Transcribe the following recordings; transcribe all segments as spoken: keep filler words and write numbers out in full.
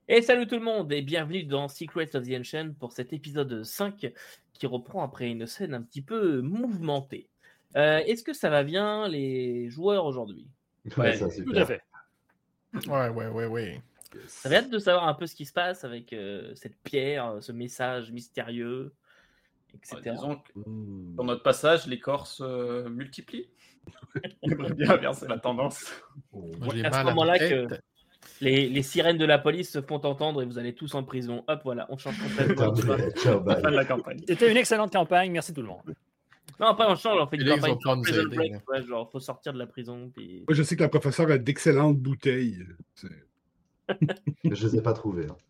Et salut tout le monde et bienvenue dans Secrets of the Ancient pour cet épisode cinq qui reprend après une scène un petit peu mouvementée. Euh, est-ce que ça va bien les joueurs aujourd'hui? Ouais, Ouais, ça, tout super. à fait. Ouais, ouais, ouais, ouais. Yes. Ça va hâte de savoir un peu ce qui se passe avec euh, cette pierre, ce message mystérieux, et cetera. Ouais, disons que Mmh. dans notre passage, les corps se multiplient. On devrait bien inverser la tendance. Oh. Moi, j'ai à ce mal à moment-là la que tête. les, les sirènes de la police se font entendre et vous allez tous en prison. Hop, voilà, on change complètement. Terminé. Ciao, La fin de bye. la campagne. C'était une excellente campagne, merci tout le monde. Non, pas on change, on fait une Et là, ils campagne vont pouvoir nous prison aider, break, là. ouais, genre faut sortir de la prison. Puis... Moi, je sais que la professeure a d'excellentes bouteilles. C'est- Je les ai pas trouvés. hein.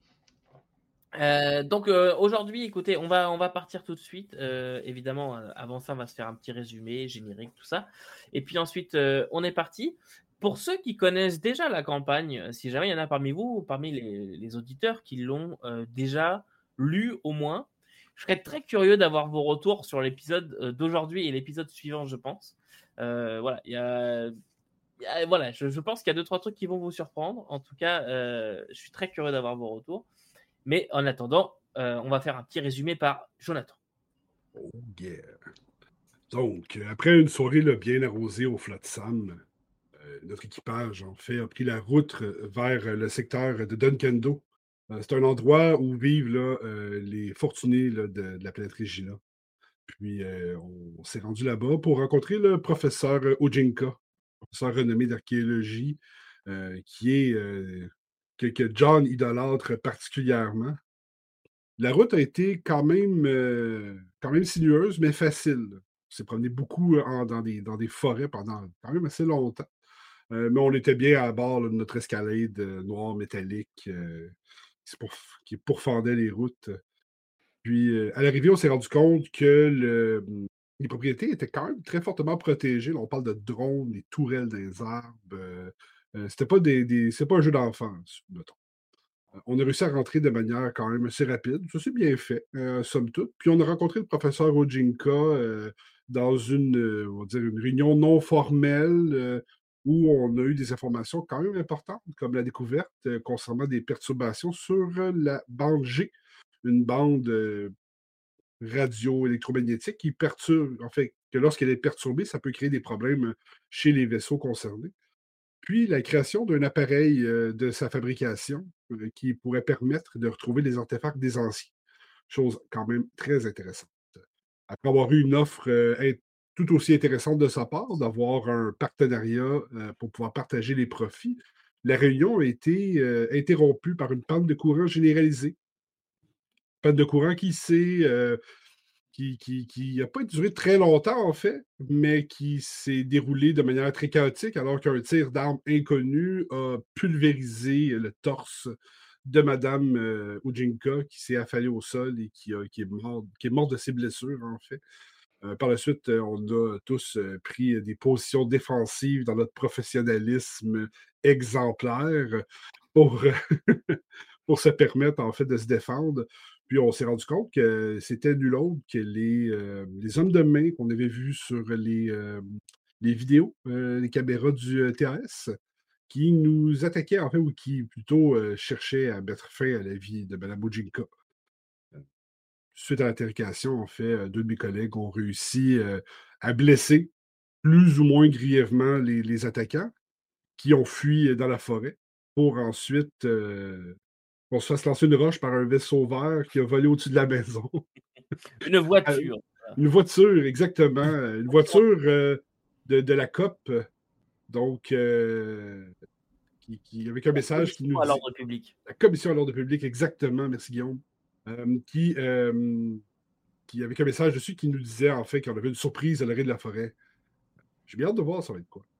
Euh, donc euh, aujourd'hui, écoutez, on va on va partir tout de suite. Euh, évidemment, euh, avant ça, on va se faire un petit résumé générique, tout ça. Et puis ensuite, euh, on est parti. Pour ceux qui connaissent déjà la campagne, si jamais il y en a parmi vous, parmi les, les auditeurs qui l'ont euh, déjà lu au moins, je serais très curieux d'avoir vos retours sur l'épisode euh, d'aujourd'hui et l'épisode suivant, je pense. Euh, voilà, il y a, il y a- voilà, je, je pense qu'il y a deux trois trucs qui vont vous surprendre. En tout cas, euh, je suis très curieux d'avoir vos retours. Mais en attendant, euh, on va faire un petit résumé par Jonathan. Oh, yeah. Donc, euh, après une soirée là, bien arrosée au Flat Sam, euh, notre équipage, en fait, a pris la route euh, vers euh, le secteur de Dunkendo. Euh, c'est un endroit où vivent là, euh, les fortunés là, de, de la planète Regina. Puis, euh, on, on s'est rendu là-bas pour rencontrer le professeur euh, Ojinka, professeur renommé d'archéologie, euh, qui est euh, que, que John idolâtre particulièrement. La route a été quand même, euh, quand même sinueuse, mais facile. On s'est promené beaucoup euh, en- dans, des, dans des forêts pendant quand même assez longtemps. Euh, mais on était bien à bord là, de notre escalade euh, noire métallique euh, qui, se pourf- qui pourfendait les routes. Puis euh, à l'arrivée, on s'est rendu compte que le- les propriétés étaient quand même très fortement protégées. Là, on parle de drones, des tourelles des arbres. Euh, euh, c'était pas des, des- c'est pas un jeu d'enfant, mettons. On a réussi à rentrer de manière quand même assez rapide. Ça s'est bien fait, euh, somme toute. Puis on a rencontré le professeur Ojinka euh, dans une, euh, on va dire une réunion non formelle euh, où on a eu des informations quand même importantes, comme la découverte euh, concernant des perturbations sur euh, la bande G, une bande euh, radio-électromagnétique qui perturbe, en fait, que lorsqu'elle est perturbée, ça peut créer des problèmes chez les vaisseaux concernés. Puis la création d'un appareil euh, de sa fabrication euh, qui pourrait permettre de retrouver les artefacts des anciens. Chose quand même très intéressante. Après avoir eu une offre euh, in- tout aussi intéressante de sa part, d'avoir un partenariat euh, pour pouvoir partager les profits, la réunion a été euh, interrompue par une panne de courant généralisée. Panne de courant qui s'est euh, qui qui qui n'a pas duré très longtemps, en fait, mais qui s'est déroulé de manière très chaotique, alors qu'un tir d'arme inconnu a pulvérisé le torse de Madame euh, Ujinka, qui s'est affalée au sol et qui, a- qui est mort, qui est morte de ses blessures, en fait. Euh, par la suite, euh, on a tous euh, pris des positions défensives dans notre professionnalisme exemplaire pour, pour se permettre, en fait, de se défendre. Puis on s'est rendu compte que c'était nul autre que les, euh, les hommes de main qu'on avait vus sur les, euh, les vidéos, euh, les caméras du euh, T A S, qui nous attaquaient, en fait, ou qui plutôt euh, cherchaient à mettre fin à la vie de Mme Ojinka. Suite à l'interrogation, en fait, euh, deux de mes collègues ont réussi euh, à blesser plus ou moins grièvement les, les attaquants qui ont fui dans la forêt pour ensuite euh, qu'on se fasse lancer une roche par un vaisseau vert qui a volé au-dessus de la maison. Une voiture. Une voiture, exactement. Une voiture euh, de, de la C O P, donc euh, qui, qui- avec un message qui nous à dit... l'ordre public. La commission à l'ordre public, exactement, merci Guillaume. Euh, qui, euh, qui, avec un message dessus qui nous disait en fait qu'on avait une surprise à l'orée de la forêt. J'ai bien hâte de voir ça va être quoi.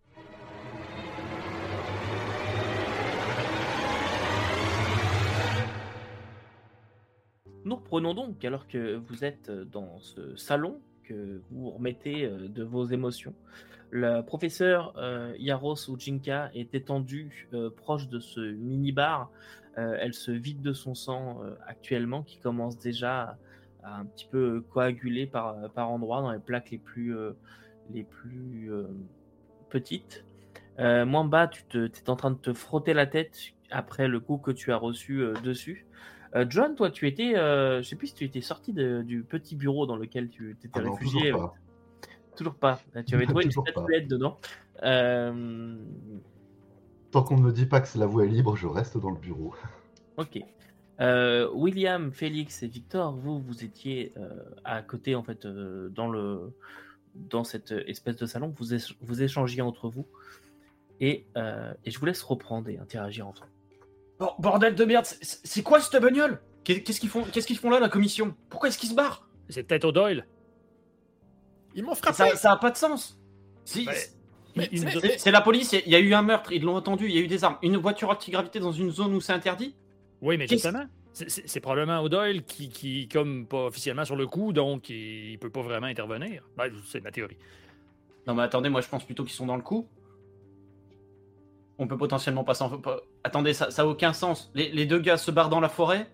Nous reprenons donc, alors que vous êtes dans ce salon, que vous remettez euh, de vos émotions. Le professeur euh, Yaros Ujinka est étendu euh, proche de ce mini-bar. Euh, elle se vide de son sang euh, actuellement, qui commence déjà à, à un petit peu coaguler par, par endroits dans les plaques les plus, euh, les plus euh, petites. Euh, Mwamba, tu te, es en train de te frotter la tête après le coup que tu as reçu euh, dessus. Euh, John, toi, tu étais, euh, je sais plus si tu étais sorti de- du petit bureau dans lequel tu t'étais Ah non, réfugié. toujours pas. Toujours pas. Tu avais trouvé une Toujours pas. statuette dedans. Euh, Tant qu'on ne me dit pas que la voie est libre, je reste dans le bureau. Ok. Euh, William, Félix et Victor, vous, vous étiez euh, à côté, en fait, euh, dans, le, dans cette espèce de salon. Vous, éch- vous échangiez entre vous. Et, euh, et je vous laisse reprendre et interagir entre vous. Bon, bordel de merde, c'est- c'est quoi cette bagnole? Qu'est- Qu'est-ce qu'ils font, qu'est-ce qu'ils font là, la commission? Pourquoi est-ce qu'ils se barrent? C'est peut-être O'Doyle. Ils m'ont Ça, frappé. ça a pas de sens. Si, Ben, c'est- il- il nous a- c'est c'est la police, il y a- il y a eu un meurtre, ils l'ont entendu, il y a eu des armes. Une voiture antigravité dans une zone où c'est interdit? Oui, mais Qu'est-ce- justement, c'est- c'est c'est probablement O'Doyle qui, qui, comme pas officiellement sur le coup, donc il, il peut pas vraiment intervenir. Ben, c'est ma théorie. Non mais attendez, moi je pense plutôt qu'ils sont dans le coup. On peut potentiellement pas s'en... pas- Attendez, ça, ça a aucun sens. Les, les deux gars se barrent dans la forêt.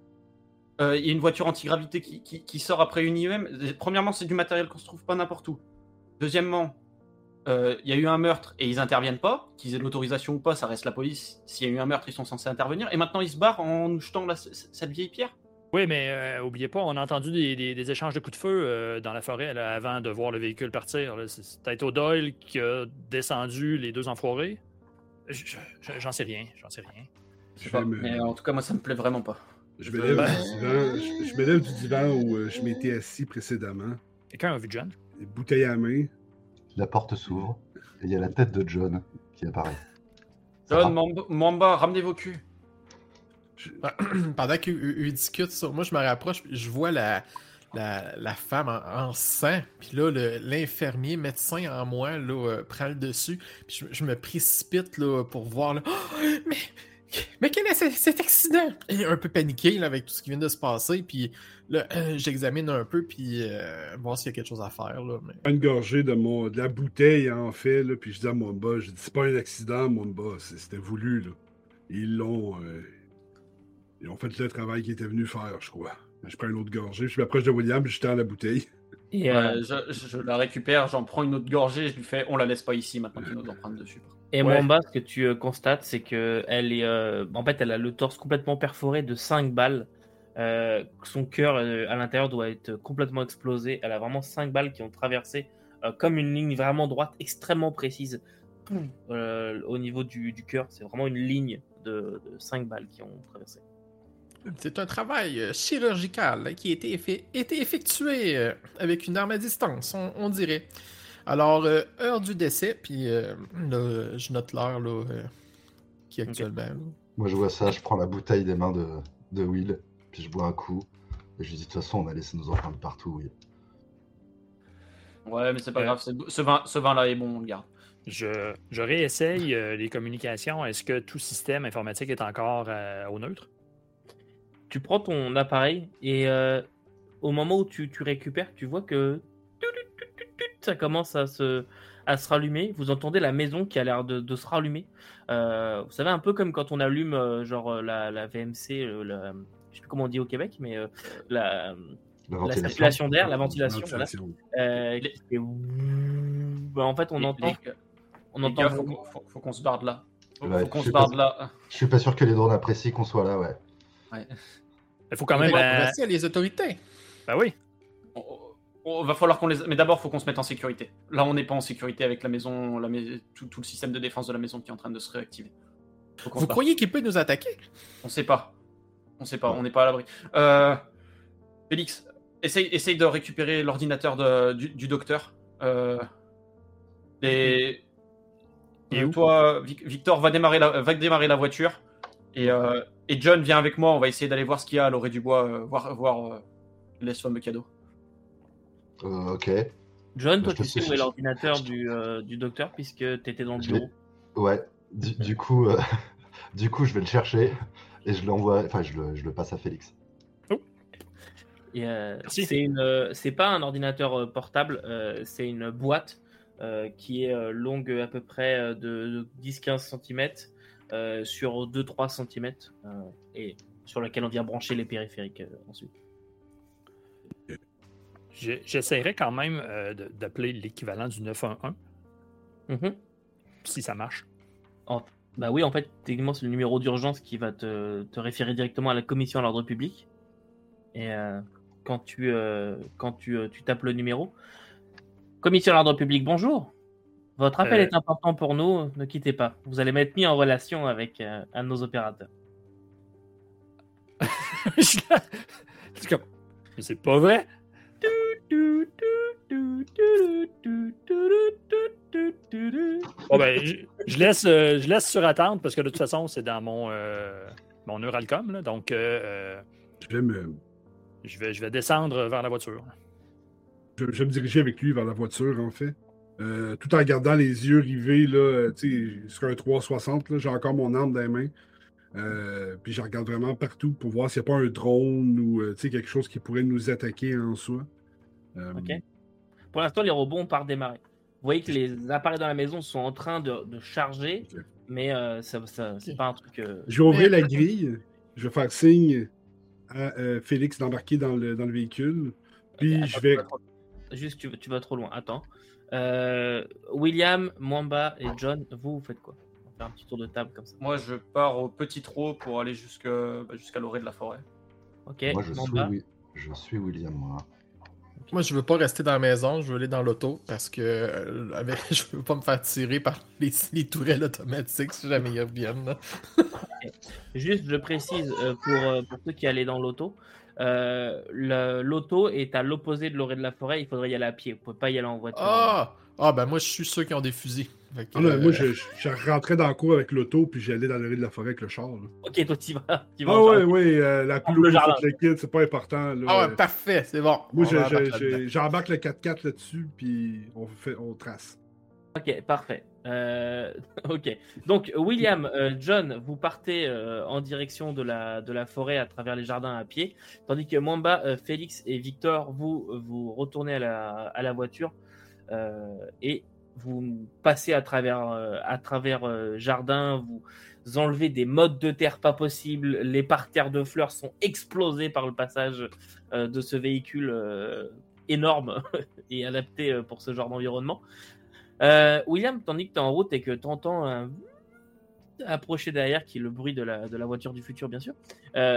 Euh, Il y a une voiture antigravité qui, qui, qui sort après une I E M. Premièrement, c'est du matériel qu'on se trouve pas n'importe où. Deuxièmement, euh, il y a eu un meurtre et ils interviennent pas. Qu'ils aient l'autorisation ou pas, ça reste la police. S'il y a eu un meurtre, ils sont censés intervenir. Et maintenant, ils se barrent en nous jetant la- cette vieille pierre. Oui, mais euh, oubliez pas, on a entendu des, des- des échanges de coups de feu euh, dans la forêt là, avant de voir le véhicule partir. là. C'est c'est peut-être O'Doyle qui a descendu les deux enfoirés. Je- je- J'en sais rien, j'en sais rien. Je sais Je vais pas, me- mais en tout cas, moi, ça me plaît vraiment pas. Je me lève Ben- du divan, je, je me lève du divan où euh, je m'étais assis précédemment, Quelqu'un a vu John? les bouteilles à main. La porte s'ouvre et il y a la tête de John qui apparaît. Ça John, va Mamba, Mamba, ramenez vos culs. Je- Pendant qu'eux eux discutent ça, moi je me rapproche, puis je vois la, la, la femme en, en sang, puis là le- l'infirmier médecin en moi là, euh, prend le dessus, puis je, je me précipite là, pour voir là, oh, mais, mais quel est ce- cet accident? Et un peu paniqué là, avec tout ce qui vient de se passer, puis là euh, j'examine un peu, puis euh, voir s'il y a quelque chose à faire. Là, mais... Une gorgée de, mon, de la bouteille en fait, là, puis je dis à Mamba, je dis c'est pas un accident, Mamba, c'est- c'était voulu. Là. Ils l'ont. euh, ils ont fait le travail qu'ils étaient venus faire, je crois. Je prends une autre gorgée, je m'approche de William, puis je tends la bouteille. Et, euh, Ouais, je, je la récupère, j'en prends une autre gorgée, je lui fais, on la laisse pas ici maintenant qu'il nous en prendre dessus. Et Ouais. Mwamba, ce que tu euh, constates, c'est que elle est, euh, en fait, elle a le torse complètement perforé de cinq balles. Euh, son cœur euh, à l'intérieur doit être complètement explosé. Elle a vraiment cinq balles qui ont traversé euh, comme une ligne vraiment droite, extrêmement précise, Poum, euh, au niveau du, du cœur. C'est vraiment une ligne de, de cinq balles qui ont traversé. C'est un travail euh, chirurgical hein, qui a été, effe- été effectué euh, avec une arme à distance, on, on dirait. Alors, euh, heure du décès, puis euh, là, je note l'heure là, euh, qui est actuellement. là. Moi, je vois ça, je prends la bouteille des mains de, de Will, puis je bois un coup. Et je lui dis, de toute façon, on a laissé nos empreintes partout, Will. Ouais, mais c'est pas Euh. grave, c'est- ce vin, ce vin-là est bon, on le garde. Je, je réessaye euh, les communications. Est-ce que tout système informatique est encore euh, au neutre? Tu prends ton appareil et euh, au moment où tu, tu récupères, tu vois que ça commence à se, à se rallumer. Vous entendez la maison qui a l'air de, de se rallumer. Euh, vous savez, un peu comme quand on allume euh, genre euh, la, la V M C, euh, la, je sais plus comment on dit au Québec, mais euh, la, La la ventilation. circulation d'air, la ventilation. Voilà. Ventilation. Euh, Les- qui fait ouh. Ben, en fait, on Les- entend, les- on les entend gars, faut qu'on faut, faut qu'on se barre de là. Faut, Ouais, faut qu'on je se sais barre pas. de là. Je suis pas sûr que les drones apprécient qu'on soit là, ouais. Ouais. Il faut quand même. Mais euh, voici à les autorités. Ben oui. On, on- va falloir qu'on les. Mais d'abord, faut qu'on se mette en sécurité. Là, on n'est pas en sécurité avec la maison, la mais- tout, tout le système de défense de la maison qui est en train de se réactiver. Faut qu'on Vous se barre. croyez qu'il peut nous attaquer? On sait pas. On sait pas, on n'est pas à l'abri. Euh, Félix, essaye, essaye de récupérer l'ordinateur de- du, du docteur. Euh, et Et euh, où toi, Vic- Victor, va démarrer la, va démarrer la voiture. Et, euh, et John, viens avec moi. On va essayer d'aller voir ce qu'il y a à l'orée du bois, euh, voir, voir euh, les fameux cadeaux. Euh, ok. John, toi, Je te tu sais suis. où est l'ordinateur du, euh, du docteur puisque tu étais dans le Je vais- bureau. Ouais. Du, du coup, euh, du coup, je vais le chercher et je l'envoie. Enfin, je le, je le passe à Félix. Et, euh, Merci. c'est une, euh, c'est pas un ordinateur euh, portable, euh, c'est une boîte euh, qui est euh, longue à peu près euh, de, de dix à quinze centimètres euh, sur deux à trois centimètres euh, et sur laquelle on vient brancher les périphériques euh, ensuite. J'ai- J'essaierai quand même euh, de- d'appeler l'équivalent du neuf un un, Mhm. si ça marche. Bah oui, en fait, techniquement, c'est le numéro d'urgence qui va te, te référer directement à la commission à l'ordre public. Et euh, quand tu, euh, quand tu, euh, tu tapes le numéro, commission à l'ordre public, bonjour. Votre appel Euh. est important pour nous, ne quittez pas. Vous allez m'être mis en relation avec euh, un de nos opérateurs. Je la- C'est comme. Mais c'est pas vrai. Bon, ben, je, je laisse, euh, je laisse sur attente parce que de toute façon, c'est dans mon, euh, mon Neuralcom. Là, donc, euh, euh, Je vais me, je, vais, je vais descendre vers la voiture. je, je vais me diriger avec lui vers la voiture, en fait. Euh, tout en gardant les yeux rivés, là, euh, tu sais, sur un trois cent soixante, là, j'ai encore mon arme dans les mains. Euh, puis je regarde vraiment partout pour voir s'il n'y a pas un drone ou euh, tu sais, quelque chose qui pourrait nous attaquer en soi. Euh, Ok. Pour l'instant, les robots ont pas redémarré. Vous voyez que les appareils dans la maison sont en train de, de charger, Ok. mais euh, ça, ça, c'est pas un truc. euh, Je vais ouvrir la grille, je vais faire signe à euh, Félix d'embarquer dans le, dans le véhicule. Puis Attends, je vais. tu vas trop- Juste, tu, vas- tu vas trop loin. Attends. Euh, William, Mwamba et John, vous, vous faites quoi? On va faire un petit tour de table comme ça. Moi, je pars au petit trot pour aller jusque- bah, jusqu'à l'orée de la forêt. Ok, Moi, je suis, Mwamba. Wi- je suis William, moi. Moi, je veux pas rester dans la maison, je veux aller dans l'auto parce que euh, avec- je veux pas me faire tirer par les, les tourelles automatiques si jamais ils reviennent. là. Juste, je précise euh, pour, euh, pour ceux qui allaient dans l'auto, euh, le- l'auto est à l'opposé de l'orée de la forêt. Il faudrait y aller à pied. Vous pouvez pas y aller en voiture. Ah! Ah, ben moi, je suis ceux qui ont des fusils. Fait que, Ah non, euh, moi, je, je, je rentrais dans la cour avec l'auto, puis j'allais dans l'orée de la forêt avec le char. là. Ok, toi, tu vas. t'y vas Ah en ouais, jardin. ouais, euh, la Le pluie, jardin. le kit, c'est pas important. Là. Ah ouais, parfait, c'est bon. Moi, On je- va je- embarquer je- là-dedans. j'embarque le quatre quatre là-dessus, puis on, fait, on trace. Ok, parfait. Euh, ok. Donc, William, euh, John, vous partez euh, en direction de la, de la forêt à travers les jardins à pied, tandis que Mwamba, euh, Félix et Victor, vous, vous retournez à la, à la voiture euh, et vous passez à travers, euh, à travers euh, jardin, vous enlevez des mottes de terre pas possibles, les parterres de fleurs sont explosés par le passage euh, de ce véhicule euh, énorme et adapté euh, pour ce genre d'environnement. Euh, William, tandis que tu es en route et que tu entends un approcher derrière, qui est le bruit de la, de la voiture du futur, bien sûr, euh,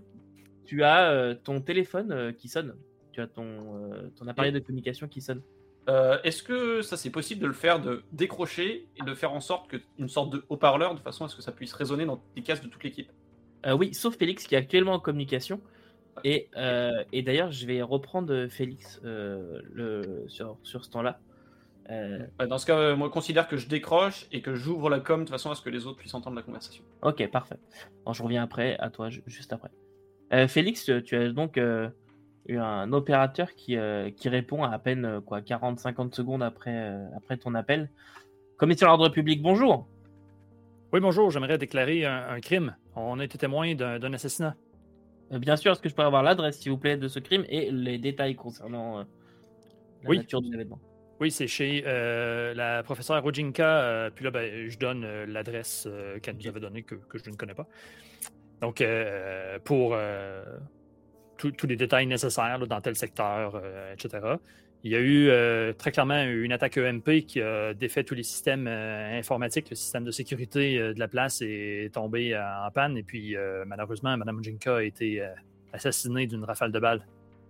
tu as euh, ton téléphone euh, qui sonne. Tu as ton, euh, ton appareil de communication qui sonne. Euh, Est-ce que ça c'est possible de le faire, de décrocher et de faire en sorte que une sorte de haut-parleur de façon à ce que ça puisse résonner dans les casques de toute l'équipe? Euh, oui, sauf Félix qui est actuellement en communication. Et, euh, et d'ailleurs, je vais reprendre Félix euh, le, sur, sur ce temps-là. Euh, Ouais, Dans ce cas, euh, moi je considère que je décroche et que j'ouvre la com de façon à ce que les autres puissent entendre la conversation. ok, parfait. Bon, je reviens après, à toi, ju- juste après. Euh, Félix, tu- tu as donc euh, eu un opérateur qui, euh, qui répond à à peine euh, quoi, quarante à cinquante secondes après, euh, après ton appel. Commission de l'ordre public, bonjour. Oui, bonjour, j'aimerais déclarer un, un crime. On a été témoin d'un d'un assassinat. Euh, bien sûr, est-ce que je peux avoir l'adresse, s'il vous plaît, de ce crime et les détails concernant euh, la Oui. nature de l'événement? Oui, c'est chez euh, la professeure Rojinka. euh, puis là, ben, je donne euh, l'adresse euh, qu'elle nous avait donnée, que, que je ne connais pas. Donc, euh, pour euh, tous tous les détails nécessaires là, dans tel secteur, euh, et cetera. Il y a eu euh, très clairement une attaque E M P qui a défait tous les systèmes euh, informatiques. Le système de sécurité euh, de la place est tombé euh, en panne. Et puis, euh, malheureusement, Mme Rojinka a été euh, assassinée d'une rafale de balles.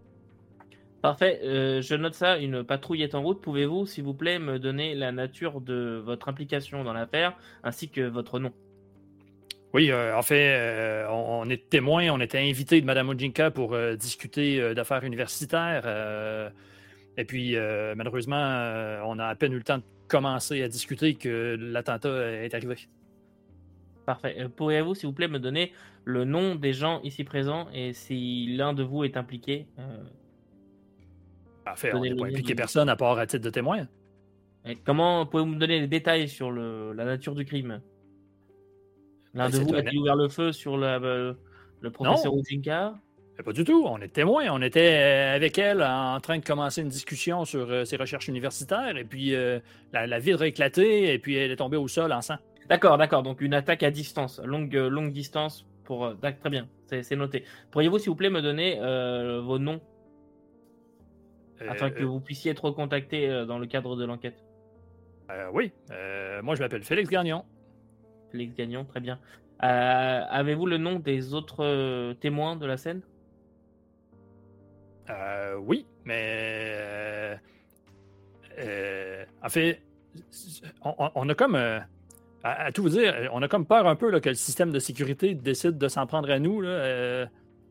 Parfait, euh, je note ça, une patrouille est en route. Pouvez-vous, s'il vous plaît, me donner la nature de votre implication dans l'affaire, ainsi que votre nom? Oui, euh, en fait, euh, on, on est témoin, on était invité de Mme Ojinka pour euh, discuter euh, d'affaires universitaires. euh, et puis, euh, malheureusement, euh, on a à peine eu le temps de commencer à discuter que l'attentat est arrivé. Parfait. Euh, Pourriez-vous, s'il vous plaît, me donner le nom des gens ici présents et si l'un de vous est impliqué? euh, En fait, on Donnez n'a le pas nom impliqué du- personne à part à titre de témoin. et Comment pouvez-vous me donner les détails sur le, la nature du crime? L'un Ben, de c'est vous un- a-t-il ouvert le feu sur la- euh, le professeur Ojinka? Mais pas du tout, on est témoin. On était euh, avec elle en train de commencer une discussion sur euh, ses recherches universitaires. Et puis, euh, la, la vitre a éclaté et puis elle est tombée au sol en sang. D'accord, d'accord. Donc une attaque à distance, longue, euh, longue distance. Pour, euh, d'ac- très bien, c'est c'est noté. Pourriez-vous, s'il vous plaît, me donner euh, vos noms afin Euh, que vous puissiez être contacté euh, dans le cadre de l'enquête? euh, oui, Euh, moi je m'appelle Félix Gagnon. Félix Gagnon, très bien. Euh, avez-vous le nom des autres euh, témoins de la scène? Euh, oui, mais. Euh, euh, en fait, on, on a comme. euh, à, à tout vous dire, on a comme peur un peu là, que le système de sécurité décide de s'en prendre à nous. Là, euh,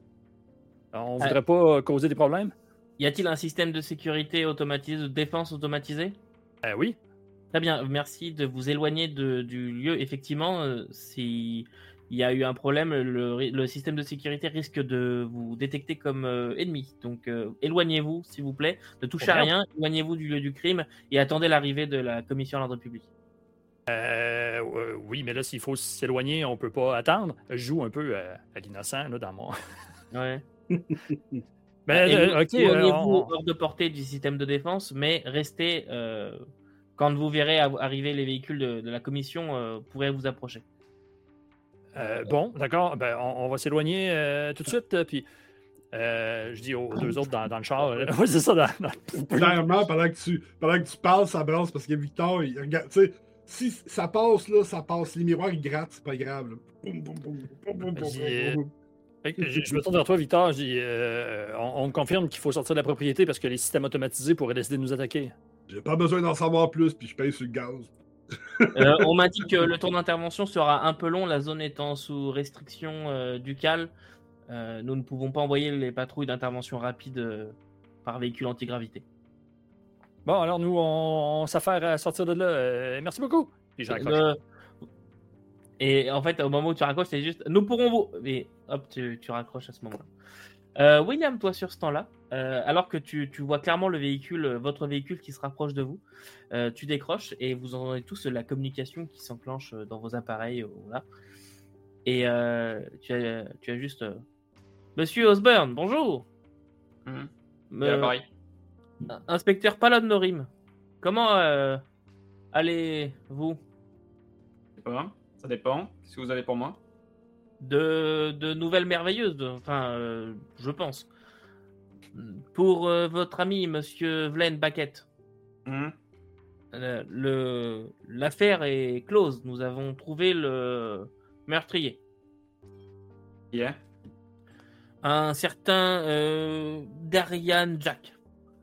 on Ah. voudrait pas causer des problèmes. Y a-t-il un système de sécurité automatisé, de défense automatisé? Euh, oui. Très bien, merci de vous éloigner de- du lieu. Effectivement, euh, si il y a eu un problème, le, ri- le système de sécurité risque de vous détecter comme euh, ennemi. Donc euh, éloignez-vous, s'il vous plaît. Ne touchez Oh, à merde. rien, éloignez-vous du lieu du crime et attendez l'arrivée de la commission à l'ordre public. Euh, euh, oui, mais là, s'il faut s'éloigner, on peut pas attendre. Je joue un peu à, à l'innocent là, dans mon. Ouais. Ben, Et euh, vous- ok. éloignez-vous euh, on- hors de portée du système de défense, mais restez. euh, quand vous verrez av- arriver les véhicules de, de la commission, euh, vous pourrez vous approcher. Euh, bon, d'accord. Ben, on, on va s'éloigner euh, tout de suite. euh, Puis, euh, je dis aux deux autres dans, dans le char. euh, ouais, c'est ça. Dans, dans- Clairement, pendant que tu, pendant que tu parles, ça brasse parce que Victor, il regarde. Tu sais, si ça passe, là, ça passe. Les miroirs, ils grattent, c'est pas grave. Là. Boum, boum, boum, boum, boum, boum, J'ai- boum, boum. Fait que Je, je me tourne vers toi, Victor. Je dis, euh, on, on me confirme qu'il faut sortir de la propriété parce que les systèmes automatisés pourraient décider de nous attaquer. J'ai pas besoin d'en savoir plus, puis je paye sur le gaz. Euh, on m'a dit que le tour d'intervention sera un peu long, la zone étant sous restriction euh, ducale. Euh, nous ne pouvons pas envoyer les patrouilles d'intervention rapide euh, par véhicule antigravité. Bon, alors nous, on, on s'affaire à sortir de là. Euh, merci beaucoup. Puis je raccroche. Le- Et en fait, au moment où tu raccroches, c'est juste nous pourrons vous. Et hop, tu, tu raccroches à ce moment-là. Euh, William, toi sur ce temps-là, euh, alors que tu, tu vois clairement le véhicule, euh, votre véhicule qui se rapproche de vous, euh, tu décroches et vous entendez tous la communication qui s'enclenche euh, dans vos appareils. euh, voilà. Et euh, tu, as, tu as juste euh, Monsieur Osborne, bonjour. Mhm. Me- Et là, pareil. Inspecteur Palon Norim, comment euh, allez-vous C'est pas grave. Ça dépend. Qu'est-ce que vous avez pour moi? de, de nouvelles merveilleuses, de- enfin, euh, je pense. Pour euh, votre ami, Monsieur Vlen Baquette, Mhm. euh, le l'affaire est close. Nous avons trouvé le meurtrier. Qui est? Un certain euh, Darian Jack.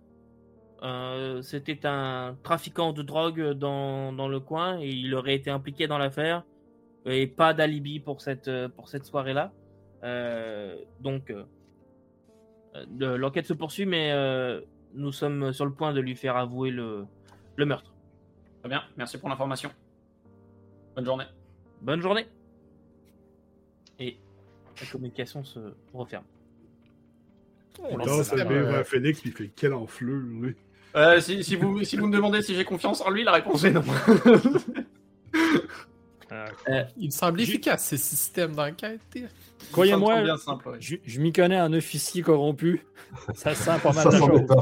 Euh, C'était un trafiquant de drogue dans, dans le coin et il aurait été impliqué dans l'affaire. Et pas d'alibi pour cette, pour cette soirée-là. Euh, donc, euh, de- l'enquête se poursuit, mais euh, nous sommes sur le point de lui faire avouer le, le meurtre. Très bien. Merci pour l'information. Bonne journée. Bonne journée. Et la communication se referme. On Là, lance ça ça, vient euh, vers Félix, puis il fait quelle enflure, lui. Euh, si, si, vous, si vous me demandez si j'ai confiance en lui, la réponse est non. euh, Il me semblait J'ai- efficace, ces systèmes d'enquête. Croyez-moi, Ça me semble bien simple, ouais. je, je m'y connais en officier corrompu. Ça sent pas mal Ça de s'en choses. est pas.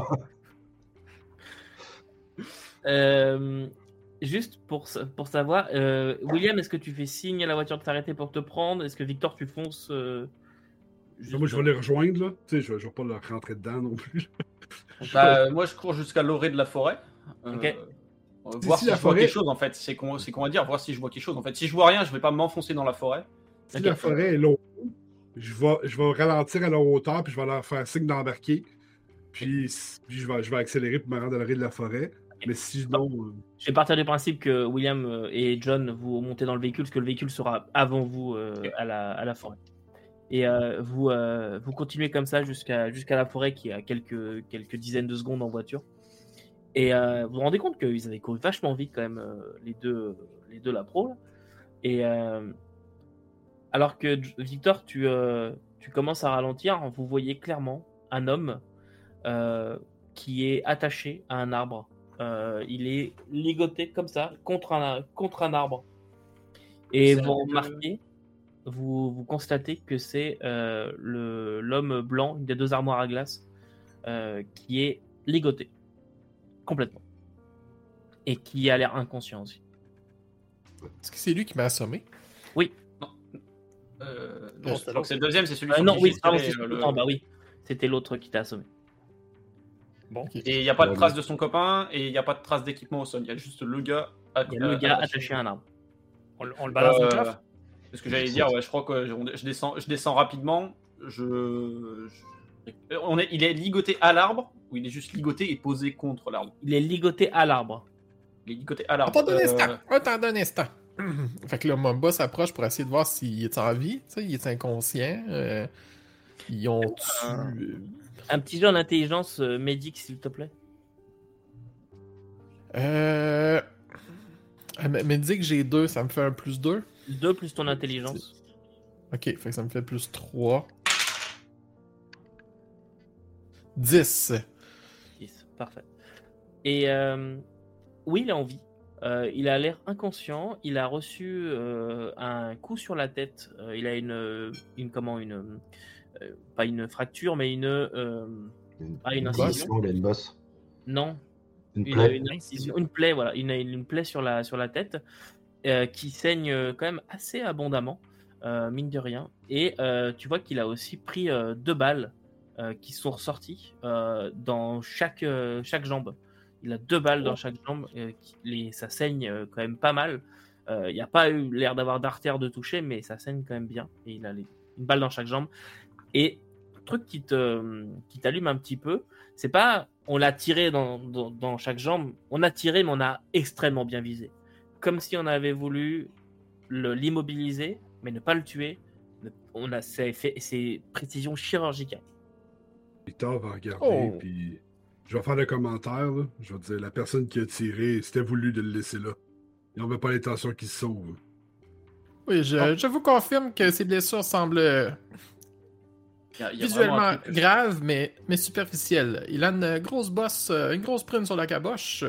Euh, juste pour, sa- pour savoir, euh, William, est-ce que tu fais signe à la voiture de s'arrêter pour te prendre? Est-ce que Victor, tu fonces euh, juste- Moi, je vais les rejoindre, là. Tu sais, je vais, je vais pas leur rentrer dedans non plus. Bah, euh, moi, je cours jusqu'à l'orée de la forêt. Euh, Ok. euh, Si, voir si si, la je vois forêt- quelque chose, en fait. C'est qu'on c'est qu'on va dire, voir si je vois quelque chose. En fait, si je vois rien, je vais pas m'enfoncer dans la forêt. Si Ok. la forêt est longue, je vais, je vais ralentir à leur hauteur, puis je vais leur faire signe d'embarquer. Puis, puis je, vais, je vais accélérer pour me rendre à l'orée de la forêt. Mais sinon, euh, Je vais partir du principe que William euh, et John vous montez dans le véhicule, parce que le véhicule sera avant vous euh, à, la, à la forêt. Et euh, vous, euh, vous continuez comme ça jusqu'à jusqu'à la forêt qui est à quelques, quelques dizaines de secondes en voiture. Et euh, vous vous rendez compte qu'ils avaient couru vachement vite quand même, euh, les deux, les deux la pro. Là. Et euh, alors que J- Victor, tu, euh, tu commences à ralentir, vous voyez clairement un homme euh, qui est attaché à un arbre. Euh, il est ligoté comme ça contre un, contre un arbre. Et C'est vous avec, euh, remarquez, vous, vous constatez que c'est euh, le- l'homme blanc, une des deux armoires à glace, euh, qui est ligoté complètement. Et qui a l'air inconscient aussi. Est-ce que c'est lui qui m'a assommé? Euh, Non, non, c'était je crois que c'est le deuxième, c'est celui Euh, sur non, qui oui, j'ai pardon, tiré, c'est euh, le- non, bah oui, c'était l'autre qui t'a assommé. Bon. Et il n'y a pas de Ouais, trace de son copain, et il n'y a pas de trace d'équipement au sol. Il y a juste le gars Il y a le gars attaché à un arbre. On, le- on le balance dans le Euh, coffre? C'est ce que j'allais dire, ouais, je crois que je, je descends, je descends rapidement. Je, je- on est, il est ligoté à l'arbre ou il est juste ligoté et posé contre l'arbre? Il est ligoté à l'arbre. Il est ligoté à l'arbre. Attends un Euh, instant. Attends un instant. Fait que là, mon boss s'approche pour essayer de voir s'il est en vie. Tu sais, il est inconscient. Euh, ils ont Un- tué. Un petit jeu en intelligence euh, médic, s'il te plaît. Euh. Elle me me dit que j'ai deux, ça me fait un plus deux. deux plus ton intelligence. Ok, fait que ça me fait plus trois. dix. dix, parfait. Et euh, oui, il est en vie. Euh, il a l'air inconscient. Il a reçu euh, un coup sur la tête. Euh, il a une, une comment une, euh, pas une fracture, mais une, euh, Une, ah, une une incision. bosse, il a une bosse. Non, Une une, plaie. une incision, une plaie, voilà, une, une plaie sur la sur la tête euh, qui saigne euh, quand même assez abondamment, euh, mine de rien. Et euh, tu vois qu'il a aussi pris euh, deux balles euh, qui sont ressorties euh, dans chaque euh, chaque jambe. Il a deux balles dans chaque jambe. Euh, qui, les, ça saigne euh, quand même pas mal. Euh, Il n'y a pas eu l'air d'avoir d'artère de toucher, mais ça saigne quand même bien. Et il a les, une balle dans chaque jambe. Et un truc qui te qui t'allume un petit peu, c'est pas on l'a tiré dans, dans, dans chaque jambe, on a tiré mais on a extrêmement bien visé. Comme si on avait voulu le, l'immobiliser, mais ne pas le tuer. On a c'est, fait, c'est précision chirurgicale. Victor va regarder, Oh. puis je vais faire le commentaire. Là. Je vais dire la personne qui a tiré, c'était voulu de le laisser là. Il n'avait pas l'intention qu'il se sauve. Oui, je, je vous confirme que ces blessures semblent euh, il y a- il y a vraiment visuellement un truc- graves, mais, mais superficielles. Il a une grosse bosse, euh, une grosse prune sur la caboche.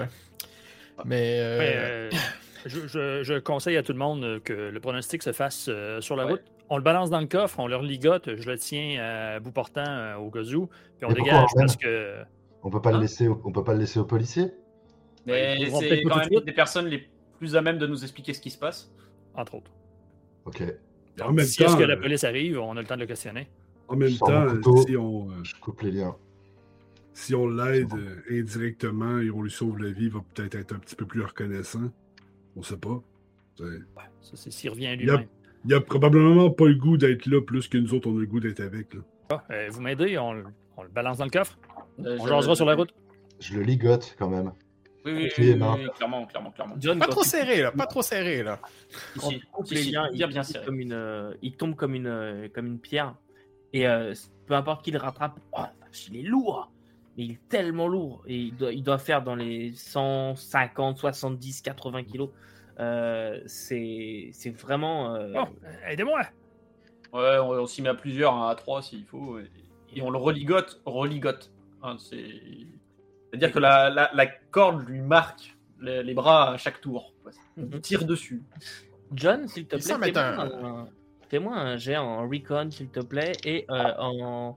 Mais. euh, Mais, euh, je, je- je conseille à tout le monde euh, que le pronostic se fasse euh, sur la Ouais. route. On le balance dans le coffre, on le religote, je le tiens à bout portant euh, au gazou, puis on Mais pourquoi dégage on parce l'aime que. On peut pas Hein? le laisser, au- on peut pas le laisser aux policiers. Mais ils trouveront c'est peut-être pas quand tout même de suite. des personnes les plus à même de nous expliquer ce qui se passe. Entre autres. Ok. En Donc, même si temps, est-ce que la euh, police arrive, on a le temps de le questionner. En même Je sors temps, mon couteau. si on, euh, Je coupe les liens. si on l'aide C'est bon. euh, indirectement et on lui sauve la vie, il va peut-être être un petit peu plus reconnaissant. On sait pas. C'est- Ça, c'est s'il revient à Il y a, lui-même. il a probablement pas le goût d'être là plus que nous autres, on a le goût d'être avec. Là. Ah, euh, vous m'aidez, on, le- on le balance dans le coffre. Euh, On je- jasera sur la route. Je le ligote quand même. Oui, oui, Clé et oui, main. oui, clairement, clairement, clairement. John, Pas quand trop tu- serré, là. Pas trop serré, là. quand Si, tu coupes si, les si, liens, bien, il, bien tombe serré. comme une, euh, il tombe comme une, euh, comme une pierre. Et euh, peu importe qui le rattrape, oh, vache, il est lourd. Mais il est tellement lourd. Et il doit, il doit faire dans les cent cinquante, soixante-dix, quatre-vingts kilos. Euh, c'est, c'est vraiment. euh, Oh, aidez-moi! Ouais, on, on s'y met à plusieurs, hein, à trois s'il faut, et, et on le religote, religote. Hein, c'est... C'est-à-dire que la, la, la corde lui marque les, les bras à chaque tour. On Mhm. tire dessus. John, s'il te Il plaît, semble être fais-moi un... fais-moi un jet en recon, s'il te plaît, et euh, en.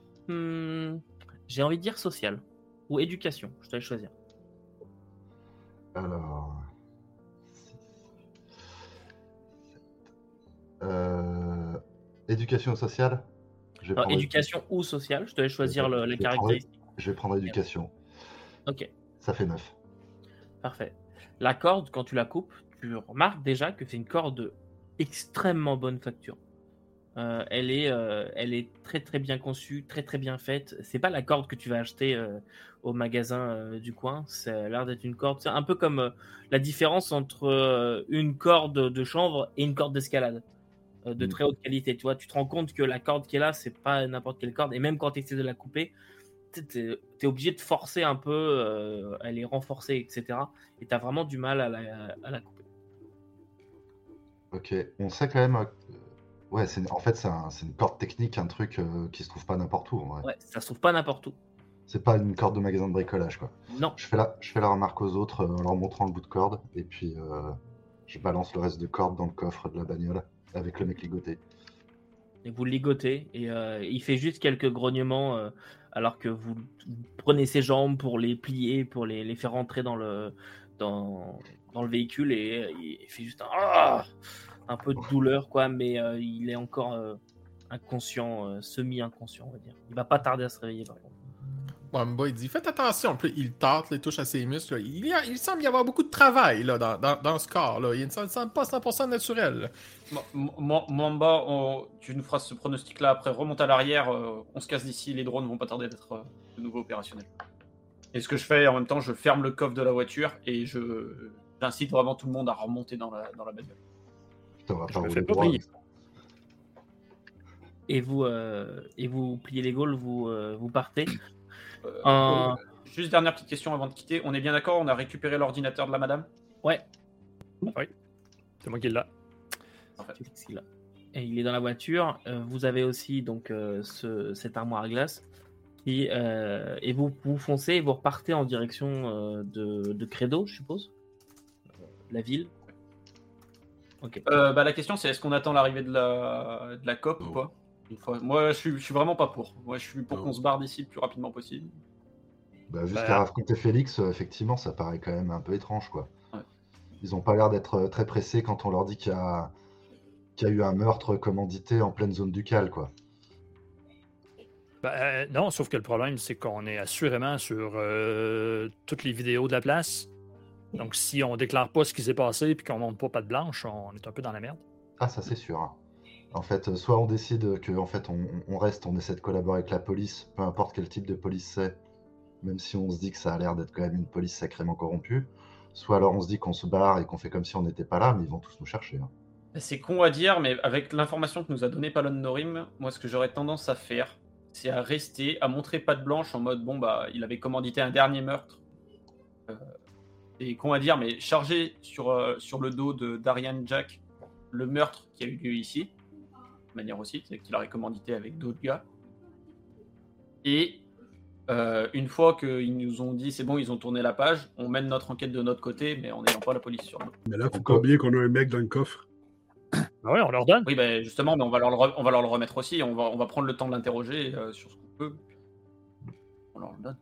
Hmm, j'ai envie de dire social. Ou éducation, je te laisse choisir. Alors. six, sept. Euh... Éducation sociale. Je vais, Alors, prendre... éducation ou social, je te laisse choisir le- les Je vais prendre- caractéristiques. je vais prendre éducation. Ok, Ça fait neuf. parfait. La corde, quand tu la coupes, tu remarques déjà que c'est une corde de extrêmement bonne facture. Euh, elle, est, euh, elle est très très bien conçue, très très bien faite. C'est pas la corde que tu vas acheter euh, au magasin euh, du coin. Ça a l'air d'être une corde. C'est un peu comme euh, la différence entre euh, une corde de chanvre et une corde d'escalade euh, de Mm. très haute qualité. Tu vois, tu te rends compte que la corde qui est là, c'est pas n'importe quelle corde. Et même quand tu essaies de la couper, tu es obligé de forcer un peu. Euh, elle est renforcée, et cetera. Et tu as vraiment du mal à la, à la couper. Ok. On sait quand même. euh, Ouais, c'est une- en fait, c'est un- c'est une corde technique, un truc euh, qui se trouve pas n'importe où. En vrai. Ouais, ça se trouve pas n'importe où. C'est pas une corde de magasin de bricolage, quoi. Non. Je fais la, je fais la remarque aux autres euh, en leur montrant le bout de corde, et puis euh, je balance le reste de corde dans le coffre de la bagnole avec le mec ligoté. Et vous le ligotez et euh, il fait juste quelques grognements euh, alors que vous, vous prenez ses jambes pour les plier, pour les, les faire rentrer dans le, dans, dans le véhicule et euh, il fait juste un, ah un peu de douleur quoi, mais euh, il est encore euh, inconscient, euh, semi-inconscient on va dire. Il va pas tarder à se réveiller par contre. Wamba, il dit faites attention. Puis il tâte, il touche à ses muscles. Là. Il, y a, il semble y avoir beaucoup de travail là, dans, dans, dans ce corps. Là. Il ne semble, semble pas cent pour cent naturel. Mwamba, on... tu nous feras ce pronostic-là après. Remonte à l'arrière, euh, on se casse d'ici. Les drones vont pas tarder d'être euh, de nouveau opérationnels. Et ce que je fais en même temps, je ferme le coffre de la voiture et je j'incite vraiment tout le monde à remonter dans la, dans la bagnole. Putain, on va Je pas me rouler fais pas droit, briller. mais- Et vous, euh, et vous pliez les Gaules, vous, euh, vous partez. Euh, En- euh, Juste dernière petite question avant de quitter. On est bien d'accord, on a récupéré l'ordinateur de la madame. Ouais, C'est moi qui l'ai. qu'est-ce qu'il a Et il est dans la voiture. Euh, vous avez aussi donc euh, ce, cette armoire à glace. Et, euh, et vous, vous foncez et vous repartez en direction euh, de, de Credo, je suppose. Euh, la ville. Ok. Euh, bah, la question c'est est-ce qu'on attend l'arrivée de la, de la C O P ou Non. pas Une fois- Moi je suis, je suis vraiment pas pour. Moi je suis pour Non. qu'on se barre d'ici le plus rapidement possible. Bah, vu Bah, ce qu'a raconté Félix, euh, effectivement, ça paraît quand même un peu étrange, quoi. Ouais. Ils ont pas l'air d'être euh, très pressés quand on leur dit qu'il y a, qu'il y a eu un meurtre commandité en pleine zone ducale, quoi. Ben, euh, non, sauf que le problème, c'est qu'on est assurément sur euh, toutes les vidéos de la place. Donc, si on déclare pas ce qui s'est passé et qu'on monte pas patte blanche, on est un peu dans la merde. Ah, ça c'est sûr, hein. En fait, euh, soit on décide que en fait on, on reste, on essaie de collaborer avec la police, peu importe quel type de police c'est, même si on se dit que ça a l'air d'être quand même une police sacrément corrompue. Soit alors on se dit qu'on se barre et qu'on fait comme si on n'était pas là, mais ils vont tous nous chercher, hein. C'est con à dire, mais avec l'information que nous a donné Palon Norim, moi ce que j'aurais tendance à faire, c'est à rester, à montrer patte blanche en mode bon bah il avait commandité un dernier meurtre. Euh, c'est con à dire, mais charger sur, euh, sur le dos de Darian Jack le meurtre qui a eu lieu ici, de manière aussi, c'est qu'il aurait commandité avec d'autres gars. Et euh, une fois qu'ils nous ont dit c'est bon, ils ont tourné la page, on mène notre enquête de notre côté, mais en n'ayant pas la police sur nous. Mais là, faut On pas peut- oublier qu'on a un mec dans le coffre. Ah ouais, on leur donne. Oui, bah, justement, mais on va leur le, re- on va leur le remettre aussi. On va, on va prendre le temps de l'interroger euh, sur ce qu'on peut. On leur le donne.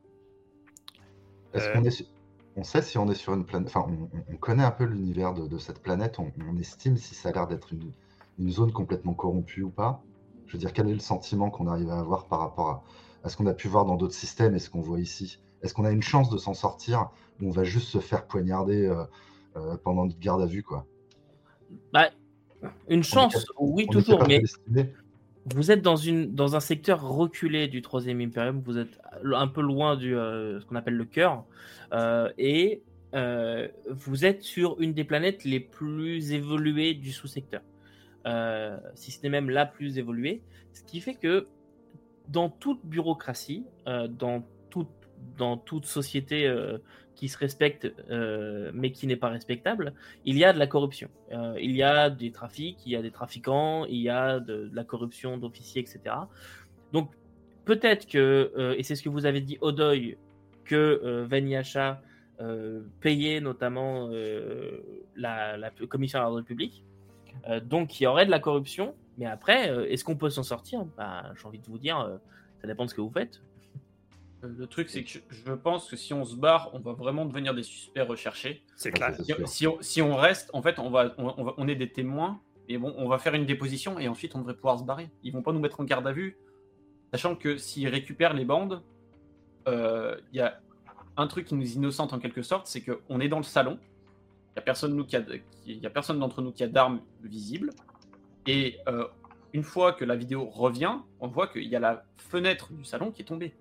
Est-ce Euh. qu'on est su- on sait si on est sur une planète, enfin on, on- on connaît un peu l'univers de, de cette planète, on, on estime si ça a l'air d'être une, une zone complètement corrompue ou pas. Je veux dire, quel est le sentiment qu'on arrive à avoir par rapport à, à ce qu'on a pu voir dans d'autres systèmes et ce qu'on voit ici? Est-ce qu'on a une chance de s'en sortir ou on va juste se faire poignarder euh, euh, pendant notre garde à vue, quoi? Bah, une chance, cap- oui, On n'était toujours, pas mais prédestinés. vous êtes dans, une, dans un secteur reculé du Troisième Imperium, vous êtes un peu loin du euh, ce qu'on appelle le cœur, euh, et euh, vous êtes sur une des planètes les plus évoluées du sous-secteur, euh, si ce n'est même la plus évoluée, ce qui fait que dans toute bureaucratie, euh, dans, toute, dans toute société euh, qui se respecte euh, mais qui n'est pas respectable, il y a de la corruption. Euh, il y a des trafics, il y a des trafiquants, il y a de, de la corruption d'officiers, et cetera. Donc peut-être que, euh, et c'est ce que vous avez dit Odoy, que euh, Vanyasha euh, payait notamment euh, la, la commission à l'ordre public, euh, donc il y aurait de la corruption, mais après, euh, est-ce qu'on peut s'en sortir? Bah, j'ai envie de vous dire, euh, ça dépend de ce que vous faites. Euh, Le truc, c'est que je, je pense que si on se barre, on va vraiment devenir des suspects recherchés. C'est Ouais, clair. c'est Si, sûr. si on, si on reste, en fait, on, va, on, on va- on est des témoins, et bon, on va faire une déposition, et ensuite on devrait pouvoir se barrer. Ils vont pas nous mettre en garde à vue, sachant que s'ils récupèrent les bandes, euh, il y a un truc qui nous innocente en quelque sorte, c'est qu'on est dans le salon, il n'y a personne, nous qui a, qui- y a personne d'entre nous qui a d'armes visibles, et euh, une fois que la vidéo revient, on voit qu'il y a la fenêtre du salon qui est tombée.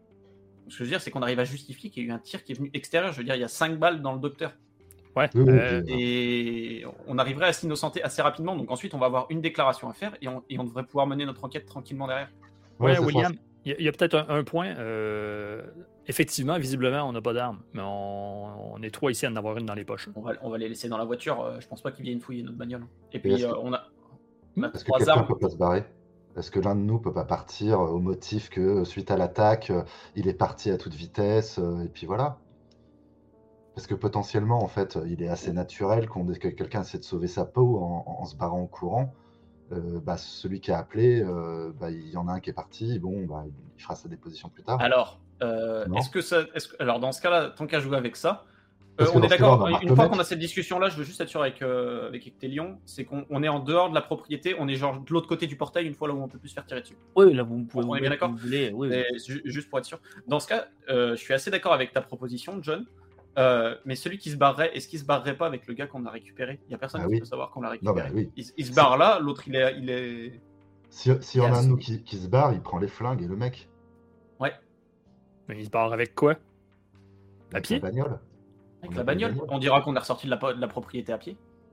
Ce que je veux dire, c'est qu'on arrive à justifier qu'il y a eu un tir qui est venu extérieur. Je veux dire, il y a cinq balles dans le docteur. Ouais. Oui, oui, euh, oui. Et on arriverait à s'innocenter assez rapidement. Donc ensuite, on va avoir une déclaration à faire et on, et on devrait pouvoir mener notre enquête tranquillement derrière. Ouais, c'est William, ça. il y a, il y a peut-être un, un point. euh, effectivement, visiblement, on n'a pas d'armes, mais on, on est trois ici à en avoir une dans les poches. On va, on va les laisser dans la voiture. Euh, je pense pas qu'ils viennent fouiller notre bagnole. Et est-ce puis, que- euh, on a, on a Est-ce que trois quelqu'un armes. peut pas se barrer? Est-ce que l'un de nous peut pas partir euh, au motif que euh, suite à l'attaque, euh, il est parti à toute vitesse euh, et puis voilà? Parce que potentiellement, en fait, il est assez naturel qu'on que quelqu'un essaie de sauver sa peau en, en se barrant en courant. Euh, bah, celui qui a appelé, euh, bah, il y en a un qui est parti. Bon, bah, il fera sa déposition plus tard. Alors, euh, Non. est-ce que ça. Est-ce que, alors, dans ce cas-là, tant qu'à jouer avec ça, Parce Euh, que on dans est ce cas-là, on d'accord, embarque une le fois mec. qu'on a cette discussion-là, je veux juste être sûr avec, euh, avec Ectelion, c'est qu'on on est en dehors de la propriété, on est genre de l'autre côté du portail, une fois là où on peut plus se faire tirer dessus. Oui, là, vous pouvez On vous est bien mettre où d'accord. vous voulez. Oui, oui. Et ju- juste pour être sûr. Dans ce cas, euh, je suis assez d'accord avec ta proposition, John. Euh, mais celui qui se barrerait, est-ce qu'il se barrerait pas avec le gars qu'on a récupéré? Il y a personne Ah qui oui. peut savoir qu'on l'a Non, récupéré. bah oui. il, il se barre là, l'autre il est, il est. Si, si on a un de Yes. nous qui, qui se barre, il prend les flingues et le mec. Ouais, Mais il se barre avec quoi? Avec pied la bagnole. avec On la a pas de bagnole. bagnole. On dira qu'on est ressorti de la, po- de la propriété à pied.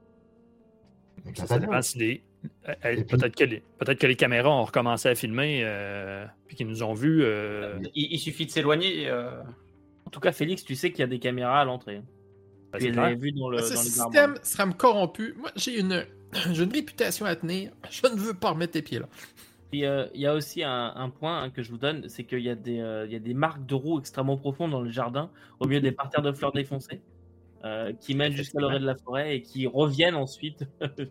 Avec Ça, la ça dépend bagnole. si les. euh, euh, Et puis- Peut-être que, les... peut que les caméras ont recommencé à filmer, euh, puis qu'ils nous ont vus. euh, Il, il suffit de s'éloigner. euh, En tout cas, Félix, tu sais qu'il y a des caméras à l'entrée. ben, Tu c'est les clair. avais vues dans, le, Ce dans les arbres. système sera me corrompu. Moi, j'ai une... j'ai une réputation à tenir. Je ne veux pas remettre tes pieds là. Puis euh, il y a aussi un, un point hein, que je vous donne, c'est qu'il y, a des, euh, il y a des marques de roues extrêmement profondes dans le jardin, au milieu des parterres de fleurs défoncées, euh, qui mènent jusqu'à l'orée de la forêt et qui reviennent ensuite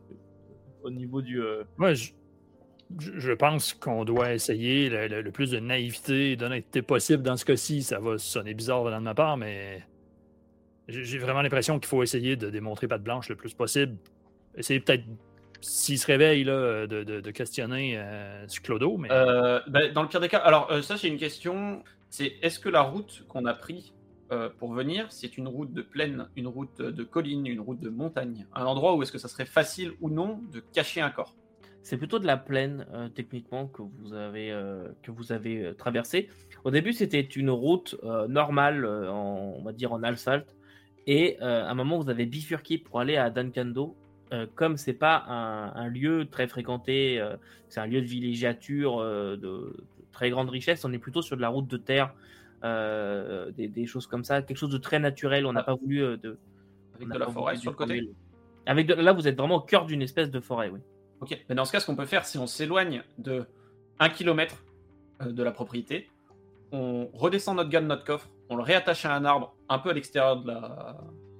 au niveau du... euh, Moi, je, je- je pense qu'on doit essayer le, le- le plus de naïveté et d'honnêteté possible dans ce cas-ci. Ça va sonner bizarre venant de ma part, mais j'ai j'ai vraiment l'impression qu'il faut essayer de démontrer patte blanche le plus possible. Essayer peut-être, s'il se réveille, là, de, de- de questionner euh, sur Clodo, mais Euh, bah, dans le pire des cas, alors euh, ça j'ai une question, c'est est-ce que la route qu'on a pris euh, pour venir, c'est une route de plaine, une route de colline, une route de montagne, un endroit où est-ce que ça serait facile ou non de cacher un corps? C'est plutôt de la plaine, euh, techniquement, que vous avez, euh, que vous avez euh, traversé. Au début, c'était une route euh, normale, euh, en, on va dire en asphalte. Et euh, à un moment, vous avez bifurqué pour aller à Dankando. Euh, comme c'est pas un, un lieu très fréquenté, euh, c'est un lieu de villégiature euh, de, de très grande richesse, on est plutôt sur de la route de terre, euh, des, des choses comme ça, quelque chose de très naturel. On n'a pas voulu euh, de, Avec on n'a de la pas forêt voulu sur le côté? déformer Avec de, là, vous êtes vraiment au cœur d'une espèce de forêt, oui. Ok, mais dans ce cas, ce qu'on peut faire, c'est on s'éloigne de un kilomètre euh, de la propriété, on redescend notre gars de notre coffre, on le réattache à un arbre un peu à l'extérieur de la...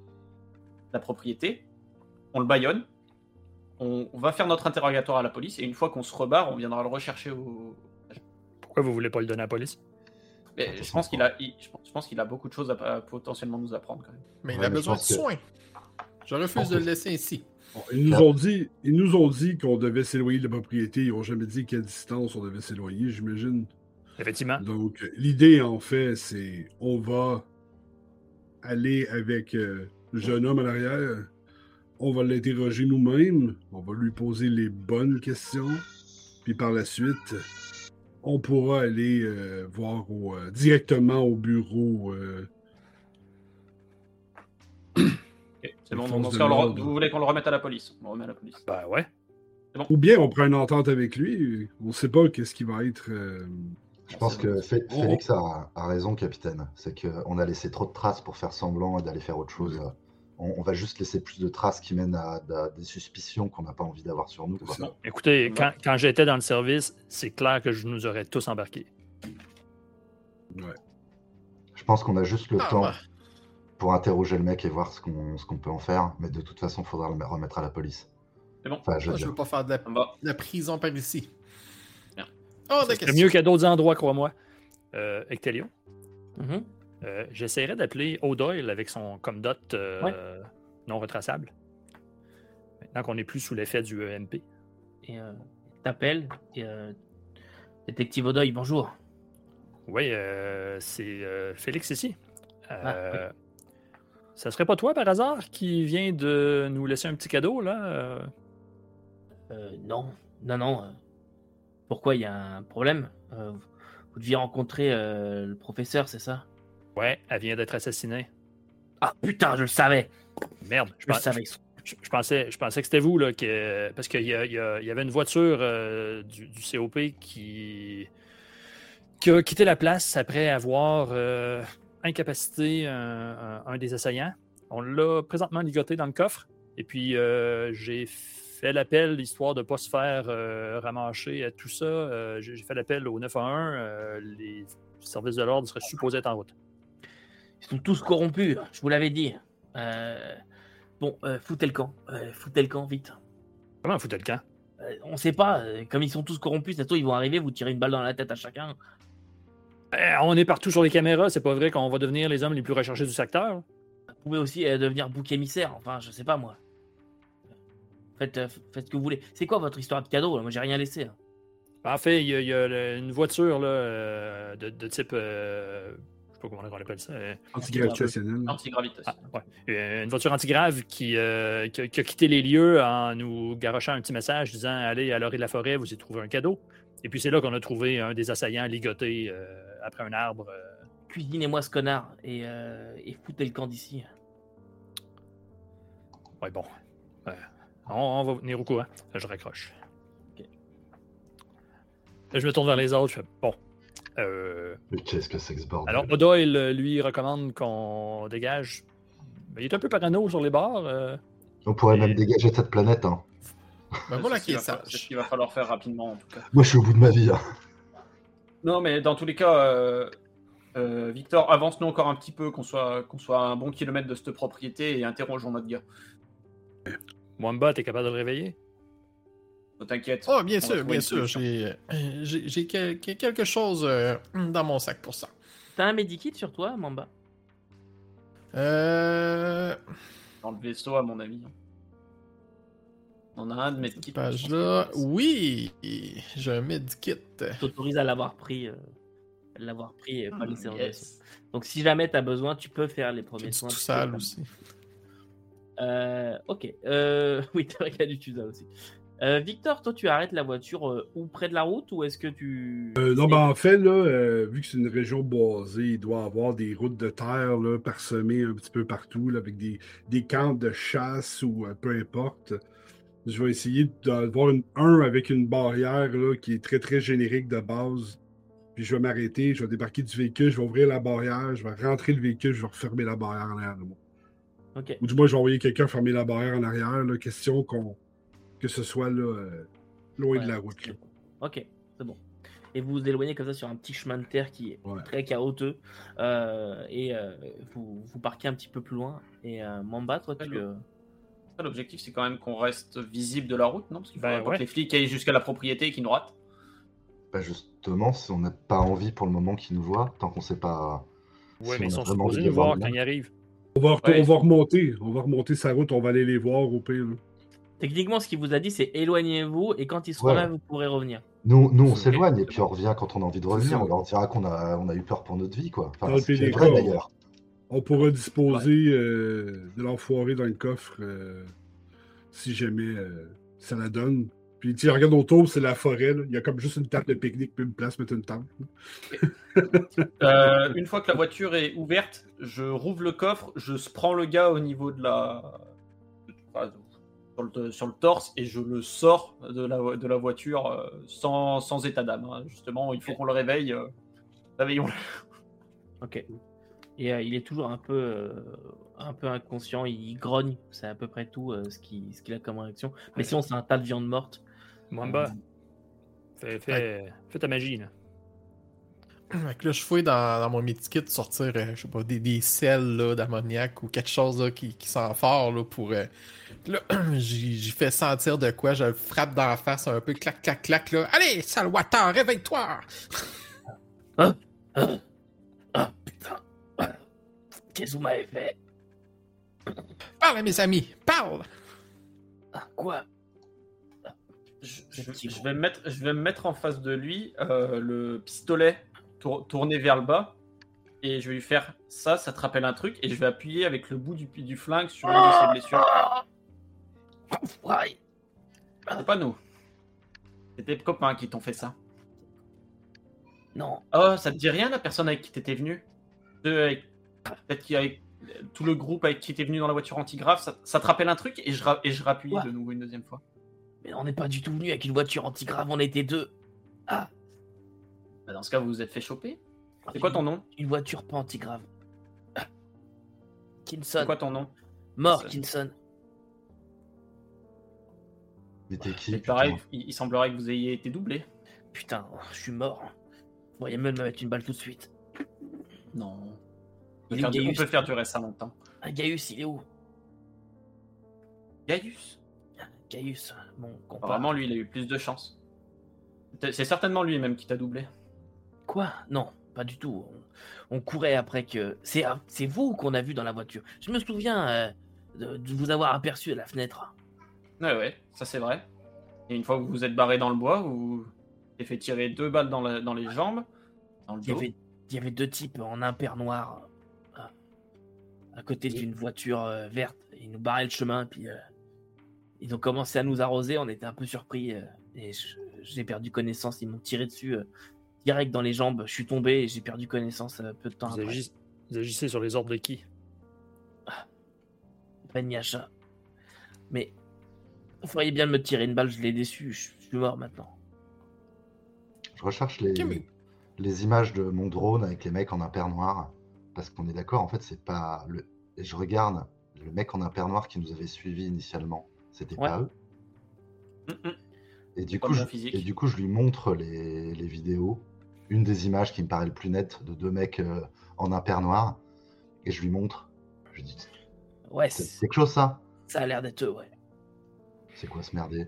de la propriété, on le bâillonne, on... on va faire notre interrogatoire à la police, et une fois qu'on se rebarre, on viendra le rechercher au... pourquoi vous voulez pas le donner à la police? Mais je pense qu'il a, il- je pense- je pense qu'il a beaucoup de choses à, à potentiellement nous apprendre quand même. Mais il Ouais, a mais je besoin de pense que- soins. Je refuse pense de que- le laisser ici. Bon, ils, nous ont dit, ils nous ont dit qu'on devait s'éloigner de la propriété. Ils n'ont jamais dit quelle distance on devait s'éloigner, j'imagine. Effectivement. Donc, euh, l'idée, en fait, c'est on va aller avec euh, le jeune homme à l'arrière. On va l'interroger nous-mêmes. On va lui poser les bonnes questions. Puis par la suite, on pourra aller euh, voir au, euh, directement au bureau. euh, Ok, c'est bon, Les dans forces ce de cas, on le re- l'ordre. vous voulez qu'on le remette à la police? On le remet à la police. Ben ouais. Ou bien on prend une entente avec lui. On ne sait pas qu'est-ce qui va être. euh, Je pense que Fé- On- Félix a, a raison, capitaine. C'est qu'on a laissé trop de traces pour faire semblant et d'aller faire autre chose. On, on va juste laisser plus de traces qui mènent à, à des suspicions qu'on n'a pas envie d'avoir sur nous. C'est quoi. ça. Écoutez, Ouais. quand, quand j'étais dans le service, c'est clair que je nous aurais tous embarqués. Je pense qu'on a juste le Ah, temps bah. pour interroger le mec et voir ce qu'on ce qu'on peut en faire. Mais de toute façon, il faudra le remettre à la police. C'est bon. Enfin, je veux Moi, je dire. veux pas faire de la, Ça me va. de la prison par ici. Bien. Hors de C'est question. mieux qu'à d'autres endroits, crois-moi. Euh, Ectelion, Mhm. euh, j'essaierais d'appeler O'Doyle avec son comdot euh, Ouais. non retraçable. Maintenant qu'on n'est plus sous l'effet du E M P. Et euh, t'appelles, et, euh, détective Odoy, bonjour. Oui, euh, c'est euh, Félix ici. Ah, Euh, Ça serait pas toi, par hasard, qui vient de nous laisser un petit cadeau, là? euh? Euh, non, non, non. euh, Pourquoi, il y a un problème? Euh, Vous deviez rencontrer euh, le professeur, c'est ça? Ouais, elle vient d'être assassinée. Ah putain, je le savais. Merde, je, Je le pens- savais. je- je pensais, je pensais que c'était vous, là, que, parce qu'il y, a- il y a- il y avait une voiture euh, du, du C O P qui, qui a quitté la place après avoir euh, incapacité un, un- un des assaillants. On l'a présentement ligoté dans le coffre. Et puis, euh, j'ai fait l'appel, histoire de ne pas se faire euh, ramancher à tout ça. Euh, j'ai j'ai fait l'appel au neuf un un. euh, les services de l'ordre seraient supposés être en route. Ils sont tous corrompus, je vous l'avais dit. Euh, Bon, euh, foutez le camp. Euh, foutez le camp, vite. Comment foutait le camp? Euh, on sait pas, euh, comme ils sont tous corrompus, ça se trouve, ils vont arriver, vous tirez une balle dans la tête à chacun. Eh, on est partout sur les caméras. C'est pas vrai qu'on va devenir les hommes les plus recherchés du secteur. pouvez aussi euh, devenir bouc émissaire. Enfin, je sais pas moi. Faites, euh, faites ce que vous voulez. C'est quoi votre histoire de cadeau là? Moi, j'ai rien laissé. Hein. En fait, il y a, il y a le- une voiture là, euh, de, de type. Euh, je sais pas comment on appelle ça. euh, Antigravitationnel. Antigravitation. Ah, ouais. Euh, Une voiture antigrave qui, euh, qui, a, qui a quitté les lieux en nous garochant un petit message disant allez à l'orée de la forêt, vous y trouverez un cadeau. Et puis c'est là qu'on a trouvé un des assaillants ligoté euh, après un arbre. euh. Cuisinez-moi ce connard et, euh, et foutez le camp d'ici. Ouais, bon. Euh, on, on va venir au courant. Là, je raccroche. Ok. Là, je me tourne vers les autres. Je fais bon. Euh, Mais qu'est-ce que c'est que ce bordel? alors, O'Doyle, lui, recommande qu'on dégage. Ben, il est un peu parano sur les bords. euh. On pourrait Et- même dégager de cette planète. Hein. Ben voilà C'est ce qui est qu'il va fa- C'est ce sage. qu'il va falloir faire rapidement, en tout cas. Moi, je suis au bout de ma vie. Hein. Non, mais dans tous les cas, euh, euh, Victor, avance-nous encore un petit peu, qu'on soit, qu'on soit à un bon kilomètre de cette propriété et interrogeons notre gars. Mwamba, t'es capable de le réveiller? Ne t'inquiète. Oh, bien on va sûr, trouver bien une sûr. solution. J'ai euh, j'ai- j'ai quel- quel- quelque chose euh, dans mon sac pour ça. T'as un medikit sur toi, Mamba? Euh. Dans le vaisseau, à mon avis. On a un de mes kits. Page là. Oui! J'ai un medkit. T'autorise à l'avoir pris, euh, à l'avoir pris et pas Hmm, laissé en yes. vaisseau. Donc si jamais t'as besoin, tu peux faire les J'ai premiers du soins. tout tu peux sale faire- aussi. Euh, ok. Euh, oui, t'as qu'il y a du Tusa aussi. Euh, Victor, toi, tu arrêtes la voiture euh, ou près de la route ou est-ce que tu... Euh, non, ben en fait, là, euh, vu que c'est une région boisée, il doit y avoir des routes de terre là, parsemées un petit peu partout, là, avec des, des camps de chasse ou euh, peu importe. Je vais essayer d'avoir une, un avec une barrière là, qui est très très générique de base. Puis je vais m'arrêter, je vais débarquer du véhicule, je vais ouvrir la barrière, je vais rentrer le véhicule, je vais refermer la barrière en arrière de moi. Ok. Ou du moins, je vais envoyer quelqu'un fermer la barrière en arrière. Là, question qu'on que ce soit là, euh, loin Ouais, de la route. c'est là. bon. Ok, c'est bon. Et vous vous éloignez comme ça sur un petit chemin de terre qui est Ouais. très chaotique. euh, et euh, vous, vous parquez un petit peu plus loin. Et euh, Mamba, toi, tu... Allô. euh, L'objectif, c'est quand même qu'on reste visible de la route, non? Parce qu'il Ben, faudrait pas ouais. que les flics aillent jusqu'à la propriété et qu'ils nous ratent. Bah justement, si on n'a pas envie pour le moment qu'ils nous voient, tant qu'on sait pas. Ouais, si mais on ils a sont vraiment envie supposés de nous voir voir le quand monde. ils arrivent. On va, Ouais. on va remonter. On va remonter sa route, on va aller les voir au pire. là. Techniquement, ce qu'il vous a dit, c'est éloignez-vous et quand ils seront Ouais. là, vous pourrez revenir. Nous, nous on Ok, s'éloigne et c'est puis bon. on revient quand on a envie de C'est revenir. ça. On leur dira qu'on a, on a eu peur pour notre vie, quoi. Dans Enfin, le ce qui est P D K, vrai on- d'ailleurs. On pourra disposer euh, de l'enfoiré dans le coffre euh, si jamais euh, ça la donne. Puis tu sais, regarde autour, c'est la forêt. là. Il y a comme juste une table de pique-nique puis une place mettre une tente. Euh, une fois que la voiture est ouverte, je rouvre le coffre, je prends le gars au niveau de la. enfin, sur, le, sur le torse et je le sors de la, de la voiture euh, sans, sans état d'âme. hein. Justement, il faut qu'on le réveille. euh, Réveillons-le. Ok. Et euh, il est toujours un peu, euh, un peu inconscient, il grogne, c'est à peu près tout euh, ce qu'il ce qu'il a comme réaction. Mais sinon, c'est un tas de viande morte. Mwamba, fais, fais, fais ta magie, là. Fait que là, je fouille dans, dans mon medkit sortir, euh, je sais pas, des, des sels là, d'ammoniac ou quelque chose là, qui, qui sent fort là, pour. euh, Là, j'y j'y fais sentir de quoi, je le frappe dans la face un peu, clac, clac, clac, là. Allez, sale water, réveille-toi! Ah, ah, ah, putain. Ah, qu'est-ce que vous m'avez fait? Parle à mes amis, parle! Ah, quoi? Je, Le je- petit je gros. vais me mettre, je vais me mettre en face de lui, euh, le pistolet tour- tourné vers le bas, et je vais lui faire ça, ça te rappelle un truc, et je vais appuyer avec le bout du, du flingue sur une de ses blessures. Ouais. C'est pas nous. C'est tes copains qui t'ont fait ça. Non. Oh, ça te dit rien la personne avec qui t'étais venu? Ceux avec- Peut-être qu'avec tout le groupe avec qui t'es venu dans la voiture antigrave, ça, ça te rappelle un truc et je, ra- et je rappuie Ouais. de nouveau une deuxième fois. Mais on n'est pas du tout venu avec une voiture antigrave, on était deux. Ah, Bah, dans ce cas, vous vous êtes fait choper. C'est quoi ton nom? Une voiture pas antigrave. Ah. Kinson. C'est quoi ton nom? Mort, C'est- Kinson. Mais t'es qui? Et pareil, putain il, il semblerait que vous ayez été doublé. Putain, oh, je suis mort. Vous pourriez même me mettre une balle tout de suite. Non. On peut, Il est faire, du- on Gaius. peut faire durer ça longtemps. Ah, Gaius, il est où? Gaius. Gaius, mon comparse. Apparemment, lui, il a eu plus de chance. C'est c'est certainement lui même qui t'a doublé. Quoi? Non. pas du tout. On, on courait après que... C'est, c'est vous qu'on a vu dans la voiture. Je me souviens euh, de, de vous avoir aperçu à la fenêtre. Ouais, ouais, ça c'est vrai. Et une fois que vous vous êtes barré dans le bois, vous vous avez fait tirer deux balles dans, la, dans les jambes, dans le Il y, dos. avait, il y avait deux types en impair noir euh, à côté d'une voiture euh, verte. Ils nous barraient le chemin, puis euh, ils ont commencé à nous arroser. On était un peu surpris euh, et je, j'ai perdu connaissance. Ils m'ont tiré dessus euh, direct dans les jambes. Je suis tombé et j'ai perdu connaissance euh, peu de temps Vous, après. agis- vous agissez sur les ordres de qui? Ben Yasha. Mais vous feriez bien de me tirer une balle, je l'ai déçu. Je suis mort maintenant. Je recherche les, Ok, mais- les images de mon drone avec les mecs en impair noir. Parce qu'on est d'accord, en fait, c'est pas. Le... Et je regarde le mec en impair noir qui nous avait suivis initialement. C'était Ouais. pas eux. Mm, mm. Et du, Pas coup, bon je... physique. et du coup, je lui montre les, les vidéos. Une des images qui me paraît le plus nette de deux mecs euh, en impair noir. Et je lui montre. Je lui dis, Ouais, c'est c'est- quelque chose ça? ça a l'air d'être eux, ouais. C'est quoi ce merdier?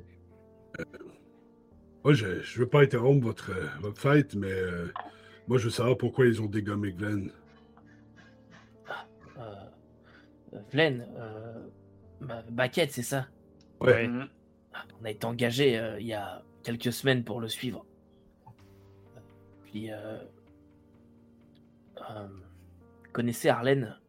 Moi, je, je veux pas interrompre votre, euh, votre fête, mais euh, moi, je veux savoir pourquoi ils ont dégommé Glenn. Euh, euh, Vlen, euh, bah, Baquette, c'est ça. Ouais. Mm. On a été engagé euh, il y a quelques semaines pour le suivre. Puis, euh, euh, vous connaissez Arlène?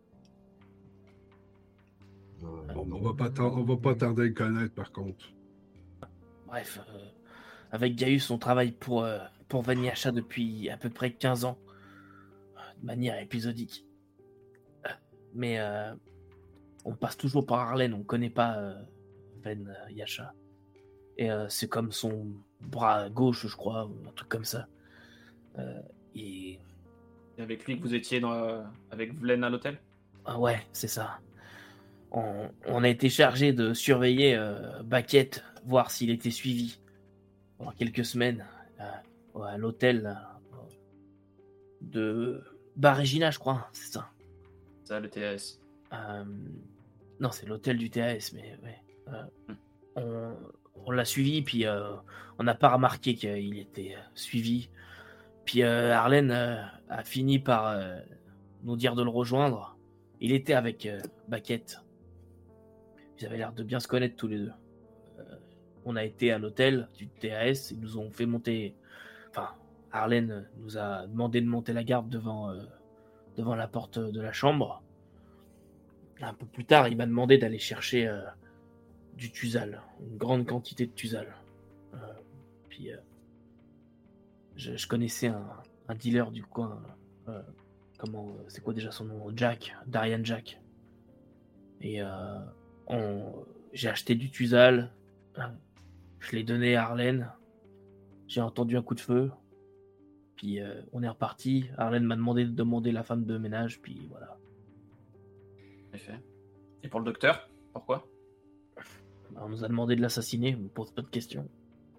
Euh, Bon, non. on va pas tar- on va pas tarder à le connaître, par contre. Bref, euh, avec Gaius, on travaille pour, euh, pour Vanyasha depuis à peu près quinze ans, de manière épisodique. Euh, Mais euh, on passe toujours par Arlène, on connaît pas euh, Ven euh, Yasha. Et euh, c'est comme son bras gauche, je crois, ou un truc comme ça. Euh, et C'est avec lui que vous étiez dans, euh, avec Vlen à l'hôtel? ah ouais, c'est ça. On, on a été chargé de surveiller euh, Baquette, voir s'il était suivi pendant quelques semaines euh, à l'hôtel euh, de Barégina, je crois, c'est ça. Ça, le T A S. Euh, non, c'est l'hôtel du T A S, mais ouais. Euh, Hmm. on on l'a suivi, puis euh, on n'a pas remarqué qu'il était euh, suivi. Puis euh, Arlène euh, a fini par euh, nous dire de le rejoindre. Il était avec euh, Baquette. Ils avaient l'air de bien se connaître tous les deux. Euh, on a été à l'hôtel du T A S, ils nous ont fait monter... Enfin, Arlène nous a demandé de monter la garde devant, euh, devant la porte de la chambre. Un peu plus tard, il m'a demandé d'aller chercher euh, du Tuzal, une grande quantité de Tuzal. Euh, puis, euh, je, je connaissais un, un dealer du coin. Euh, comment, c'est quoi déjà son nom? Jack, Darian Jack. Et euh, on, j'ai acheté du Tuzal. euh, Je l'ai donné à Arlène. J'ai entendu un coup de feu. Puis euh, on est reparti. Arlène m'a demandé de demander la femme de ménage. Puis voilà. En effet. Et pour le docteur? Pourquoi? On nous a demandé de l'assassiner. On me pose pas de questions.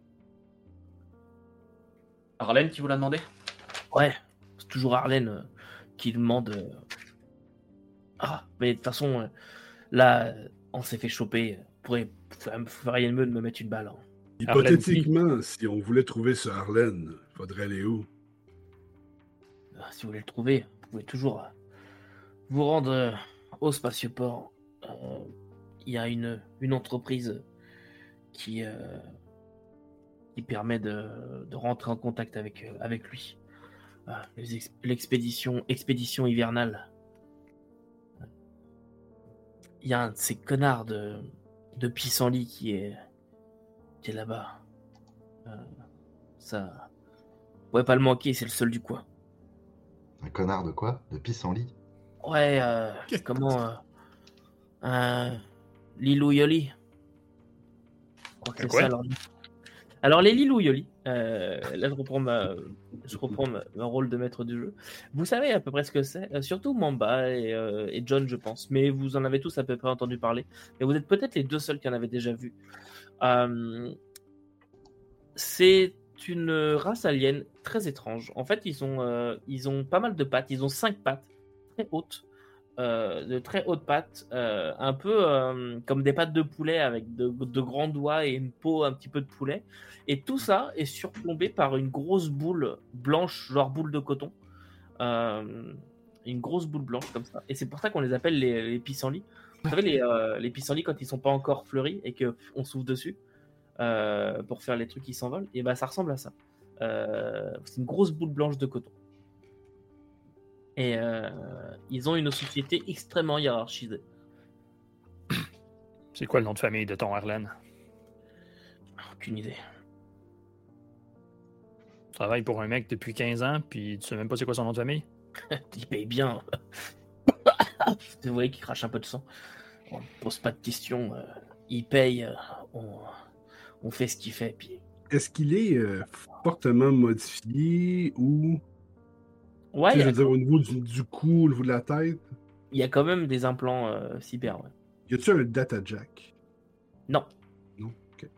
Arlène qui vous l'a demandé? Ouais, c'est toujours Arlène euh, qui demande. euh, Ah, mais de toute façon, euh, là, euh, on s'est fait choper. Vous pourrez vous feriez mieux de me mettre une balle. hein. Hypothétiquement, si on voulait trouver ce Harlan, faudrait aller où? Ah, Si vous voulez le trouver, vous pouvez toujours euh, vous rendre euh, au spatioport. Euh, Il y a une, une entreprise qui, euh, qui permet de, de rentrer en contact avec, euh, avec lui. Ah, les ex- L'expédition expédition hivernale. Il y a un de ces connards de, de pissenlit qui est, qui est là-bas. Euh, ça, vous pouvez pas le manquer, c'est le seul du coin. Un connard de quoi? De pissenlit? Ouais, euh, Qu'est-ce- comment euh, un Lilou Yoli. Je crois que Un c'est quoi? ça alors. Alors les Lilou Yoli, euh, là je reprends ma, je reprends ma, mon rôle de maître du jeu. Vous savez à peu près ce que c'est, euh, surtout Mamba et, euh, et John je pense, mais vous en avez tous à peu près entendu parler. Mais vous êtes peut-être les deux seuls qui en avaient déjà vu. Euh, c'est une race alien très étrange. En fait, ils ont, euh, ils ont pas mal de pattes. Ils ont cinq pattes très hautes, euh, de très hautes pattes, euh, un peu euh, comme des pattes de poulet avec de, de grands doigts et une peau un petit peu de poulet. Et tout ça est surplombé par une grosse boule blanche, genre boule de coton, euh, une grosse boule blanche comme ça. Et c'est pour ça qu'on les appelle les, les pissenlits. Vous savez, les, euh, les pissenlits, quand ils sont pas encore fleuris et qu'on souffle dessus euh, pour faire les trucs qui s'envolent, et bah ça ressemble à ça. Euh, c'est une grosse boule blanche de coton. Et euh, ils ont une société extrêmement hiérarchisée. C'est quoi le nom de famille de ton Harlan? Aucune idée. Tu travailles pour un mec depuis quinze ans, puis tu sais même pas c'est quoi son nom de famille? Il paye bien. Vous voyez qu'il crache un peu de sang. On ne pose pas de questions. Euh, il paye. Euh, on, on fait ce qu'il fait. Puis... Est-ce qu'il est euh, fortement modifié ou... Ouais, Tu sais, je il y, veux a, dire, au niveau du, du cou, au niveau de la tête, il y a quand même des implants euh, cyber. Ouais. y a-tu un data jack? Non. Non? Ok.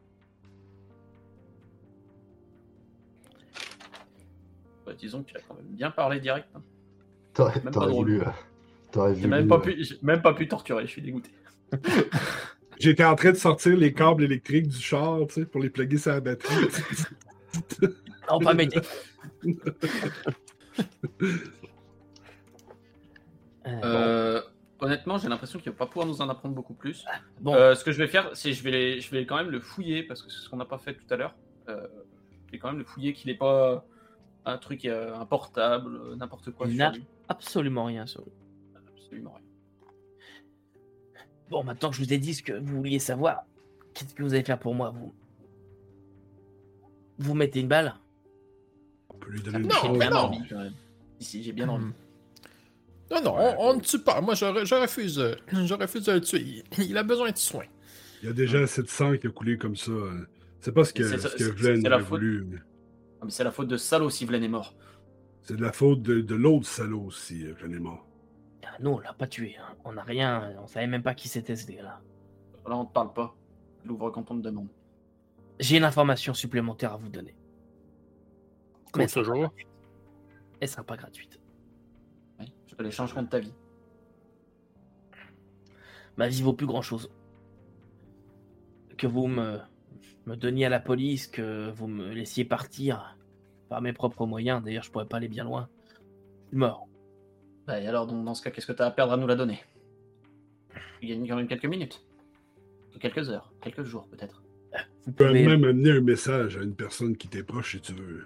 Bah, disons qu'il a quand même bien parlé direct. Hein. T'aurais, Même t'aurais pas drôle. voulu. euh, T'aurais J'ai voulu. même, pas euh, pu- j'ai même pas pu torturer, je suis dégoûté. J'étais en train de sortir les câbles électriques du char, tu sais, pour les plugger sur la batterie. Non, pas m'aider. Euh, Euh, honnêtement, j'ai l'impression qu'il va pas pouvoir nous en apprendre beaucoup plus. bon, Euh, ce que je vais faire, c'est je vais les- je vais quand même le fouiller parce que c'est ce qu'on n'a pas fait tout à l'heure. Euh, je vais quand même le fouiller qu'il n'est pas un truc, euh, un portable, euh, n'importe quoi Il sur n'a- lui. absolument rien sur lui. Absolument rien. Bon, maintenant que je vous ai dit ce que vous vouliez savoir, qu'est-ce que vous allez faire pour moi, vous Vous mettez une balle? On peut lui donner une Non, chose. mais Bien non. envie quand même. Ici, j'ai bien envie. Hmm. Non, non, on, on ne tue pas. Moi, je, re- je refuse. euh, Je refuse de le tuer. Il, il a besoin de soins. Il y a déjà assez de sang qui a coulé comme ça. euh, C'est pas ce que, C'est- ce c'est- que c'est- Vlen c'est la aurait faute. voulu. mais Ah, mais c'est la faute de Salo si Vlen est mort. C'est de la faute de, de l'autre salaud aussi, euh, Vlen est mort. Ah, non, on l'a pas tué. Hein. On n'a rien. On savait même pas qui c'était ce gars-là. Là, on te parle pas. L'ouvre quand on te demande. J'ai une information supplémentaire à vous donner. Comme elle ce sera pas jour. gratuite. Elle sera pas gratuite. Oui, je te l'échange contre ta vie. Ma vie vaut plus grand-chose. Que vous me, me donniez à la police, que vous me laissiez partir par mes propres moyens. D'ailleurs, je pourrais pas aller bien loin. Je suis mort. Bah, et alors, donc, dans ce cas, qu'est-ce que tu as à perdre à nous la donner? Tu gagnes quand même quelques minutes. Ou quelques heures, quelques jours peut-être. Vous Tu peux pouvez... même amener un message à une personne qui t'est proche si tu veux.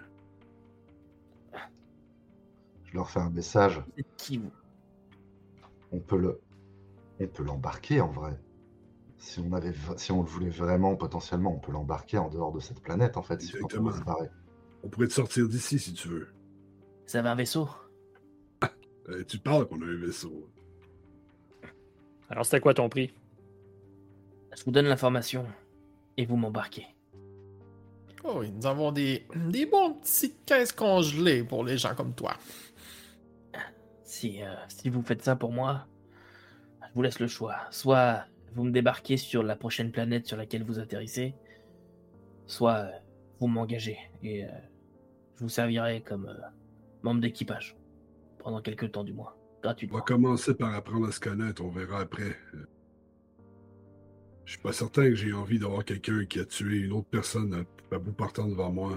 Je leur fais un message. Vous êtes qui, vous? On peut le, on peut l'embarquer en vrai. Si on avait, v- si on le voulait vraiment, potentiellement, on peut l'embarquer en dehors de cette planète en fait. Si quand on Exactement. va se barrer. On pourrait te sortir d'ici si tu veux. Vous avez un vaisseau? Euh, tu parles qu'on a un vaisseau. Alors, c'était quoi ton prix? Je vous donne l'information et vous m'embarquez. Oh oui, nous avons des, des bons petits caisses congelées pour les gens comme toi. Si, euh, si vous faites ça pour moi, je vous laisse le choix. Soit vous me débarquez sur la prochaine planète sur laquelle vous atterrissez, soit euh, vous m'engagez et euh, je vous servirai comme euh, membre d'équipage. Pendant quelques temps du moins. On Gratuitement. va commencer par apprendre à se connaître, on verra après. Euh, Je suis pas certain que j'ai envie d'avoir quelqu'un qui a tué une autre personne à, à bout partant devant moi.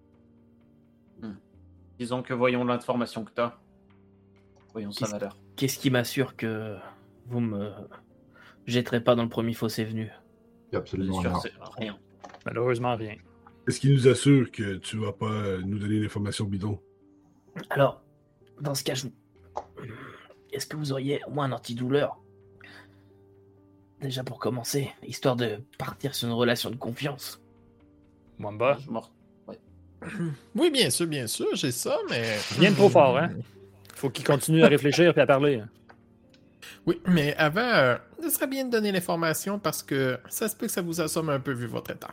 Disons que voyons l'information que tu as. Voyons sa Qu'est-ce- valeur. Qu'est-ce qui m'assure que vous me jetterez pas dans le premier fossé venu? Il y a Bien absolument sûr, rien. c'est rien. Malheureusement, rien. Est-ce qu'il nous assure que tu vas pas euh, nous donner l'information bidon? Alors, dans ce cas, je vous... est-ce que vous auriez au moins un antidouleur? Déjà pour commencer, histoire de partir sur une relation de confiance. Mwamba, Je mors. Oui, bien sûr, bien sûr, j'ai ça, mais... rien de trop fort, hein? Faut qu'il continue à réfléchir et à parler. Oui, mais avant, euh, ce serait bien de donner l'information parce que ça se peut que ça vous assomme un peu vu votre état.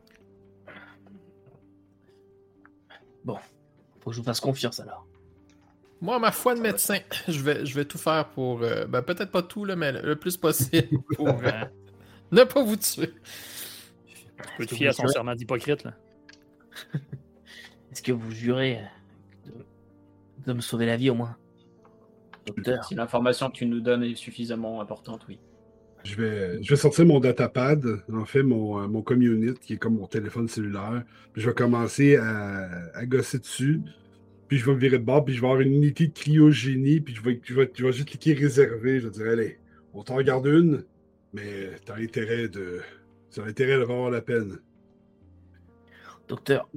Bon, faut que je vous fasse confiance alors. Moi, ma foi de médecin, je vais, je vais tout faire pour... euh, ben, peut-être pas tout, là, mais le, le plus possible pour euh, Hein? ne pas vous tuer. Tu peux te fier à son serment d'hypocrite, là. Est-ce que vous jurez de, de me sauver la vie au moins, docteur? Si l'information que tu nous donnes est suffisamment importante, oui. Je vais, je vais sortir mon datapad, en fait, mon, euh, mon community, qui est comme mon téléphone cellulaire. Puis je vais commencer à, à gosser dessus. puis je vais me virer de bord, puis je vais avoir une unité de cryogénie, puis je vais, je vais, je vais juste cliquer réservé. Je vais dire, allez, on t'en garde une, mais t'as intérêt de. Ça a intérêt de avoir la peine. Docteur,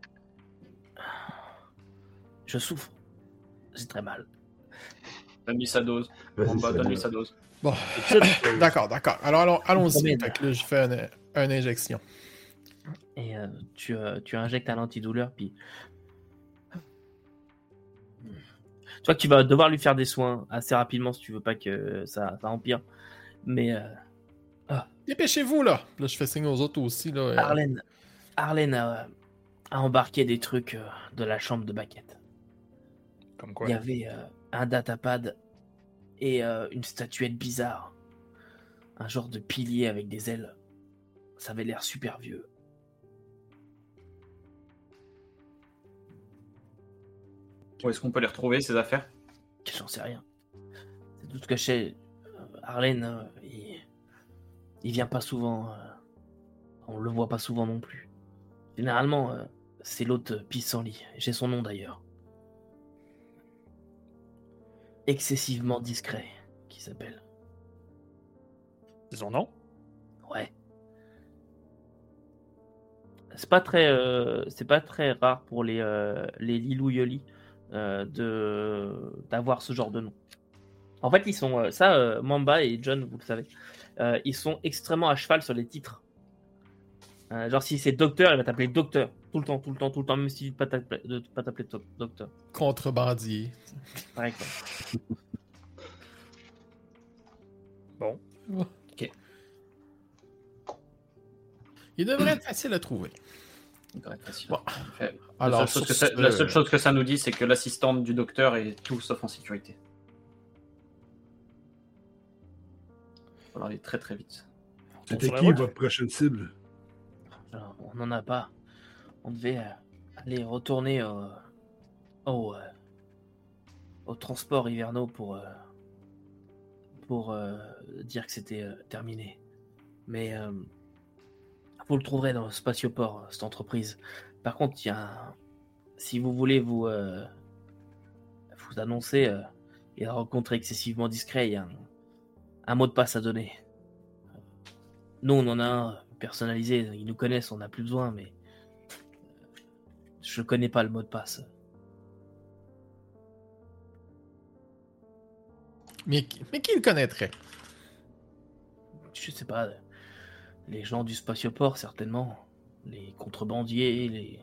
je souffre. J'ai très mal. Donne-lui sa dose. Vas-y, Bon, bah, c'est donne-lui bon. sa dose. Bon, Petite- d'accord, d'accord. Alors, allons- allons-y. Promène. Fait que là, je fais une, une injection. Et euh, tu, euh, tu injectes un antidouleur, puis. Tu vois que tu vas devoir lui faire des soins assez rapidement si tu veux pas que ça, ça empire. Mais euh, Dépêchez-vous, là. Là, je fais signe aux autres aussi, là. euh, Arlène, Arlène a, a embarqué des trucs euh, de la chambre de Baquette. Comme quoi. Il y avait euh, un datapad et euh, une statuette bizarre. Un genre de pilier avec des ailes. Ça avait l'air super vieux. Où est-ce qu'on peut les retrouver, ces affaires? J'en sais rien. C'est tout ce que je sais. Euh, Arlène, euh, il... il vient pas souvent. euh, On le voit pas souvent non plus. Généralement, euh, c'est l'autre Pissenlit. J'ai son nom d'ailleurs. Excessivement discret, qui s'appelle. C'est son nom? Ouais. C'est pas très, euh, c'est pas très rare pour les euh, les Lilou Yoli euh, de d'avoir ce genre de nom. En fait, ils sont euh, ça, euh, Mamba et John, vous le savez, euh, ils sont extrêmement à cheval sur les titres. Euh, genre si c'est docteur, il va t'appeler docteur tout le temps, tout le temps, tout le temps, même si tu ne pas t'appeler de pas t'appeler doc- docteur. Contrebandier. Par exemple. Bon. Il devrait être facile à trouver. Correct, facile. Bon. Fait- Alors, la, seule chose que sur ça, ce- la seule chose que ça nous dit, c'est que l'assistante du docteur est tout sauf en sécurité. Il va falloir aller très très vite. C'était sur la qui route. votre prochaine cible? Alors, on n'en a pas. On devait euh, aller retourner au, au, euh, au transport hivernaux pour, euh, pour euh, dire que c'était euh, terminé. Mais euh, vous le trouverez dans le spatioport, cette entreprise. Par contre, il y a un... si vous voulez vous, euh, vous annoncer euh, et la rencontre excessivement discret, il y a un, un mot de passe à donner. Nous, on en a un personnalisé. Ils nous connaissent, on n'a plus besoin, mais je connais pas le mot de passe. Mais, qui- mais qui le connaîtrait? Je sais pas. Les gens du spatioport, certainement. Les contrebandiers, les...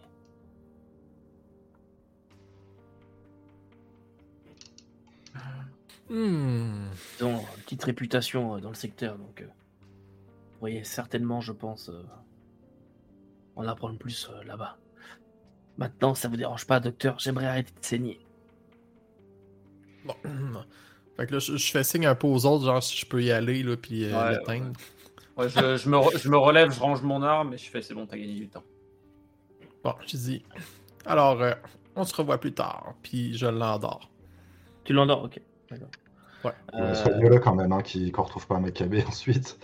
Hmm. Ils ont une petite réputation euh, dans le secteur, donc... euh, vous pourriez certainement, je pense, euh, en apprendre plus euh, là-bas. Maintenant, ça vous dérange pas, docteur? J'aimerais arrêter de saigner. Bon. Fait que là, je, je fais signe un peu aux autres, genre si je peux y aller, là, puis euh, Ouais, l'éteindre. Ouais, je, je me re- je me relève, je range mon arme et je fais c'est bon, t'as gagné du temps. Bon, je dis. Alors, euh, on se revoit plus tard, puis je l'endors. Tu l'endors? Ok. D'accord. Ouais. Ouais, Euh, soignez-le quand même, hein, qu'il- qu'on retrouve pas un Maccabée ensuite.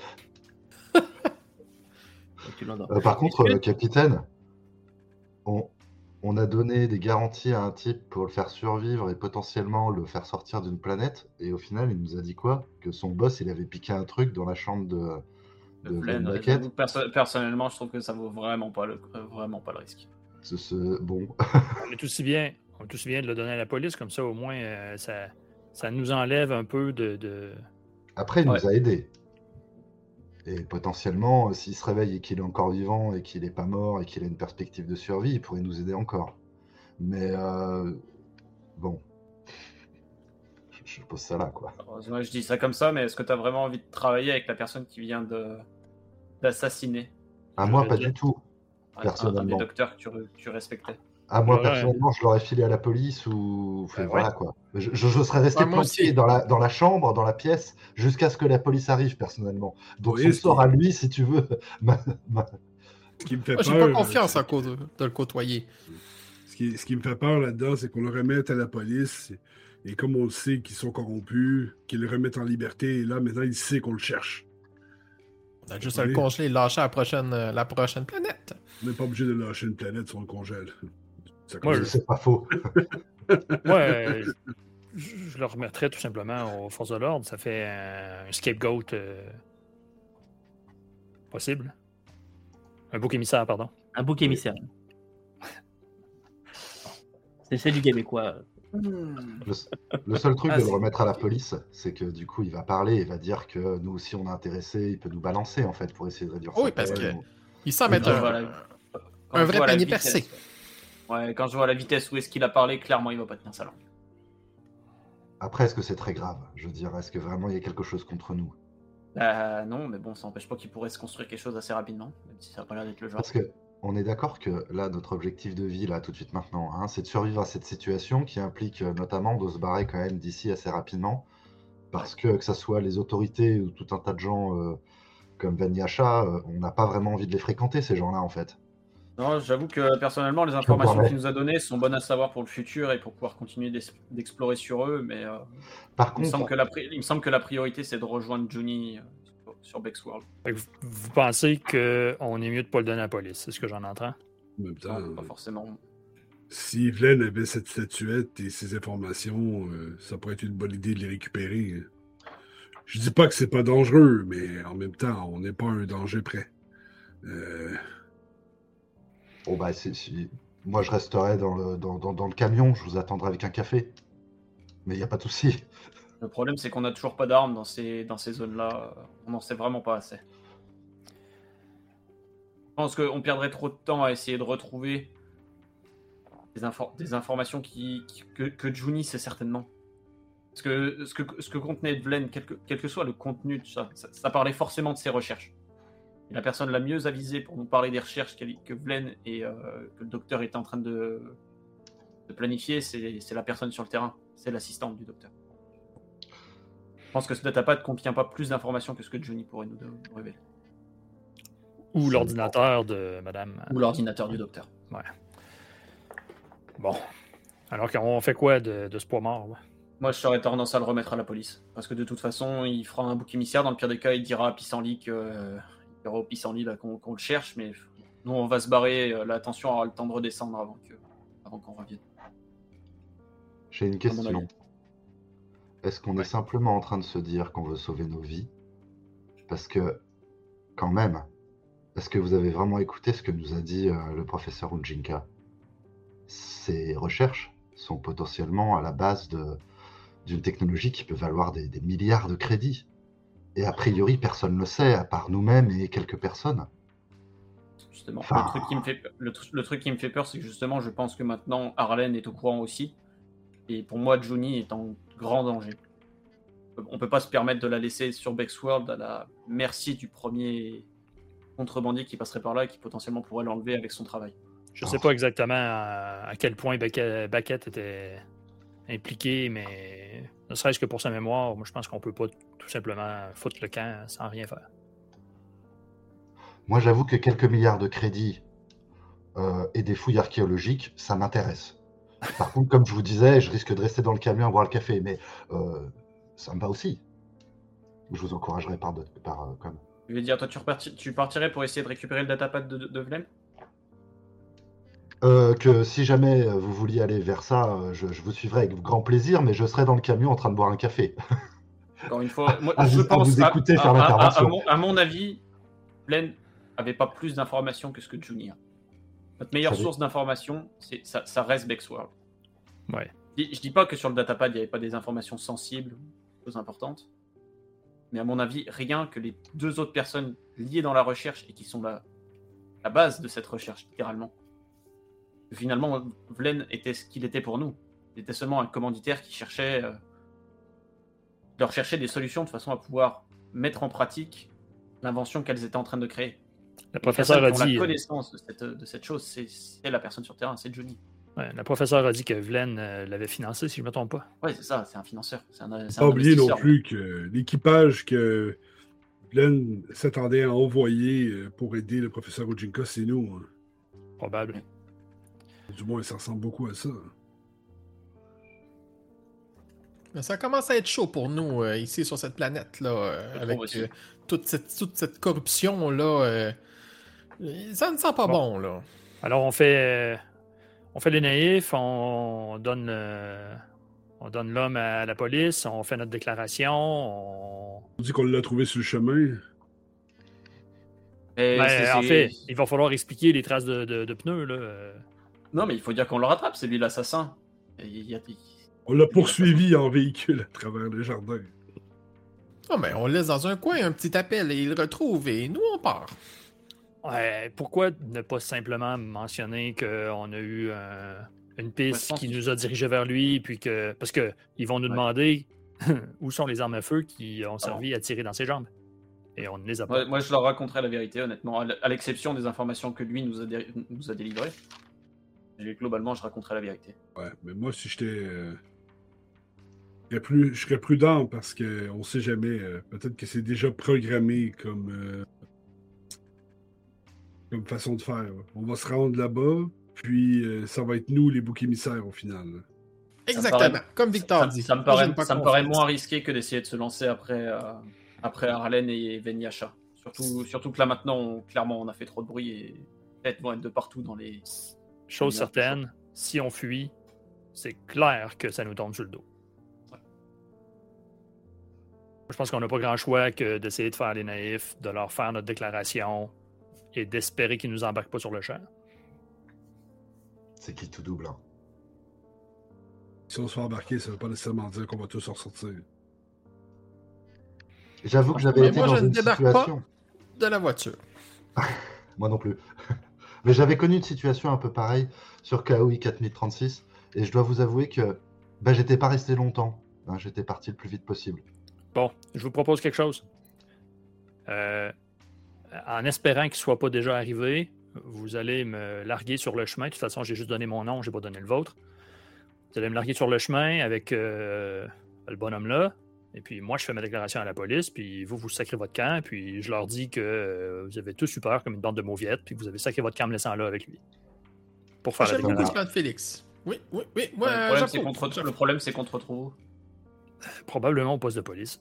tu l'endors. Euh, par contre, Est-ce que- euh, capitaine, on, on a donné des garanties à un type pour le faire survivre et potentiellement le faire sortir d'une planète. Et au final, il nous a dit quoi? Que son boss, il avait piqué un truc dans la chambre de, Le de, de Plaine, Baquette. j'avoue que perso- personnellement, je trouve que ça vaut vraiment pas le, euh, vraiment pas le risque. Ce, ce- bon, On est aussi bien, on est aussi bien de le donner à la police, comme ça au moins euh, ça, ça nous enlève un peu de. de... après, il Ouais. nous a aidés. Et potentiellement, euh, s'il se réveille et qu'il est encore vivant et qu'il n'est pas mort et qu'il a une perspective de survie, il pourrait nous aider encore. Mais euh, bon, je, je pose ça là, quoi. Heureusement, je dis ça comme ça, mais est-ce que t'as vraiment envie de travailler avec la personne qui vient de d'assassiner À Je moi, vais pas dire- du tout. un, un des Personnellement. docteurs que tu, re- tu respectais? À moi, Ouais. personnellement, je l'aurais filé à la police ou. Enfin, Ben voilà, quoi. Je, je- je serais resté Ouais, moi planqué aussi. dans la, dans la chambre, dans la pièce, jusqu'à ce que la police arrive, personnellement. Donc, Oui, son ce sort qui- à lui, si tu veux. ma- ma- Ce qui me fait Moi, j'ai peur, pas confiance euh, à co- de le côtoyer. Ce qui, ce qui me fait peur là-dedans, c'est qu'on le remette à la police. Et comme on le sait qu'ils sont corrompus, qu'ils le remettent en liberté, et là, maintenant, il sait qu'on le cherche. On a juste à Oui. le congeler et le lâcher à la prochaine, euh, la prochaine planète. On n'est pas obligé de lâcher une planète si on le congèle. Ça Moi, commence. C'est pas faux. Moi, euh, je, je le remettrais tout simplement aux forces de l'ordre. Ça fait un, un scapegoat euh, possible. Un bouc émissaire, pardon. Un bouc émissaire. C'est, c'est du québécois. Le, le seul truc Ah, de le c'est- remettre à la police, c'est que du coup, il va parler, il va dire que nous aussi on est intéressés, il peut nous balancer en fait pour essayer de réduire Oui, sa parce peine, que- ou- Il semble Oui, être quand je un, vois la- quand un je vrai vois la panier vitesse- percé. Ouais, quand je vois la vitesse où est-ce qu'il a parlé, clairement, il va pas tenir sa langue. Après, est-ce que c'est très grave? Je veux dire, est-ce que vraiment il y a quelque chose contre nous? Bah non, mais bon, ça n'empêche pas qu'il pourrait se construire quelque chose assez rapidement, même si ça n'a pas l'air d'être le genre. Parce que on est d'accord que là, notre objectif de vie, là, tout de suite maintenant, hein, c'est de survivre à cette situation qui implique euh, notamment de se barrer quand même d'ici assez rapidement. Parce que, que ça soit les autorités ou tout un tas de gens euh, comme Vanyasha, euh, on n'a pas vraiment envie de les fréquenter, ces gens-là, en fait. Non, j'avoue que personnellement, les informations permets. qu'il nous a données sont bonnes à savoir pour le futur et pour pouvoir continuer d'es- d'explorer sur eux, mais euh, Par il, me semble contre, que la pri- il me semble que la priorité, c'est de rejoindre Juni euh, sur- sur Bexworld. Fait que vous, vous pensez qu'on est mieux de pas le donner à la police, c'est ce que j'en entends? En même temps, Non, pas forcément. si Vlen avait cette statuette et ces informations, euh, ça pourrait être une bonne idée de les récupérer. Je dis pas que c'est pas dangereux, mais en même temps, on n'est pas à un danger près. Euh, oh, bah, c'est- si- moi je resterai dans le, dans, dans- dans le camion, je vous attendrai avec un café. Mais il n'y a pas de souci. Le problème, c'est qu'on n'a toujours pas d'armes dans ces, dans ces zones-là. euh, On n'en sait vraiment pas assez. Je pense qu'on perdrait trop de temps à essayer de retrouver des, infor- des informations qui, qui- que, que Juni sait certainement. Parce que ce que, ce que contenait Vlen, quel que, quel que soit le contenu de ça, ça, ça parlait forcément de ses recherches. Et la personne la mieux avisée pour nous parler des recherches qu'elle- que Vlen et euh, que le docteur était en train de, de planifier, c'est c'est la personne sur le terrain. C'est l'assistante du docteur. Je pense que ce datapad ne contient pas plus d'informations que ce que Juni pourrait nous, nous révéler. Ou Ça l'ordinateur de madame. Ou l'ordinateur du docteur. Bon. Alors qu'on fait quoi de, de ce poids mort? là? Moi, je serais tendance à le remettre à la police. Parce que de toute façon, il fera un bouc émissaire. Dans le pire des cas, il dira à Pissenlit que, euh, il dira au Pissenlit là, qu'on qu'on le cherche. Mais nous, on va se barrer. euh, La tension aura le temps de redescendre avant que, avant qu'on revienne. J'ai une mon question. avis. Est-ce qu'on Ouais. est simplement en train de se dire qu'on veut sauver nos vies? Parce que, quand même, est-ce que vous avez vraiment écouté ce que nous a dit euh, le professeur Ujinka? Ces recherches sont potentiellement à la base de, d'une technologie qui peut valoir des, des milliards de crédits. Et a priori, personne ne le sait, à part nous-mêmes et quelques personnes. Justement, Enfin- le, truc qui me fait, le, tr- le truc qui me fait peur, c'est que justement, je pense que maintenant, Arlène est au courant aussi. Et pour moi, Juni est en grand danger. On peut pas se permettre de la laisser sur Bexworld à la merci du premier contrebandier qui passerait par là et qui potentiellement pourrait l'enlever avec son travail. Je sais pas exactement à, à quel point Beckett, Beckett était impliqué, mais ne serait-ce que pour sa mémoire, moi je pense qu'on peut pas tout simplement foutre le camp sans rien faire. Moi, j'avoue que quelques milliards de crédits euh, et des fouilles archéologiques, ça m'intéresse. Par contre, comme je vous disais, je risque de rester dans le camion à boire le café, mais euh, ça me va aussi. Je vous encouragerai par, de, par euh, comme. Je veux dire, toi, tu, reparti- tu partirais pour essayer de récupérer le datapad de, de, de Vlen? Euh, que si jamais euh, vous vouliez aller vers ça, euh, je, je vous suivrai avec grand plaisir, mais je serai dans le camion en train de boire un café. Encore une fois, moi, à je vous- à pense vous écouter faire à, à- l'intervention. à mon, à mon avis, Vlen avait pas plus d'informations que ce que Juni a. Notre meilleure Ça veut- source d'informations, c'est ça, ça reste Bexworld. Ouais. Je dis- je dis pas que sur le datapad, il n'y avait pas des informations sensibles, choses importantes. Mais à mon avis, rien que les deux autres personnes liées dans la recherche et qui sont la, la base de cette recherche, littéralement. Finalement, Vlen était ce qu'il était pour nous. Il était seulement un commanditaire qui cherchait, euh, de rechercher des solutions de façon à pouvoir mettre en pratique l'invention qu'elles étaient en train de créer. La professeure a Pour la dit, connaissance de cette, de cette chose, c'est c'est la personne sur terrain, c'est Johnny. ouais, la professeure a dit que Vlen euh, l'avait financé, si je ne me trompe pas. Ouais, c'est ça, c'est un financeur. C'est un, c'est Pas un oublier non investisseur. plus que l'équipage que Glenn s'attendait à envoyer euh, pour aider le professeur Ujinka, c'est nous. hein. Probable. Du moins, ça ressemble beaucoup à ça. Mais ça commence à être chaud pour nous euh, ici sur cette planète-là, euh, Je avec trouve aussi. euh, toute cette, toute cette corruption-là. euh, ça ne sent pas Bon. bon, là. Alors on fait, euh, on fait les naïfs, on donne, euh, on donne l'homme à la police, on fait notre déclaration, on... On dit qu'on l'a trouvé sur le chemin. Et Ben, c'est- en c'est- fait, il va falloir expliquer les traces de, de- de pneus. Là. euh. Non, mais il faut dire qu'on le rattrape, c'est lui l'assassin. Et il y a- il- On l'a poursuivi en véhicule à travers le jardin. Oh, mais on le laisse dans un coin, un petit appel, et il le retrouve, et nous, on part. Ouais, pourquoi ne pas simplement mentionner qu'on a eu un- une piste Ouais, je qui pense- nous a dirigés vers lui, puis que parce que ils vont nous Ouais. demander où sont les armes à feu qui ont servi à tirer dans ses jambes. Et on ne les a pas. Ouais, moi, je leur raconterai la vérité, honnêtement, à l- à l'exception des informations que lui nous a, dé- nous a délivrées. Et globalement, je raconterai la vérité. Ouais, mais moi, si j'étais. euh, je serais plus- je serais prudent parce qu'on sait jamais. euh, Peut-être que c'est déjà programmé comme. euh, comme façon de faire. là. On va se rendre là-bas, puis euh, ça va être nous, les boucs émissaires, au final. là. Exactement, paraît- comme Victor Ça, dit. ça me Moi, paraît, j'aime pas ça me paraît confiance. moins risqué que d'essayer de se lancer après, euh, après Harlan et Venyasha. Surtout, surtout que là, maintenant, on- clairement, on a fait trop de bruit et les têtes vont être de partout dans les. Chose Bien, certaine, si on fuit, c'est clair que ça nous tombe sur le dos. Ouais. Je pense qu'on n'a pas grand choix que d'essayer de faire les naïfs, de leur faire notre déclaration et d'espérer qu'ils nous embarquent pas sur le champ. C'est qui tout double, hein. Si on se fait embarquer, ça veut pas nécessairement dire qu'on va tous en ressortir. J'avoue que j'avais Mais été moi, dans je ne une débarque situation. De la voiture. Moi non plus. Mais j'avais connu une situation un peu pareille sur K O I quatre mille trente-six et je dois vous avouer que bah, j'étais pas resté longtemps. Hein, j'étais parti le plus vite possible. Bon, je vous propose quelque chose. Euh, en espérant qu'il ne soit pas déjà arrivé, vous allez me larguer sur le chemin. De toute façon, j'ai juste donné mon nom, je n'ai pas donné le vôtre. Vous allez me larguer sur le chemin avec euh, le bonhomme-là. Et puis moi, je fais ma déclaration à la police, puis vous, vous sacrez votre camp, puis je leur dis que euh, vous avez tous eu peur comme une bande de mauviettes, puis que vous avez sacré votre camp en me laissant là avec lui. Pour faire la J'aime beaucoup déclaration. ce plan de Félix. Oui, oui, oui. Moi, le problème, c'est j'approuve, qu'on te, j'approuve. le problème, c'est qu'on te retrouve. Probablement au poste de police.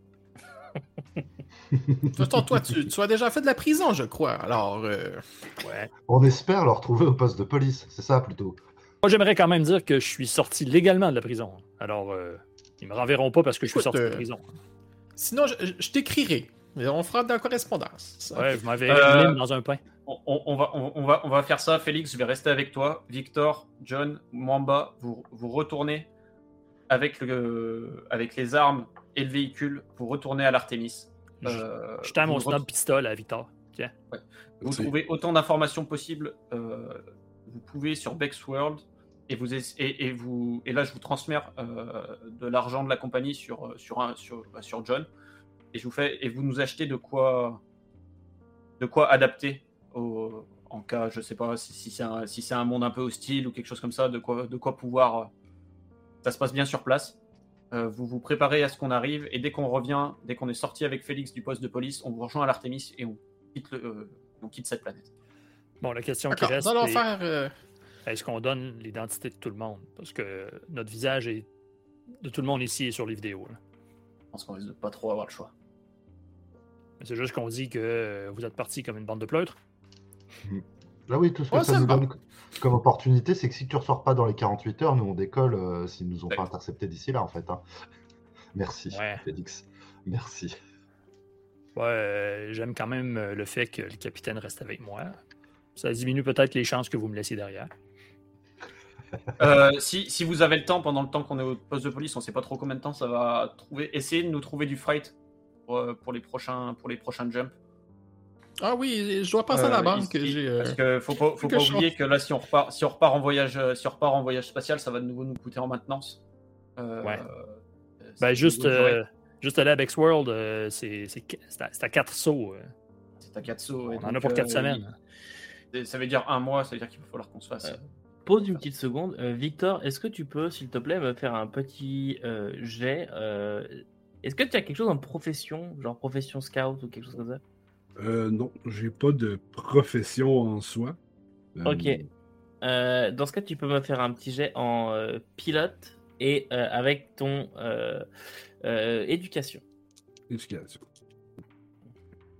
De toute façon, toi, tu, tu as déjà fait de la prison, je crois. Alors, euh, Ouais. On espère le retrouver au poste de police, c'est ça plutôt. Moi, j'aimerais quand même dire que je suis sorti légalement de la prison. Alors, euh, ils me renverront pas parce que je suis Écoute, sorti de euh, prison. sinon, je, je t'écrirai. Et on fera de la correspondance. Ouais, vous m'avez Euh, une lime dans un pain. On, on- on va, on, on va, on va faire ça, Félix. Je vais rester avec toi. Victor, John, Mwamba, vous, vous retournez avec, le, avec les armes et le véhicule. Vous retournez à l'Artemis. Euh, Je tends mon vous snob ret- pistol à Victor. Tiens. Vous Merci. trouvez autant d'informations possibles. euh, vous pouvez sur Bex World et vous et, et vous et là je vous transmets euh, de l'argent de la compagnie sur sur un sur, sur John et je vous fais et vous nous achetez de quoi de quoi adapter au, en cas je sais pas si, si c'est un si c'est un monde un peu hostile ou quelque chose comme ça, de quoi de quoi pouvoir euh, ça se passe bien sur place. Euh, vous vous préparez à ce qu'on arrive et dès qu'on revient, dès qu'on est sorti avec Félix du poste de police, on vous rejoint à l'Artemis et on quitte le, euh, on quitte cette planète. Bon, la question qui D'accord, reste, nous allons c'est faire... euh, est-ce qu'on donne l'identité de tout le monde? Parce que notre visage est de tout le monde ici est sur les vidéos. là. Je pense qu'on risque de pas trop avoir le choix. Mais c'est juste qu'on dit que euh, vous êtes partis comme une bande de pleutres. Là oui, tout ce que Ouais, ça ça nous me va. donne comme opportunité, c'est que si tu ressors pas dans les quarante-huit heures, nous on décolle euh, s'ils nous ont pas Ouais. interceptés d'ici là en fait. hein. Merci, Ouais. Félix. Merci. Ouais, euh, j'aime quand même euh, le fait que le capitaine reste avec moi. Ça diminue peut-être les chances que vous me laissiez derrière. Euh, si, si vous avez le temps, pendant le temps qu'on est au poste de police, on sait pas trop combien de temps ça va trouver. Essayez de nous trouver du freight pour, euh, pour les prochains pour les prochains jumps. Ah oui, je dois passer à Euh, la banque. il- il- j'ai, euh, Parce que faut pas, faut quelque pas chose. oublier que là, si on repart, si on repart en voyage, euh, si on repart en voyage spatial, ça va de nouveau nous coûter en maintenance. Euh, Ouais. euh, Ben c'est- juste, vous aurez- euh, juste aller à Bex World, euh, c'est c'est qu- c'est à, c'est à quatre sauts. euh. c'est à quatre sauts. On et en a donc, pour quatre euh, semaines. il- Ça veut dire un mois, ça veut dire qu'il va falloir qu'on se fasse. Euh, Pose une petite seconde. Euh, Victor, est-ce que tu peux, s'il te plaît, me faire un petit euh, jet euh, Est-ce que tu as quelque chose en profession, genre profession scout ou quelque chose comme ça Euh, non, j'ai pas de profession en soi. Euh, Ok. Euh, dans ce cas, tu peux me faire un petit jet en euh, pilote et euh, avec ton euh, euh, éducation. Éducation.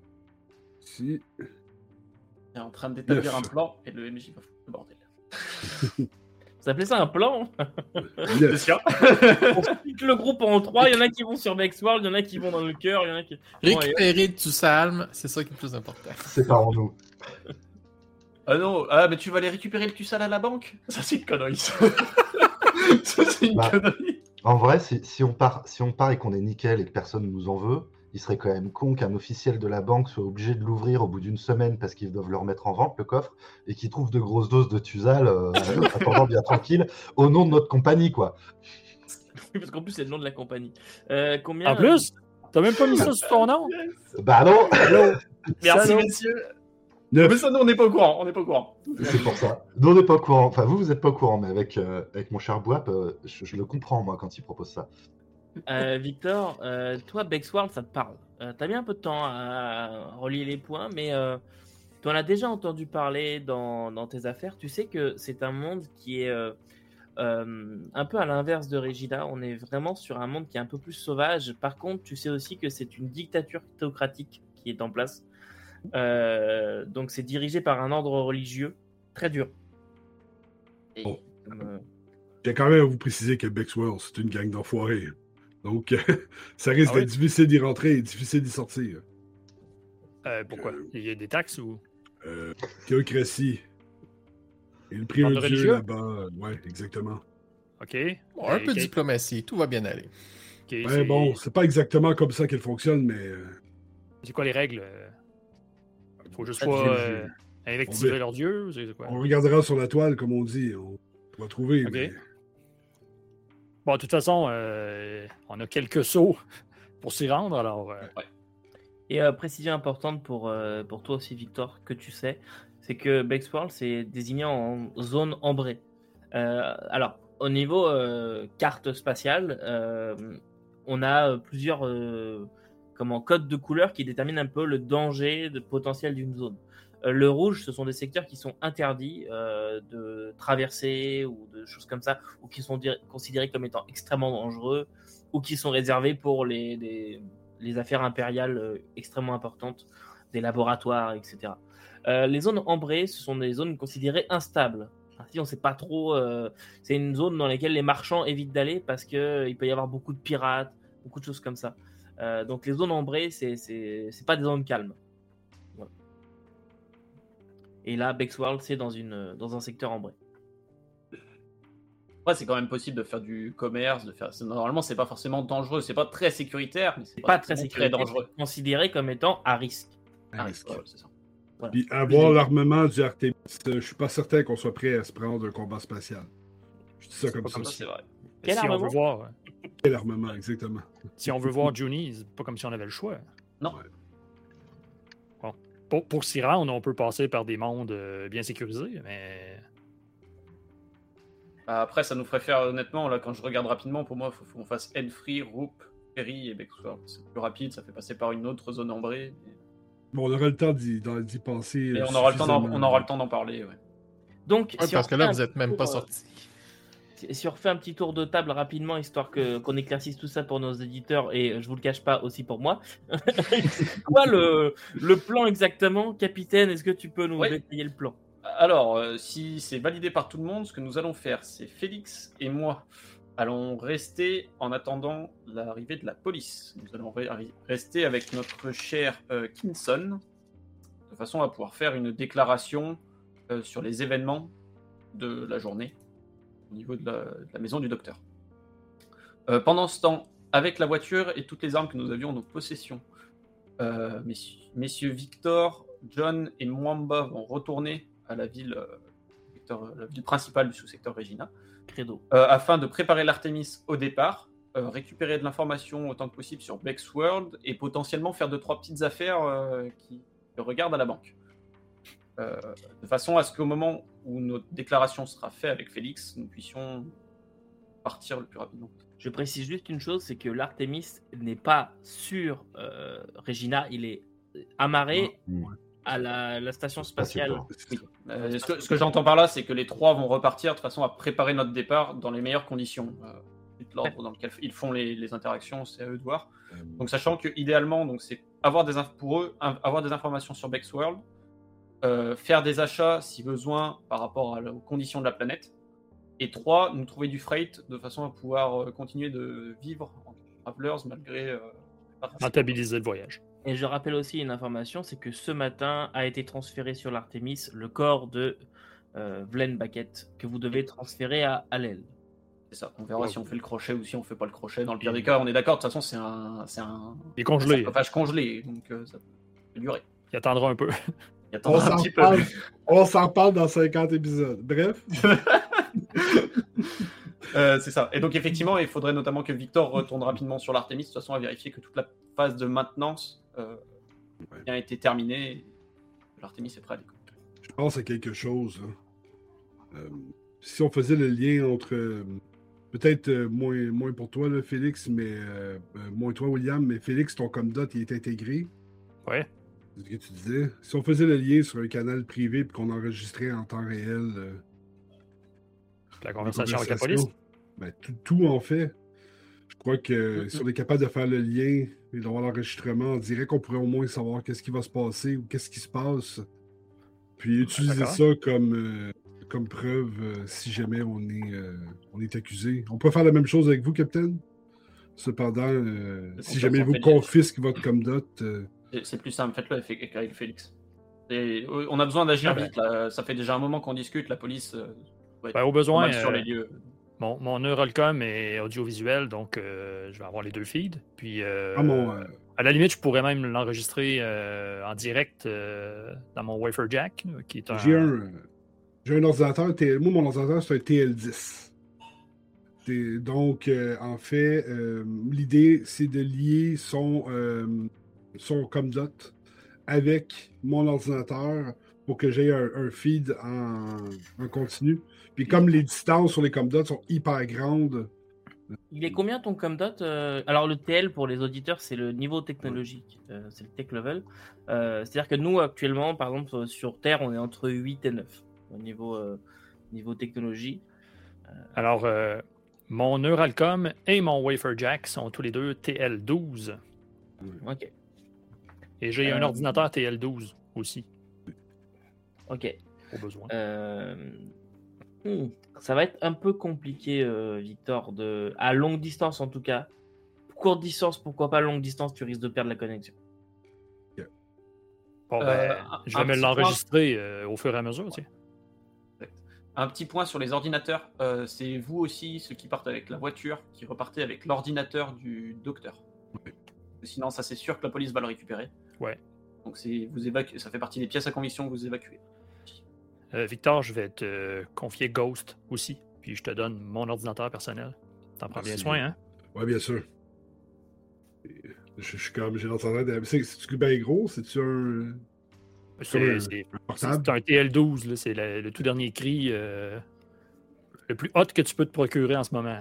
Si. Il est en train d'établir Neuf. un plan et le M J va foutre le bordel. Vous appelez ça un plan? C'est sûr. On split le groupe en trois, il y en a qui vont sur Bexworld, il y en a qui vont dans le cœur, il y en a qui... Bon, et- Récupérer tout Salm, c'est ça qui est le plus important. Séparons-nous. Ah non, ah mais tu vas aller récupérer le Tussal à la banque? Ça c'est une connerie. Ça, ça c'est une Bah. connerie. En vrai, si, si on part, si on part et qu'on est nickel et que personne nous en veut, il serait quand même con qu'un officiel de la banque soit obligé de l'ouvrir au bout d'une semaine parce qu'ils doivent le remettre en vente, le coffre, et qu'il trouve de grosses doses de Tuzal euh, attendant bien tranquille au nom de notre compagnie, quoi. Parce qu'en plus, c'est le nom de la compagnie. Euh, combien En plus, t'as même pas mis ça sur ton nom? Bah non. Merci Salaud. messieurs. Neuf. Mais ça, nous on n'est pas au courant, on n'est pas au courant. C'est pour ça. Nous, on n'est pas au courant. Enfin, vous, vous n'êtes pas au courant, mais avec, euh, avec mon cher Boap, euh, je, je le comprends, moi, quand il propose ça. Euh, Victor, euh, toi, Bexworld, ça te parle. Euh, T'as mis un peu de temps à relier les points, mais euh, tu en as déjà entendu parler dans, dans tes affaires. Tu sais que c'est un monde qui est euh, euh, un peu à l'inverse de Regina. On est vraiment sur un monde qui est un peu plus sauvage. Par contre, tu sais aussi que c'est une dictature théocratique qui est en place. Euh, donc, c'est dirigé par un ordre religieux très dur. Et, Bon. euh, J'ai quand même à vous préciser que Bexworld, c'est une gang d'enfoirés. Donc, ça risque Ah oui? d'être difficile d'y rentrer et difficile d'y sortir. Euh, pourquoi? Il y a des taxes ou... Euh, théocratie. Il prie un Ordre dieu religieux? là-bas. euh, Ouais, exactement. OK. Bon, un Et peu de quel- diplomatie, tout va bien aller. OK, Ouais, c'est- bon, c'est pas exactement comme ça qu'elle fonctionne, mais euh, C'est quoi les règles? Faut juste ça, pas je- euh, invectiver on va- leur dieu? C'est quoi? on regardera sur la toile, comme on dit. On va trouver. Ok. Mais... Bon, de toute façon, euh, on a quelques sauts pour s'y rendre, alors... euh, Et euh, précision importante pour, euh, pour toi aussi, Victor, que tu sais, c'est que Bexworld, c'est désigné en zone ambrée. Euh, alors, au niveau euh, carte spatiale, euh, on a plusieurs euh, comment, codes de couleurs qui déterminent un peu le danger de potentiel d'une zone. Euh, le rouge, ce sont des secteurs qui sont interdits euh, de traverser ou de choses comme ça, ou qui sont dir- considérés comme étant extrêmement dangereux, ou qui sont réservés pour les, les, les affaires impériales euh, extrêmement importantes, des laboratoires, et cetera. Euh, les zones ambrées, ce sont des zones considérées instables. Ainsi, on ne sait pas trop. Euh, c'est une zone dans laquelle les marchands évitent d'aller parce qu'il euh, peut y avoir beaucoup de pirates, beaucoup de choses comme ça. Euh, donc les zones ambrées, c'est c'est c'est pas des zones calmes. Voilà. Et là, Bexworld, c'est dans une dans un secteur ambré. Ouais, c'est quand même possible de faire du commerce, de faire. c'est- Normalement, c'est pas forcément dangereux, c'est pas très sécuritaire, mais c'est C'est pas très forcément sécuritaire, dangereux. c'est considéré comme étant à risque. Ah, risque. ouais, c'est ça. Voilà. Puis avoir l'armement du Artemis, euh, je suis pas certain qu'on soit prêt à se prendre un combat spatial. Je dis ça comme pas ça. comme Ça, c'est vrai. Quel si on armement? veut voir, euh, Quel armement, exactement. si on veut voir Junie, c'est pas comme si on avait le choix. Non. Ouais. Bon. Pour, pour s'y rendre, on peut passer par des mondes euh, bien sécurisés, mais Bah, après, ça nous ferait faire, honnêtement, là, quand je regarde rapidement, pour moi, il faut, faut qu'on fasse Enfree, Roop, Perry et Bexworld. C'est plus rapide, ça fait passer par une autre zone ambrée. Mais, Bon, on aura le temps d'y, d'en- d'y penser. mais euh, on, aura le temps d'en, suffisamment. on aura le temps d'en parler, ouais. Donc, Ouais, si parce on que là, refait vous un êtes même tour, pas euh, sortis. Si si on refait un petit tour de table rapidement, histoire que, qu'on éclaircisse tout ça pour nos éditeurs, et euh, je vous le cache pas aussi pour moi. C'est quoi le, le plan exactement, capitaine? Est-ce que tu peux nous Oui. détailler le plan? Alors, euh, si c'est validé par tout le monde, ce que nous allons faire, c'est Félix et moi allons rester en attendant l'arrivée de la police. Nous allons re- arri- rester avec notre cher euh, Kinson, de façon à pouvoir faire une déclaration euh, sur les événements de la journée au niveau de la, de la maison du docteur. Euh, pendant ce temps, avec la voiture et toutes les armes que nous avions en nos possessions, euh, messieurs, messieurs Victor, John et Mwamba vont retourner à la ville, euh, secteur- la ville principale du sous-secteur Regina, Credo. euh, afin de préparer l'Artemis au départ, euh, récupérer de l'information autant que possible sur Bexworld et potentiellement faire deux trois petites affaires euh, qui regardent à la banque. Euh, de façon à ce qu'au moment où notre déclaration sera faite avec Félix, nous puissions partir le plus rapidement. Je précise juste une chose, c'est que l'Artemis n'est pas sur euh, Regina, il est amarré Mm. à la, la station spatiale. Oui. Euh, ce que, ce que j'entends par là, c'est que les trois vont repartir de façon à préparer notre départ dans les meilleures conditions. Euh, l'ordre dans lequel ils font les, les interactions, c'est à eux de voir. Donc, sachant que idéalement, donc c'est avoir des inf- pour eux, un- avoir des informations sur Bexworld, euh, faire des achats si besoin par rapport à, aux conditions de la planète. Et trois, nous trouver du freight de façon à pouvoir euh, continuer de vivre en travelers malgré... Euh, rentabiliser le voyage. Et je rappelle aussi une information, c'est que ce matin a été transféré sur l'Artemis le corps de euh, Vlen Baquette, que vous devez transférer à Alel. C'est ça, on verra ouais, si on fait le crochet ou si on fait pas le crochet. Dans le pire des cas, on est d'accord, de toute façon, c'est un, c'est un, il est congelé. un sarcophage congelé, donc euh, ça peut durer. Il attendra un peu. Il attendra on, un petit parle, peu. on s'en parle dans cinquante épisodes. Bref. euh, c'est ça. Et donc, effectivement, il faudrait notamment que Victor retourne rapidement sur l'Artemis, de toute façon, à vérifier que toute la phase de maintenance euh, a bien été terminée. L'Artemis est prêt à décoller. Je pense à quelque chose. Hein. Euh, si on faisait le lien entre... Euh, peut-être euh, moins, moins pour toi, là, Félix, mais euh, euh, moins toi, William, mais Félix, ton Comdot, il est intégré. Ouais. C'est ce que tu disais. Si on faisait le lien sur un canal privé et qu'on enregistrait en temps réel... Euh, la conversation avec la police? Ben, tout, tout en fait. Je crois que mm-hmm. si on est capable de faire le lien et d'avoir l'enregistrement, on dirait qu'on pourrait au moins savoir qu'est-ce qui va se passer ou qu'est-ce qui se passe. Puis utiliser D'accord. ça comme, euh, comme preuve euh, si jamais on est, euh, on est accusé. On peut faire la même chose avec vous, Capitaine. Cependant, euh, si jamais vous confisquez votre Comdot... Euh... C'est plus simple, faites-le avec Félix. Et on a besoin d'agir ah, vite. Là. Ça fait déjà un moment qu'on discute, la police... Euh... Ouais, ben, au besoin, sur les euh, lieux. Mon, mon Neuralcom est audiovisuel, donc euh, je vais avoir les deux feeds. Puis, euh, ah, mon, euh... à la limite, je pourrais même l'enregistrer euh, en direct euh, dans mon WaferJack, qui est un... J'ai un, j'ai un ordinateur, T... moi, mon ordinateur, c'est un T L dix. Et donc, euh, en fait, euh, l'idée, c'est de lier son, euh, son Comdot avec mon ordinateur pour que j'aie un, un feed en, en continu. Puis comme les distances sur les Comdot sont hyper grandes... Il est combien ton Comdot euh... Alors le T L pour les auditeurs, c'est le niveau technologique, euh, c'est le tech level. Euh, c'est-à-dire que nous, actuellement, par exemple, sur Terre, on est entre huit et neuf au niveau, euh, niveau technologie. Euh... Alors, euh, mon Neuralcom et mon WaferJack sont tous les deux T L douze. Ok. Et j'ai un ordinateur T L douze aussi. Ok. Au besoin. Euh... Hmm. Ça va être un peu compliqué, euh, Victor, de... à longue distance en tout cas. Courte distance, pourquoi pas longue distance, tu risques de perdre la connexion. Yeah. Bon, ben, euh, je vais me l'enregistrer point... euh, au fur et à mesure. Tu sais. Un petit point sur les ordinateurs. Euh, c'est vous aussi, ceux qui partent avec la voiture, qui repartez avec l'ordinateur du docteur. Okay. Sinon, ça c'est sûr que la police va le récupérer. Ouais. Donc c'est, vous évacuez, ça fait partie des pièces à conviction que vous évacuez. Euh, Victor, je vais te euh, confier Ghost aussi, puis je te donne mon ordinateur personnel. T'en prends bien soin, hein? Oui, bien sûr. Je, je suis comme, j'ai l'ordinateur de... C'est, c'est-tu bien gros? C'est-tu un... C'est, un... c'est, c'est un T L douze, là, c'est le, le tout dernier cri euh, le plus hot que tu peux te procurer en ce moment.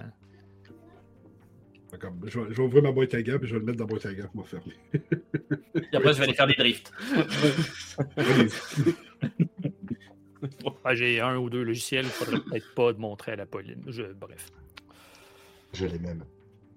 Comme, je, vais, je vais ouvrir ma boîte à gants et je vais le mettre dans la boîte à gants pour me fermer. Et après, je vais aller faire des drifts. Ouais, j'ai un ou deux logiciels, il ne faudrait peut-être pas de montrer à la police. Je, bref. Je l'ai même.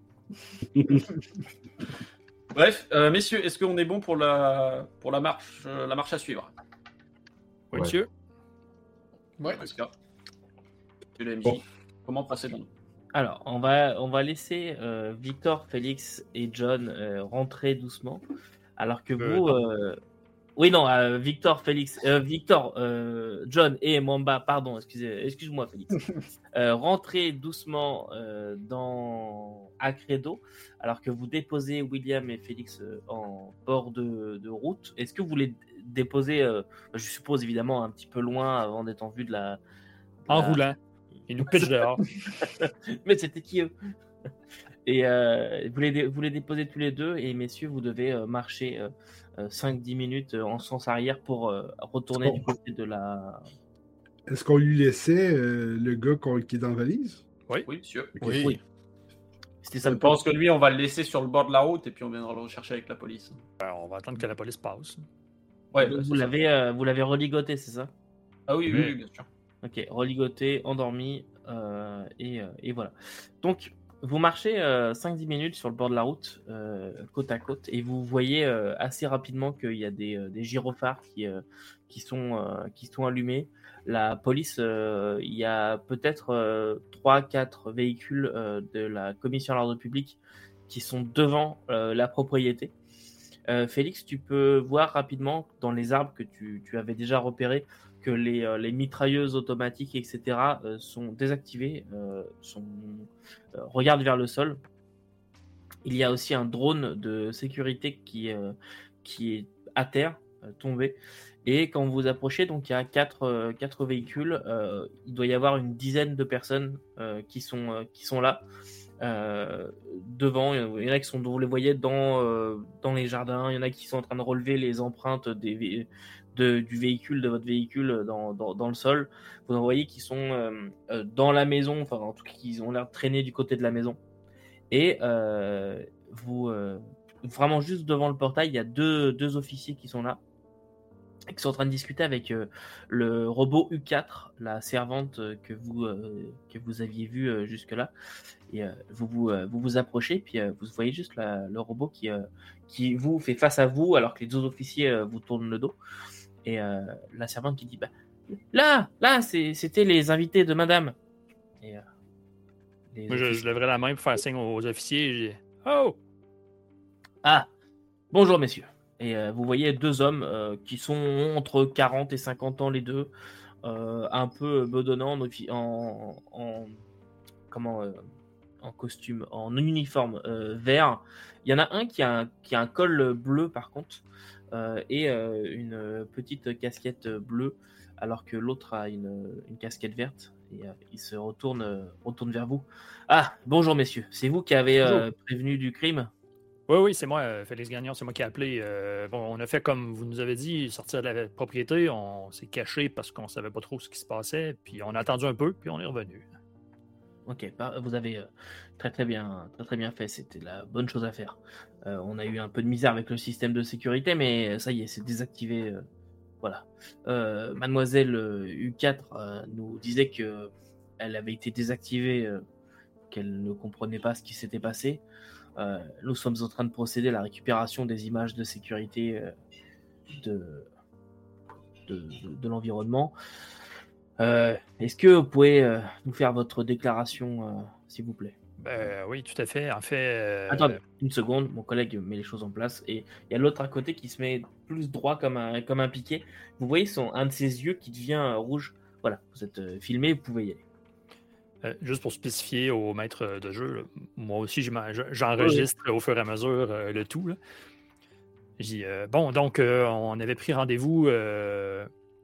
Bref, euh, messieurs, est-ce qu'on est bon pour la, pour la, marche, euh, la marche à suivre? Oui, ouais. Monsieur. Ouais. Monsieur le M J, bon. Comment procédons-nous? Alors, on va, on va laisser euh, Victor, Félix et John euh, rentrer doucement, alors que vous... Euh, oui, non, euh, Victor, Félix, euh, Victor, euh, John et Mwamba, pardon, excusez, excuse-moi, Félix, euh, rentrez doucement euh, dans Acredo, alors que vous déposez William et Félix euh, en bord de, de route. Est-ce que vous les déposez, euh, je suppose évidemment, un petit peu loin avant d'être en vue de la... De en la... roulant. Ils nous pitchent dehors. Mais c'était qui eux? Et euh, vous, les, vous les déposez tous les deux, et messieurs, vous devez euh, marcher euh, euh, cinq dix minutes euh, en sens arrière pour euh, retourner oh. du côté de la... Est-ce qu'on lui laissait euh, le gars qui est dans la valise? Oui, oui, monsieur. Okay. Oui. oui. C'était ça. Je pense que lui, on va le laisser sur le bord de la route et puis on viendra le rechercher avec la police. Ben, on va attendre que la police passe. Ouais, vous, vous, l'avez, euh, vous l'avez religoté, c'est ça? Ah oui, mmh. oui, oui, bien sûr. Ok, religoté, endormi, euh, et, euh, et voilà. Donc, Vous marchez euh, cinq dix minutes sur le bord de la route, euh, côte à côte, et vous voyez euh, assez rapidement qu'il y a des, euh, des gyrophares qui, euh, qui, sont, euh, qui sont allumés. La police, euh, il y a peut-être euh, trois quatre véhicules euh, de la commission à l'ordre public qui sont devant euh, la propriété. Euh, Félix, tu peux voir rapidement dans les arbres que tu, tu avais déjà repérés que les, euh, les mitrailleuses automatiques, et cetera, euh, sont désactivées, euh, sont, euh, regardent vers le sol. Il y a aussi un drone de sécurité qui, euh, qui est à terre, euh, tombé. Et quand vous approchez, donc il y a quatre, euh, quatre véhicules. Euh, il doit y avoir une dizaine de personnes euh, qui, sont, euh, qui sont là. Euh, devant, il y en a qui sont, vous les voyez dans, euh, dans les jardins, il y en a qui sont en train de relever les empreintes des, de, du véhicule, de votre véhicule dans, dans, dans le sol. Vous en voyez qui sont euh, dans la maison, enfin en tout cas qui ont l'air de traîner du côté de la maison. Et euh, vous, euh, vraiment juste devant le portail, il y a deux, deux officiers qui sont là, qui sont en train de discuter avec euh, le robot U quatre, la servante euh, que, vous, euh, que vous aviez vue euh, jusque-là. Et euh, vous, vous, euh, vous vous approchez, puis euh, vous voyez juste la, le robot qui, euh, qui vous fait face à vous, alors que les deux officiers euh, vous tournent le dos. Et euh, la servante qui dit bah, là, là, c'est, c'était les invités de madame. Et, euh, les Moi, je, officiers... je lèverais la main pour faire signe aux officiers. Je dis oh! Ah, bonjour messieurs. Et euh, vous voyez deux hommes euh, qui sont entre quarante et cinquante ans les deux, euh, un peu bedonnants en, en comment euh, en costume, en uniforme euh, vert. Il y en a un qui a un, qui a un col bleu par contre euh, et euh, une petite casquette bleue, alors que l'autre a une, une casquette verte. Et euh, il se retourne, euh, retourne vers vous. Ah, bonjour messieurs, c'est vous qui avez euh, prévenu du crime? Oui, oui, c'est moi, euh, Félix Gagnon, c'est moi qui ai appelé. Euh, bon, on a fait comme vous nous avez dit, sortir de la propriété, on s'est caché parce qu'on savait pas trop ce qui se passait, puis on a attendu un peu, puis on est revenu. Ok, vous avez euh, très très bien, très très bien fait. C'était la bonne chose à faire. Euh, on a eu un peu de misère avec le système de sécurité, mais ça y est, c'est désactivé. Euh, voilà. Euh, Mademoiselle U quatre euh, nous disait que elle avait été désactivée, euh, qu'elle ne comprenait pas ce qui s'était passé. Euh, nous sommes en train de procéder à la récupération des images de sécurité euh, de, de, de, de l'environnement. Euh, est-ce que vous pouvez euh, nous faire votre déclaration, euh, s'il vous plaît? Ben, oui, tout à fait. En fait... Euh... Attendez, une seconde, mon collègue met les choses en place. Et il y a l'autre à côté qui se met plus droit comme un, comme un piquet. Vous voyez son, un de ses yeux qui devient euh, rouge. Voilà, vous êtes euh, filmé, vous pouvez y aller. Euh, juste pour spécifier au maître de jeu, là, moi aussi, j'enregistre oui, oui. au fur et à mesure euh, le tout. Là. J'ai dit, euh, bon, donc, euh, on avait pris rendez-vous... Euh,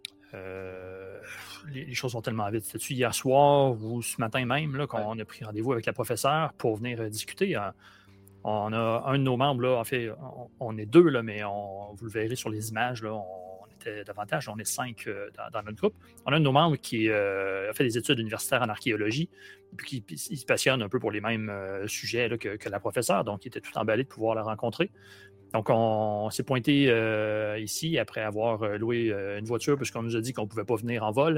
euh, les, les choses vont tellement vite. C'était-tu hier soir ou ce matin même là, qu'on ouais. a pris rendez-vous avec la professeure pour venir euh, discuter? Hein. On a un de nos membres, là, en fait, on, on est deux, là, mais on, vous le verrez sur les images, là, on, on était davantage, on est cinq euh, dans, dans notre groupe. On a un de nos membres qui euh, a fait des études universitaires en archéologie, et puis qui il se passionne un peu pour les mêmes euh, sujets là, que, que la professeure, donc il était tout emballé de pouvoir la rencontrer. Donc, on, on s'est pointé euh, ici après avoir loué euh, une voiture parce qu'on nous a dit qu'on ne pouvait pas venir en vol.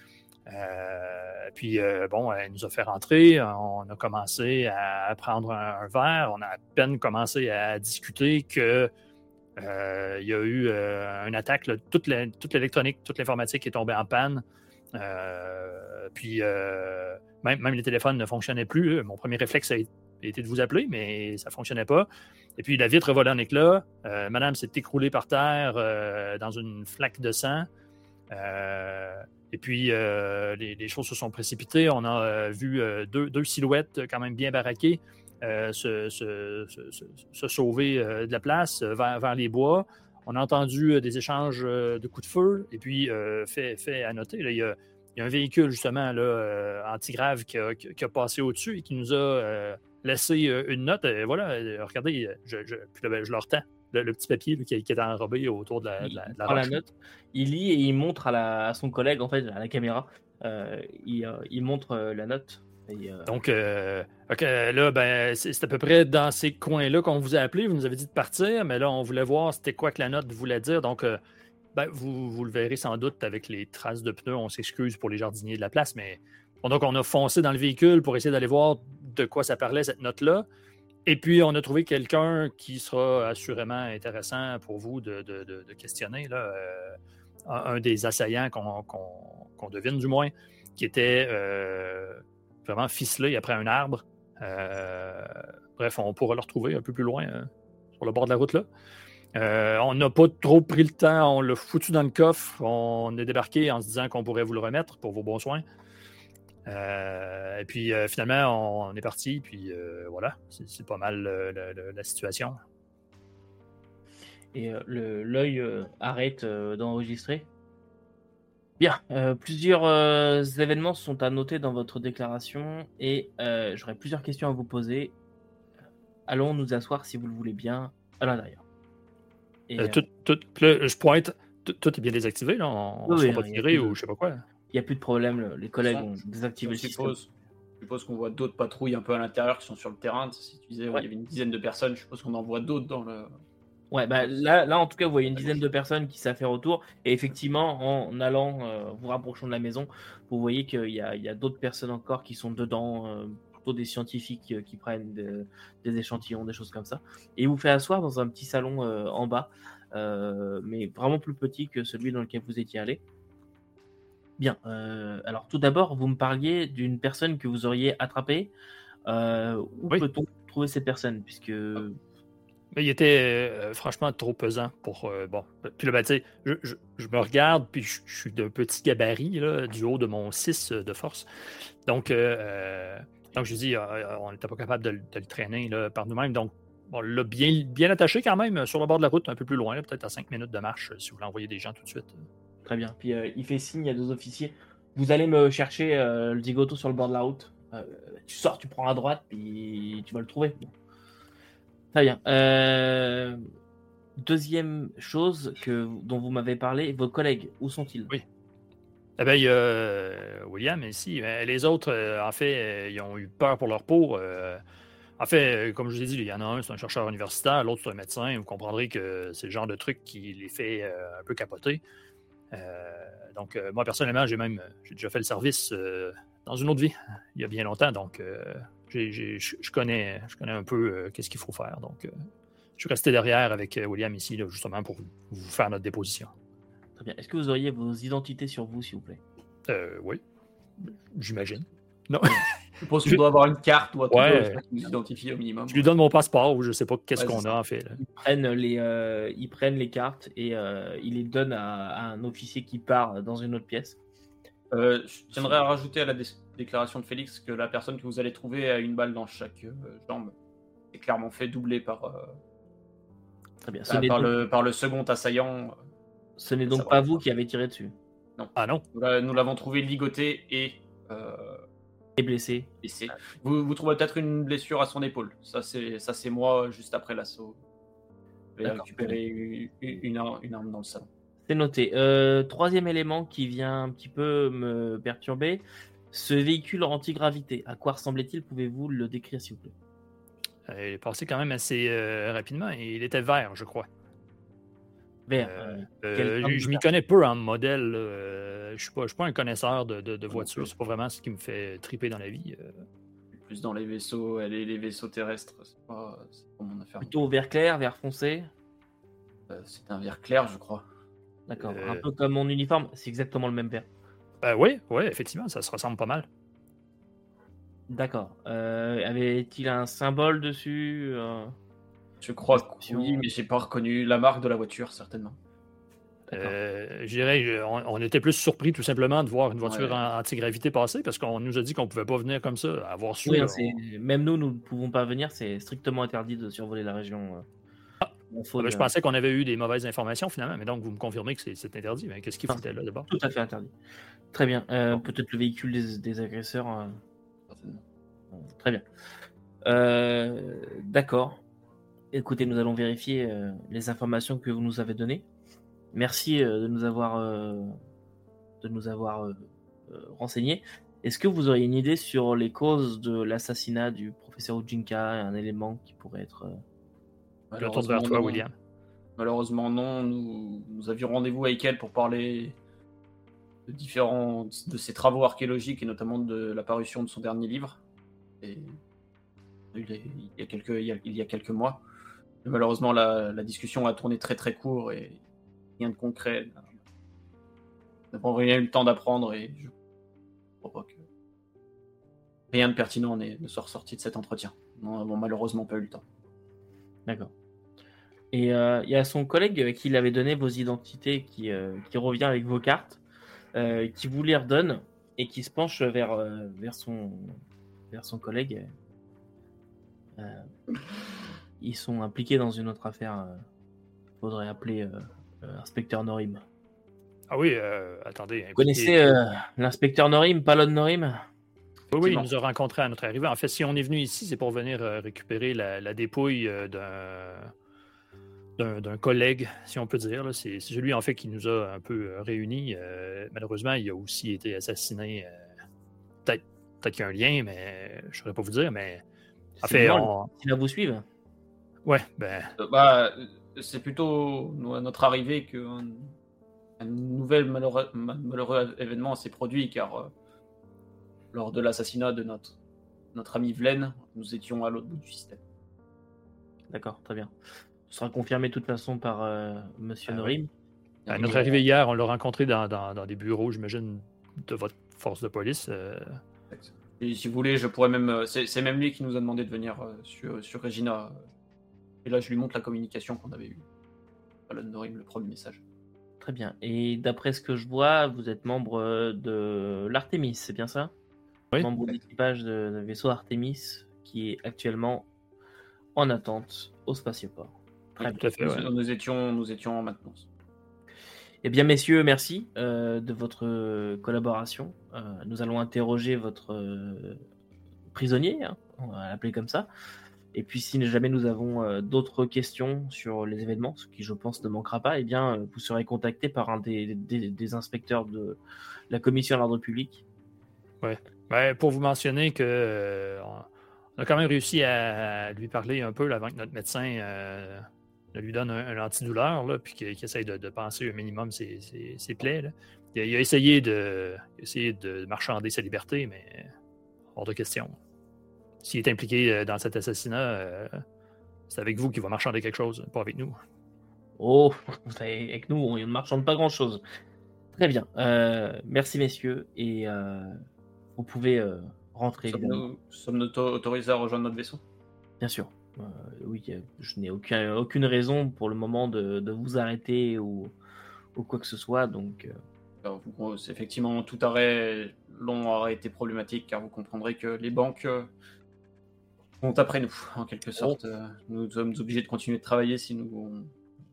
Euh, puis, euh, bon, elle nous a fait rentrer. On a commencé à prendre un, un verre. On a à peine commencé à discuter qu'il euh, y a eu euh, une attaque. Là, toute, la, toute l'électronique, toute l'informatique est tombée en panne. Euh, puis, euh, même, même les téléphones ne fonctionnaient plus. Mon premier réflexe a été de vous appeler, mais ça ne fonctionnait pas. Et puis, la vitre a volé en éclats. Euh, madame s'est écroulée par terre euh, dans une flaque de sang. Euh, et puis, euh, les, les choses se sont précipitées. On a euh, vu euh, deux, deux silhouettes quand même bien baraquées euh, se, se, se, se sauver euh, de la place euh, vers, vers les bois. On a entendu euh, des échanges euh, de coups de feu. Et puis, euh, fait, fait à noter, là, il y a, il y a un véhicule, justement, là, euh, antigrave qui a, qui a passé au-dessus et qui nous a euh, laissé euh, une note. Et voilà, euh, regardez, je, je, puis là, ben, je leur tends. Le, le petit papier là, qui, qui est enrobé autour de la, de la, de la roche. La note, il lit et il montre à, la, à son collègue, en fait, à la caméra. Euh, il, euh, il montre euh, la note. Et, euh... Donc, euh, okay, là, ben, c'est, c'est à peu près dans ces coins-là qu'on vous a appelé. Vous nous avez dit de partir, mais là, on voulait voir c'était quoi que la note voulait dire. Donc, euh, ben, vous, vous le verrez sans doute avec les traces de pneus. On s'excuse pour les jardiniers de la place, mais Bon, donc, on a foncé dans le véhicule pour essayer d'aller voir de quoi ça parlait, cette note-là. Et puis, on a trouvé quelqu'un qui sera assurément intéressant pour vous de, de, de, de questionner, là, euh, un, un des assaillants qu'on, qu'on, qu'on devine, du moins, qui était euh, vraiment ficelé après un arbre. Euh, bref, on pourra le retrouver un peu plus loin, euh, sur le bord de la route, là. Euh, on n'a pas trop pris le temps, on l'a foutu dans le coffre, on est débarqué en se disant qu'on pourrait vous le remettre pour vos bons soins. Euh, et puis euh, finalement, on, on est parti, puis euh, voilà, c'est, c'est pas mal euh, la, la, la situation. Et euh, le, l'œil euh, arrête euh, d'enregistrer. Bien, euh, plusieurs euh, événements sont à noter dans votre déclaration et euh, j'aurais plusieurs questions à vous poser. Allons nous asseoir, si vous le voulez bien, à l'intérieur. Et, Euh, euh, tout, tout, là, je pointe, tout, tout est bien désactivé, là, on ne Oui, se oui, fait pas il y a tirer plus de- ou je sais pas quoi. il n'y a plus de problème, le- les collègues Sans- ont désactivé On le système. suppose, je suppose qu'on voit d'autres patrouilles un peu à l'intérieur qui sont sur le terrain. Si tu disais Ouais. il y avait une dizaine de personnes, je suppose qu'on en voit d'autres dans le. Ouais, bah là, là, en tout cas, vous voyez une dizaine de personnes qui s'affairent autour. Et effectivement, en allant, euh, vous rapprochant de la maison, vous voyez qu'il y a, il y a d'autres personnes encore qui sont dedans, euh, plutôt des scientifiques euh, qui prennent de- des échantillons, des choses comme ça. Et il vous fait asseoir dans un petit salon euh, en bas, euh, mais vraiment plus petit que celui dans lequel vous étiez allé. Bien. euh, alors, tout d'abord, vous me parliez d'une personne que vous auriez attrapée. Euh, où Oui. peut-on trouver cette personne? Puisque. Mais il était euh, franchement trop pesant pour. Euh, bon. Puis là, ben, tu sais, je, je, je me regarde, puis je, je suis d'un petit gabarit, là, du haut de mon six de force. Donc, euh, euh, donc je lui dis, euh, on n'était pas capable de, le- de le traîner là, par nous-mêmes. Donc, on l'a bien, bien attaché quand même sur le bord de la route, un peu plus loin, là, peut-être à cinq minutes de marche, si vous voulez envoyer des gens tout de suite. Très bien. Puis euh, il fait signe à deux officiers. Vous allez me chercher euh, le zigoto sur le bord de la route. Euh, tu sors, tu prends à droite, puis tu vas le trouver. Bon. Très bien. Euh, Deuxième chose que, dont vous m'avez parlé, vos collègues, où sont-ils? Oui. Eh bien, il y a euh, William ici. Mais les autres, euh, en fait, euh, ils ont eu peur pour leur peau. euh, En fait, euh, comme je vous ai dit, il y en a un, c'est un chercheur universitaire, l'autre, c'est un médecin. Vous comprendrez que c'est le genre de truc qui les fait euh, un peu capoter. Euh, donc, euh, moi, personnellement, j'ai même j'ai déjà fait le service euh, dans une autre vie, il y a bien longtemps. Donc, euh, j'ai- j'ai- je je connais, je connais un peu euh, qu'est-ce qu'il faut faire. Donc, euh, je suis resté derrière avec euh, William ici, là, justement, pour vous, vous faire notre déposition. Très bien. Est-ce que vous auriez vos identités sur vous, s'il vous plaît? Euh, oui, j'imagine. Non, Je suppose Je- qu'on doit avoir une carte ou un truc Ouais. comme ça qui nous identifie au minimum. je lui donne mon passeport ou je sais pas qu'est-ce Ouais, qu'on c'est a ça. en fait. Là. Ils prennent les, euh, ils prennent les cartes et euh, ils les donnent à, à un officier qui part dans une autre pièce. Euh, je tiendrais à rajouter à la dé- déclaration de Félix que la personne que vous allez trouver a une balle dans chaque euh, jambe. C'est clairement fait doubler par, euh, Très bien. Ce par, n'est par donc, le, par le second assaillant. ce n'est ça donc va. pas vous qui avez tiré dessus. Ah non, Nous l'a- nous l'avons trouvé ligoté et euh, Et blessé. blessé. Vous, vous trouvez peut-être une blessure à son épaule. Ça, c'est ça, c'est moi juste après l'assaut. J'ai D'accord. récupéré une, une arme, une arme dans le salon. C'est noté. Euh, troisième élément qui vient un petit peu me perturber. Ce véhicule antigravité, à quoi ressemblait-il? Pouvez-vous le décrire, s'il vous plaît? Euh, il est passé quand même assez euh, rapidement. Et il était vert, je crois. Vert. Euh, euh, euh, quel teint de je m'y vert? connais peu en modèle. là. Euh, je suis pas, je suis pas un connaisseur de, de, de voitures. C'est pas vraiment ce qui me fait triper dans la vie. euh. Plus dans les vaisseaux, les, les vaisseaux terrestres, c'est pas, c'est pas mon affaire. Plutôt vert clair, vert foncé? Euh, c'est un vert clair, je crois. D'accord. Euh. Un peu comme mon uniforme, c'est exactement le même vert. Ben oui, oui, effectivement, ça se ressemble pas mal. D'accord. Euh, avait-il un symbole dessus? euh, Je crois que Description. oui, mais j'ai pas reconnu la marque de la voiture, certainement. D'accord. Euh, je dirais, je- on, on était plus surpris tout simplement de voir une voiture Ouais. en antigravité passer parce qu'on nous a dit qu'on pouvait pas venir comme ça. Avoir su, Oui, là, hein, c'est- même nous, nous ne pouvons pas venir. C'est strictement interdit de survoler la région. euh, en on- faune, ben, je euh, pensais qu'on avait eu des mauvaises informations finalement, mais donc vous me confirmez que c'est c'est interdit. Mais qu'est-ce qu'il Ah. foutait là d'abord? Tout à fait interdit. Très bien. Euh, Bon. Peut-être le véhicule des, des agresseurs. euh, Certainement. Très bien. Euh, D'accord. Écoutez, nous allons vérifier euh, les informations que vous nous avez données. Merci euh, de nous avoir, euh, de nous avoir euh, euh, renseignés. Est-ce que vous auriez une idée sur les causes de l'assassinat du professeur Ujinka, un élément qui pourrait être... euh, Je me tourne vers toi, non. William. Malheureusement, non. Nous, nous avions rendez-vous avec elle pour parler de différents de ses travaux archéologiques et notamment de la parution de son dernier livre. Et il y a quelques, il y a, il y a quelques mois. Et malheureusement, la, la discussion a tourné très très court et rien de concret. Nous n'avons rien eu le temps d'apprendre et je crois pas que rien de pertinent n'est, ne soit ressorti de cet entretien. Nous n'avons malheureusement pas eu le temps. D'accord. Et il euh, y a son collègue qui l'avait donné vos identités, qui, euh, qui revient avec vos cartes, euh, qui vous les redonne et qui se penche vers, euh, vers, son, vers son collègue. Euh, ils sont impliqués dans une autre affaire. Euh, faudrait appeler euh, euh, inspecteur Norim. Ah oui, euh, attendez. Vous connaissez euh, l'inspecteur Norim, Palon Norim? Oui, oui, il nous a rencontrés à notre arrivée. En fait, si on est venu ici, c'est pour venir euh, récupérer la, la dépouille euh, d'un, d'un, d'un collègue, si on peut dire. Là. C'est, c'est celui, en fait, qui nous a un peu euh, réunis. Euh, malheureusement, il a aussi été assassiné. Euh, peut-être, peut-être qu'il y a un lien, mais je ne saurais pas vous dire. Mais en C'est fait, bon, on... il va vous suivre. Ouais, ben... Euh, bah, c'est plutôt à notre arrivée qu'un un nouvel malheureux, malheureux événement s'est produit, car euh, lors de l'assassinat de notre, notre ami Vlen, nous étions à l'autre bout du système. D'accord, très bien. Ce sera confirmé de toute façon par euh, Monsieur Ah, Norim. À notre arrivée hier, on l'a rencontré dans, dans, dans des bureaux, j'imagine, de votre force de police. Euh... Et si vous voulez, je pourrais même. C'est, c'est même lui qui nous a demandé de venir euh, sur, sur Regina. Et là, je lui montre la communication qu'on avait eue. Palon Norim, le premier message. Très bien. Et d'après ce que je vois, vous êtes membre de l'Artemis, c'est bien ça? Oui. Membre d'équipage de, de vaisseau Artemis, qui est actuellement en attente au spatioport. Très Oui, bien. tout à fait. Nous, ouais. nous, étions, nous étions en maintenance. Eh bien, messieurs, merci euh, de votre collaboration. Euh, nous allons interroger votre euh, prisonnier, hein, on va l'appeler comme ça. Et puis, si jamais nous avons euh, d'autres questions sur les événements, ce qui, je pense, ne manquera pas, eh bien, euh, vous serez contacté par un des, des, des inspecteurs de la commission à l'ordre public. Ouais. Ouais, pour vous mentionner que euh, on a quand même réussi à, à lui parler un peu là, avant que notre médecin euh, ne lui donne un, un antidouleur, là, puis qu'il, qu'il essaye de, de penser au minimum ses, ses, ses plaies. Là. Il, a, il a essayé de, essayé de marchander sa liberté, mais hors de question. S'il est impliqué dans cet assassinat, euh, c'est avec vous qu'il va marchander quelque chose, pas avec nous. Oh, avec nous, on ne marchande pas grand-chose. Très bien. Euh, merci, messieurs. Et euh, vous pouvez euh, rentrer. Sommes-nous, sommes-nous autorisés à rejoindre notre vaisseau? Bien sûr. Euh, oui, je n'ai aucun, aucune raison pour le moment de, de vous arrêter ou, ou quoi que ce soit. Donc, euh... Alors, vous, c'est effectivement, tout arrêt long aurait été problématique, car vous comprendrez que les banques euh, sont après nous, en quelque sorte. Oh. Nous sommes obligés de continuer de travailler si nous...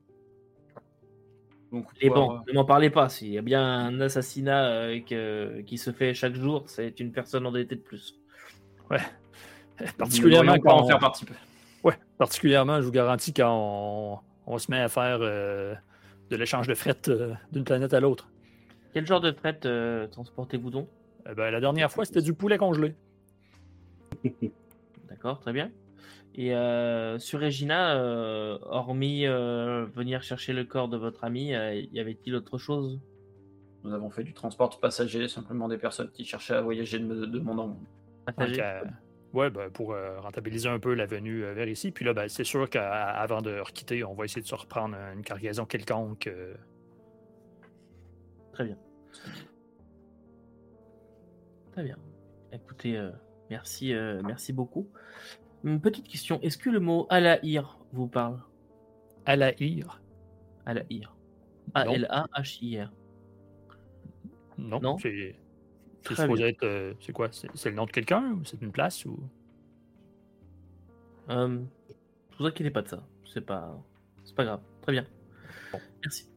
Donc, les pouvoir... banques, ne m'en parlez pas. S'il y a bien un assassinat euh, que, qui se fait chaque jour, c'est une personne endettée de plus. Ouais. Particulièrement quand on... en faire partie. Ouais, particulièrement, je vous garantis, quand on, on se met à faire euh, de l'échange de fret euh, d'une planète à l'autre. Quel genre de fret euh, transportez-vous donc? eh ben, La dernière fois, c'était du poulet congelé. D'accord, très bien. Et euh, sur Regina, euh, hormis euh, venir chercher le corps de votre ami, euh, y avait-il autre chose? Nous avons fait du transport de passagers, simplement des personnes qui cherchaient à voyager de, de monde en monde. Donc, euh, ouais, ben, pour euh, rentabiliser un peu la venue euh, vers ici. Puis là, ben, c'est sûr qu'avant de quitter, on va essayer de se reprendre une cargaison quelconque. Euh... Très bien. Très bien. Écoutez, euh, merci, euh, merci beaucoup. Une petite question, est-ce que le mot Alahir vous parle? Alahir? Alahir. A L A H I R. Non, non c'est, c'est supposé être... Euh, c'est quoi? C'est, c'est le nom de quelqu'un ou c'est une place ou... Euh, vous inquiétez pas de ça. C'est pas, c'est pas grave. Très bien. Bon. Merci.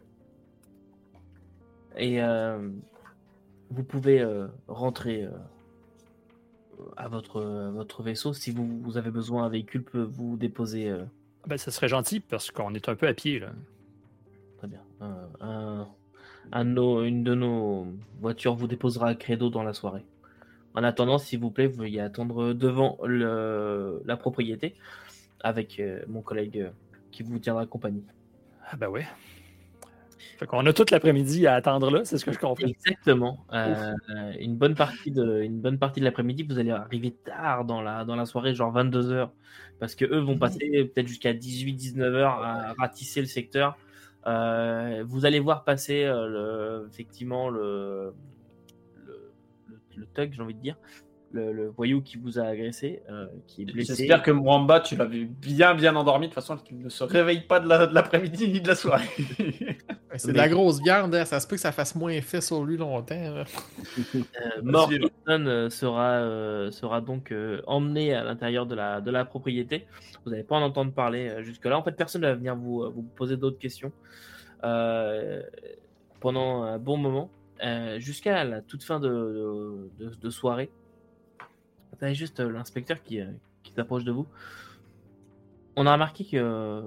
Et euh, vous pouvez euh, rentrer... Euh, à votre, à votre vaisseau. Si vous, vous avez besoin, un véhicule peut vous déposer. Euh... Ben, ça serait gentil parce qu'on est un peu à pied là. Très bien. Euh, un, un de nos, une de nos voitures vous déposera à Credo dans la soirée. En attendant, s'il vous plaît, veuillez attendre devant le, la propriété avec euh, mon collègue euh, qui vous tiendra compagnie. Ah ben ouais. Fait qu'on a toute l'après-midi à attendre là, c'est ce que je comprends. Exactement. Euh, une bonne partie de, une bonne partie de l'après-midi, vous allez arriver tard dans la, dans la soirée, genre vingt-deux heures, parce que eux vont passer peut-être jusqu'à dix-huit dix-neuf heures à ratisser le secteur. Euh, vous allez voir passer euh, le, effectivement le, le, le, le thug, j'ai envie de dire, le, le voyou qui vous a agressé, euh, qui est blessé. J'espère que Mwamba, tu l'avais bien bien endormi de façon qu'il ne se réveille pas de, la, de l'après-midi ni de la soirée. C'est de la grosse viande, hein. Ça se peut que ça fasse moins effet sur lui longtemps. Là. Euh, Morton euh, sera, euh, sera donc euh, emmené à l'intérieur de la, de la propriété. Vous n'allez pas en entendre parler euh, jusque-là. En fait, personne ne va venir vous, vous poser d'autres questions euh, pendant un bon moment, euh, jusqu'à la toute fin de, de, de, de soirée. Vous avez juste euh, l'inspecteur qui, euh, qui s'approche de vous. On a remarqué que euh,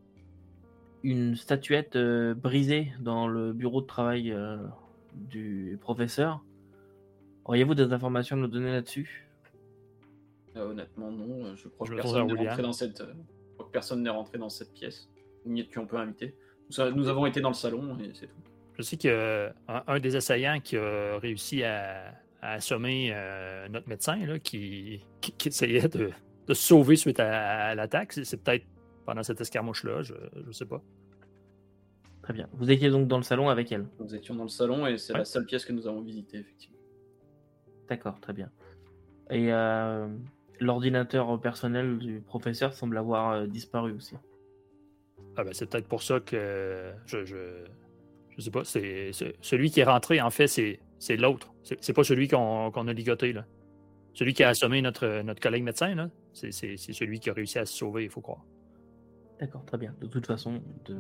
une statuette euh, brisée dans le bureau de travail euh, du professeur. Auriez-vous des informations à nous donner là-dessus? euh, Honnêtement, non. Je crois Je que me personne tourne n'est vers rentré William. dans cette. euh, je crois que personne n'est rentré dans cette pièce. Ni qui on peut inviter. Nous, nous avons été dans le salon et c'est tout. Je sais qu'un un des assaillants qui a réussi à, à assommer euh, notre médecin, là, qui, qui, qui essayait de, de se sauver suite à, à l'attaque, c'est, c'est peut-être pendant cette escarmouche-là, je ne sais pas. Très bien. Vous étiez donc dans le salon avec elle? Nous étions dans le salon et c'est Ouais. la seule pièce que nous avons visitée, effectivement. D'accord, très bien. Et euh, l'ordinateur personnel du professeur semble avoir euh, disparu aussi. Ah ben, c'est peut-être pour ça que je, je, je sais pas. C'est, c'est- celui qui est rentré, en fait, c'est, c'est l'autre. C'est, c'est pas celui qu'on, qu'on a ligoté, là. Celui qui a assommé notre, notre collègue médecin, là, c'est, c'est, c'est celui qui a réussi à se sauver, il faut croire. D'accord, très bien. De toute façon, de...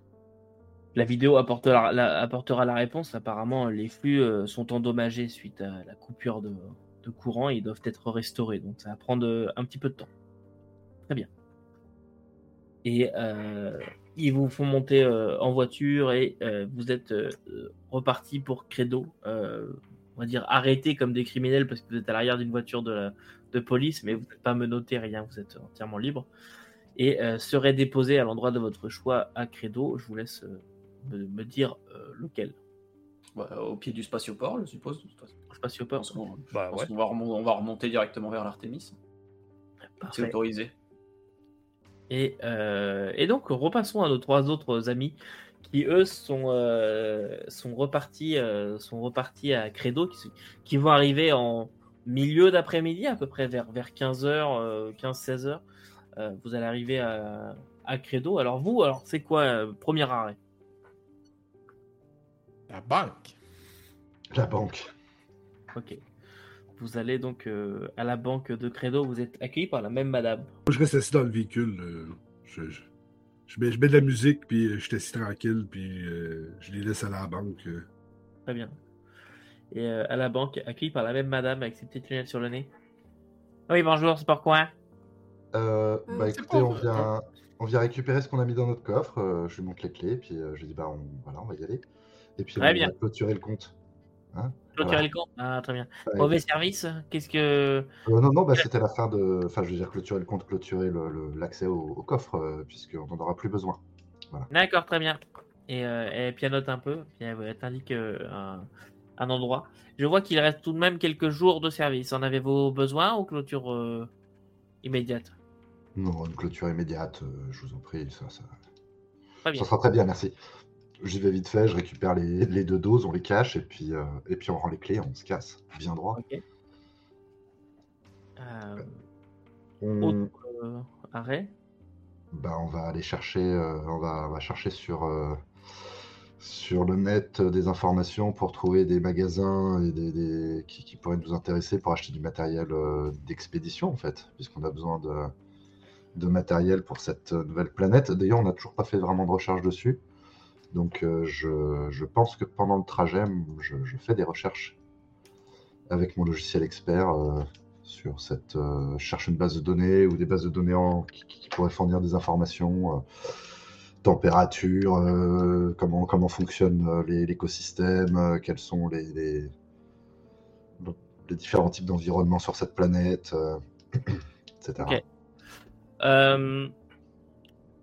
la vidéo apportera la, apportera la réponse. Apparemment, les flux euh, sont endommagés suite à la coupure de, de courant et ils doivent être restaurés. Donc ça va prendre euh, un petit peu de temps. Très bien. Et euh, ils vous font monter euh, en voiture et euh, vous êtes euh, reparti pour Credo. Euh, on va dire arrêté comme des criminels parce que vous êtes à l'arrière d'une voiture de, la, de police, mais vous n'êtes pas menotté, rien, vous êtes entièrement libre. Et euh, serez déposé à l'endroit de votre choix à Credo. Je vous laisse euh, me, me dire euh, lequel. Bah, au pied du spatioport, je suppose. De toute façon. Je Spatioport. pense qu'on, je Bah pense ouais. qu'on va, remon- on va remonter directement vers l'Artémis. C'est Parfait. autorisé. Et, euh, et donc, repassons à nos trois autres amis qui, eux, sont, euh, sont, repartis, euh, sont repartis à Credo, qui, qui vont arriver en milieu d'après-midi, à peu près vers, vers quinze heures, euh, quinze seize heures. Euh, vous allez arriver à, à Credo. Alors vous, alors c'est quoi euh, premier arrêt? La banque. La banque. Ok. Vous allez donc euh, à la banque de Credo. Vous êtes accueilli par la même madame. Moi, je reste assis dans le véhicule. euh, je, je, je mets, je mets de la musique, puis euh, je suis assis tranquille, puis euh, je les laisse aller à la banque. euh. Très bien. Et euh, à la banque, accueilli par la même madame avec ses petites lunettes sur le nez. Oui, bonjour, c'est pourquoi? Euh, Hmm, bah c'est écoutez, pas on vrai. vient, on vient récupérer ce qu'on a mis dans notre coffre. euh, je lui montre les clés, puis euh, je lui dis bah on, voilà, on va y aller. Et puis Très on bien. va clôturer le compte. Hein, Clôturer voilà. le compte. Ah, très bien. Ouais. Mauvais service. Qu'est-ce que... Euh, non, non, bah, c'était la fin de. Enfin, je veux dire, clôturer le compte, clôturer le- le- l'accès au, au coffre, euh, puisqu'on n'en aura plus besoin. D'accord, très bien. Et euh, elle pianote un peu, puis elle, elle t'indique euh, un, un endroit. Je vois qu'il reste tout de même quelques jours de service. En avez-vous besoin ou clôture euh, immédiate? Non, une clôture immédiate, euh, je vous en prie, ça, ça, Très bien. ça sera très bien, merci. J'y vais vite fait, je récupère les, les deux doses, on les cache, et puis, euh, et puis on rend les clés, on se casse, bien droit. Ok. Euh, On, autre euh, arrêt? bah, on va aller chercher, euh, on va, on va chercher sur, euh, sur le net euh, des informations pour trouver des magasins et des, des- qui, qui pourraient nous intéresser pour acheter du matériel euh, d'expédition, en fait, puisqu'on a besoin de, de matériel pour cette euh, nouvelle planète. D'ailleurs, on n'a toujours pas fait vraiment de recherche dessus. Donc, euh, je, je pense que pendant le trajet, je, je fais des recherches avec mon logiciel expert euh, sur cette. Euh, je cherche une base de données ou des bases de données en- qui, qui pourraient fournir des informations, euh, température, euh, comment, comment fonctionne euh, les- l'écosystème, euh, quels sont les, les, les différents types d'environnements sur cette planète, euh, et cetera. Ok. Euh,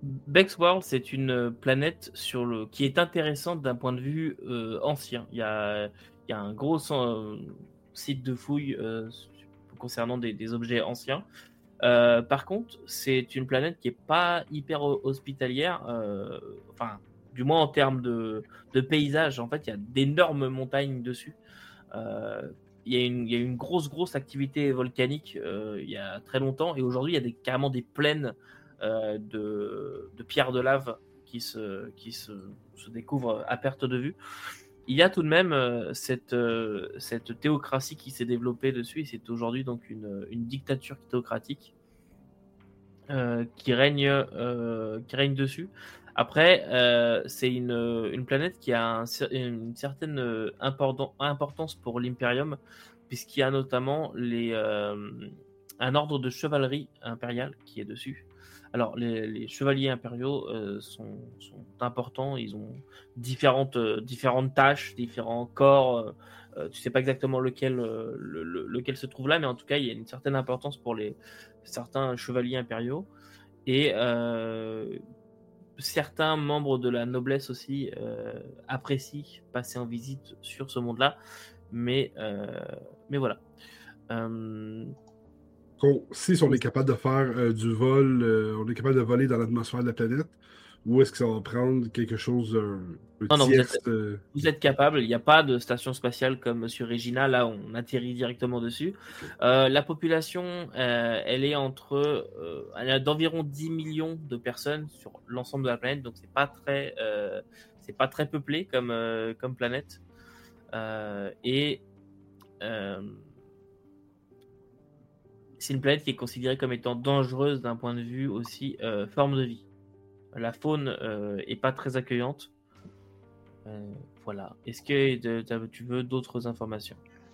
Bexworld, c'est une planète sur le... qui est intéressante d'un point de vue euh, ancien. Il y a, il y a un gros euh, site de fouilles euh, concernant des, des objets anciens. Euh, par contre, c'est une planète qui est pas hyper hospitalière, euh, enfin, du moins en termes de, de paysage. En fait, il y a d'énormes montagnes dessus. Euh, il y a une, il y a une grosse, grosse activité volcanique euh, il y a très longtemps, et aujourd'hui, il y a des, carrément des plaines euh, de, de pierres de lave qui se, qui se, se découvrent à perte de vue. Il y a tout de même euh, cette, euh, cette théocratie qui s'est développée dessus, et c'est aujourd'hui donc une, une dictature théocratique euh, qui, règne, euh, qui règne dessus. Après, euh, c'est une, une planète qui a un, une certaine important, importance pour l'Imperium, puisqu'il y a notamment les, euh, un ordre de chevalerie impériale qui est dessus. Alors, les, les chevaliers impériaux euh, sont, sont importants, ils ont différentes, euh, différentes tâches, différents corps. Euh, tu sais pas exactement lequel, euh, le, le, lequel se trouve là, mais en tout cas, il y a une certaine importance pour les, certains chevaliers impériaux. Et euh, certains membres de la noblesse aussi euh, apprécient passer en visite sur ce monde-là. Mais, euh, mais voilà. Euh, qu'on- si on est capable de faire euh, du vol, euh, on est capable de voler dans l'atmosphère de la planète, ou est-ce que ça va prendre quelque chose d'un un Non, non, vous tierce, êtes, euh, vous êtes capable. Il n'y a pas de station spatiale comme Monsieur Regina. Là, on atterrit directement dessus. Euh, la population, euh, elle est entre, euh, elle a d'environ dix millions de personnes sur l'ensemble de la planète. Donc, c'est pas très, euh, c'est pas très peuplé comme, euh, comme planète. Euh, et euh, c'est une planète qui est considérée comme étant dangereuse d'un point de vue aussi euh, forme de vie. La faune euh, est pas très accueillante. Euh, voilà. Est-ce que de- tu veux d'autres informations?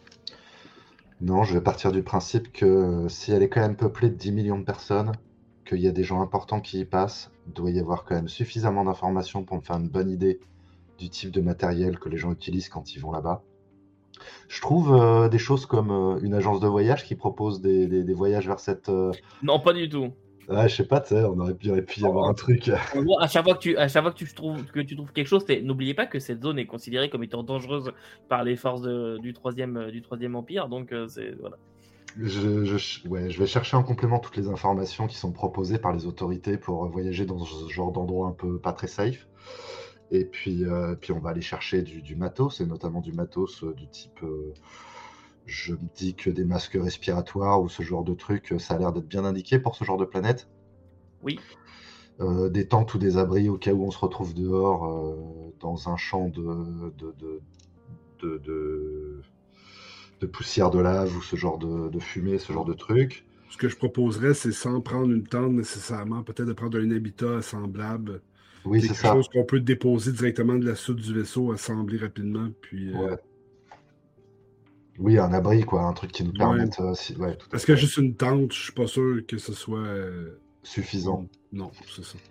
Non, je vais partir du principe que euh, si elle est quand même peuplée de dix millions de personnes, qu'il y a des gens importants qui y passent, il doit y avoir quand même suffisamment d'informations pour me faire une bonne idée du type de matériel que les gens utilisent quand ils vont là-bas. Je trouve euh, des choses comme euh, une agence de voyage qui propose des, des- des voyages vers cette... euh, Non, pas du tout. Ah, je sais pas, tu sais, on aurait pu, il aurait pu y avoir un truc. En gros, à chaque fois que tu, à chaque fois que tu trouves, que tu trouves quelque chose, c'est- n'oubliez pas que cette zone est considérée comme étant dangereuse par les forces de- du troisième, euh, du troisième empire. Donc, euh, c'est voilà. Je, je- ouais, je vais chercher en complément toutes les informations qui sont proposées par les autorités pour euh, voyager dans ce genre d'endroit un peu pas très safe. Et puis, euh, puis on va aller chercher du, du matos, et notamment du matos euh, du type, euh, je me dis que des masques respiratoires ou ce genre de trucs, euh, ça a l'air d'être bien indiqué pour ce genre de planète. Oui. Euh, des tentes ou des abris au cas où on se retrouve dehors euh, dans un champ de, de, de, de, de- de poussière de lave ou ce genre de, de fumée, ce genre de trucs. ce que je proposerais, c'est sans prendre une tente nécessairement, peut-être de prendre un habitat semblable, Oui, c'est quelque ça. chose qu'on peut déposer directement de la soute du vaisseau, assembler rapidement, puis... euh, Ouais. Oui, un abri, quoi, un truc qui nous Ouais. permette. euh, si- ouais, tout à Parce que fait. juste une tente, je suis pas sûr que ce soit... euh, Suffisant. Non, c'est ça.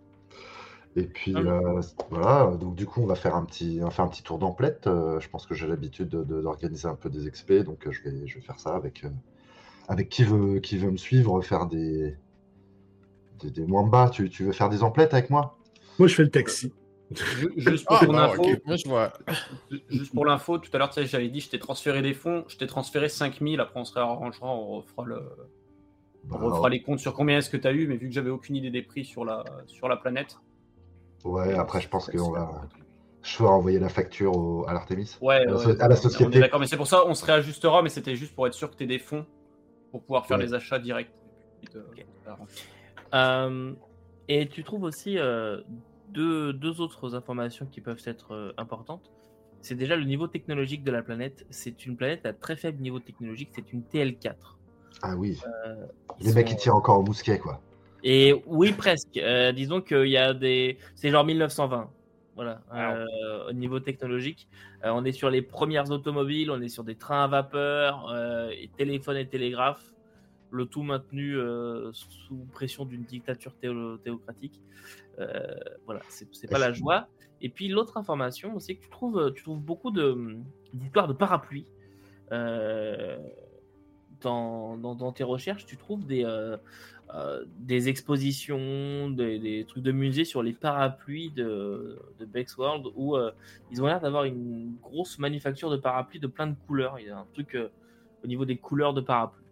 Et puis Ah, euh, voilà, donc du coup on va faire un petit, on va faire un petit tour d'emplette. Euh, je pense que j'ai l'habitude de- de- d'organiser un peu des expés, donc euh, je vais, je vais faire ça avec, euh, avec qui veut, qui veut me suivre, faire des, des, des Mwamba. Tu, tu veux faire des emplettes avec moi? Moi, je fais le taxi. Ju- Juste pour Ah, ton bon, info, ok. Moi, je vois. juste pour l'info, tout à l'heure, tu sais, j'avais dit, je t'ai transféré des fonds, je t'ai transféré cinq mille, après on se réarrangera, on refera, le... Bah, on refera les comptes sur combien est-ce que tu as eu, mais vu que j'avais aucune idée des prix sur la, sur la planète. ouais, euh, après je pense c'est- qu'on c'est- va, je vais envoyer la facture au- à l'Artemis, Ouais, à la, ouais, so- à la voilà, on est- On est société. d'accord, mais c'est pour ça, on se réajustera, mais c'était juste pour être sûr que tu aies des fonds pour pouvoir faire Ouais. les achats directs. Et puis te- Ok. te arranger. Euh, et tu trouves aussi euh, deux, deux autres informations qui peuvent être euh, importantes. C'est déjà le niveau technologique de la planète. C'est une planète à très faible niveau technologique. C'est une T L quatre. Ah oui, Ils les mecs sont- qui tirent encore au mousquet, quoi. Et oui, presque. Euh, disons qu'il y a des. C'est genre mille neuf cent vingt. Voilà. Euh, au niveau technologique, Euh, on est sur les premières automobiles, on est sur des trains à vapeur, euh, et téléphone et télégraphe, le tout maintenu euh, sous pression d'une dictature théo- théocratique. Euh, voilà, c'est c'est pas la joie. Et puis l'autre information, c'est que tu trouves, tu trouves beaucoup de d'histoires de parapluies. Euh, dans, dans, dans tes recherches, tu trouves des, euh, euh, des expositions, des, des trucs de musée sur les parapluies de, de Bex World où euh, ils ont l'air d'avoir une grosse manufacture de parapluies de plein de couleurs. Il y a un truc euh, au niveau des couleurs de parapluies.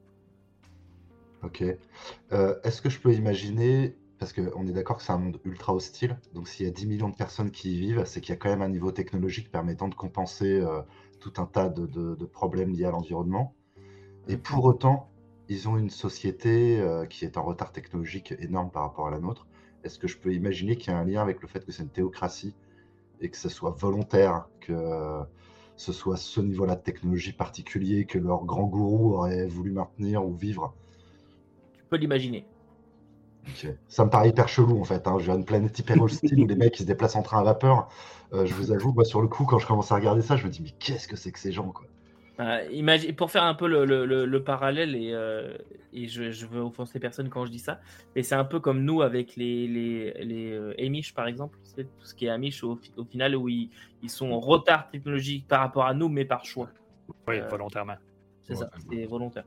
Ok. Euh, est-ce que je peux imaginer, parce qu'on est d'accord que c'est un monde ultra hostile, donc s'il y a dix millions de personnes qui y vivent, c'est qu'il y a quand même un niveau technologique permettant de compenser euh, tout un tas de, de- de problèmes liés à l'environnement. Et Mhm. pour autant, ils ont une société euh, qui est en retard technologique énorme par rapport à la nôtre. Est-ce que je peux imaginer qu'il y a un lien avec le fait que c'est une théocratie et que ce soit volontaire, que euh, ce soit ce niveau-là de technologie particulier que leur grand gourou aurait voulu maintenir ou vivre? Tu peux l'imaginer. Ok. Ça me paraît hyper chelou en fait. Hein. J'ai une planète hyper hostile où les mecs ils se déplacent en train à vapeur. Euh, je vous avoue, moi sur le coup, quand je commence à regarder ça, je me dis mais qu'est-ce que c'est que ces gens quoi. Euh, imagine, pour faire un peu le, le- le- le parallèle, et, euh, et je, je veux offenser personne quand je dis ça, mais c'est un peu comme nous avec les, les, les euh, Amish par exemple, c'est tout ce qui est Amish au, fi- au final où ils, ils sont en retard technologique par rapport à nous, mais par choix. Oui, Euh, volontairement. C'est ça, c'est volontaire.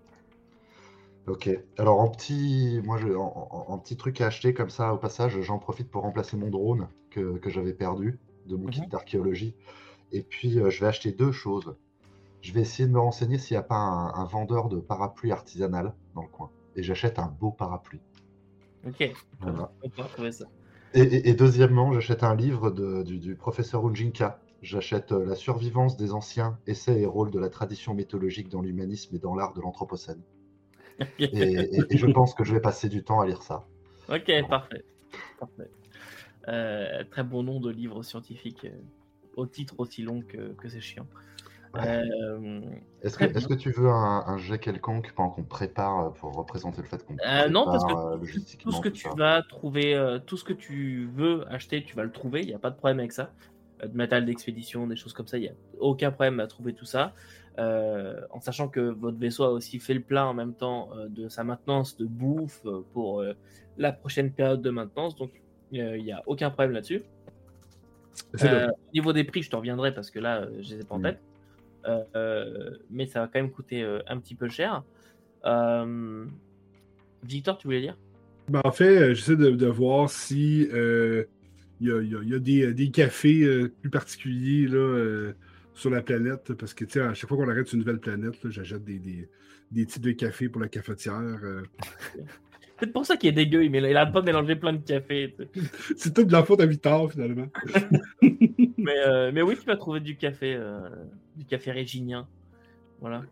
Ok. Alors en petit, moi je, en, en- en petit truc à acheter comme ça au passage, j'en profite pour remplacer mon drone que, que j'avais perdu de mon kit Mhm. d'archéologie. Et puis euh, je vais acheter deux choses. Je vais essayer de me renseigner s'il n'y a pas un, un vendeur de parapluies artisanal dans le coin. Et j'achète un beau parapluie. Ok, Voilà. on peut retrouver ça. Et, et- et deuxièmement, j'achète un livre de- du, du professeur Unjinka. J'achète euh, La survivance des anciens, essais et rôles de la tradition mythologique dans l'humanisme et dans l'art de l'anthropocène. Et, et- et je pense que je vais passer du temps à lire ça. Ok, Voilà. parfait. Parfait. Euh, très bon nom de livre scientifique, euh, au titre aussi long que, que c'est chiant. Ouais. Euh, Est-ce que, très bien. est-ce que tu veux un, un jet quelconque pendant qu'on prépare euh, pour représenter le fait qu'on Euh, non, parce que prépare euh, tout ce logistiquement que tout tu ça? vas trouver, euh, tout ce que tu veux acheter, tu vas le trouver. Il n'y a pas de problème avec ça. Euh, de matériel d'expédition, des choses comme ça, il n'y a aucun problème à trouver tout ça. Euh, en sachant que votre vaisseau a aussi fait le plein en même temps euh, de sa maintenance de bouffe euh, pour euh, la prochaine période de maintenance. Donc, euh, il n'y a aucun problème là-dessus. C'est Euh, là. au niveau des prix, je te reviendrai parce que là, euh, je les ai pas en Mm. tête. Euh, euh, mais ça va quand même coûter euh, un petit peu cher. Euh, Victor, tu voulais dire? Ben, en fait, euh, j'essaie de, de voir si euh, il y a, il y a- il y a des, euh, des cafés euh, plus particuliers là, euh, sur la planète. Parce que tu sais, à chaque fois qu'on arrête sur une nouvelle planète, là, j'achète des, des, des types de café pour la cafetière. euh. C'est pour ça qu'il est dégueu, il, il arrête pas de mélanger plein de café. tu sais. C'est tout de la faute à Victor, finalement. Mais, euh, mais oui, tu vas trouver du café, euh, du café réginien. Voilà.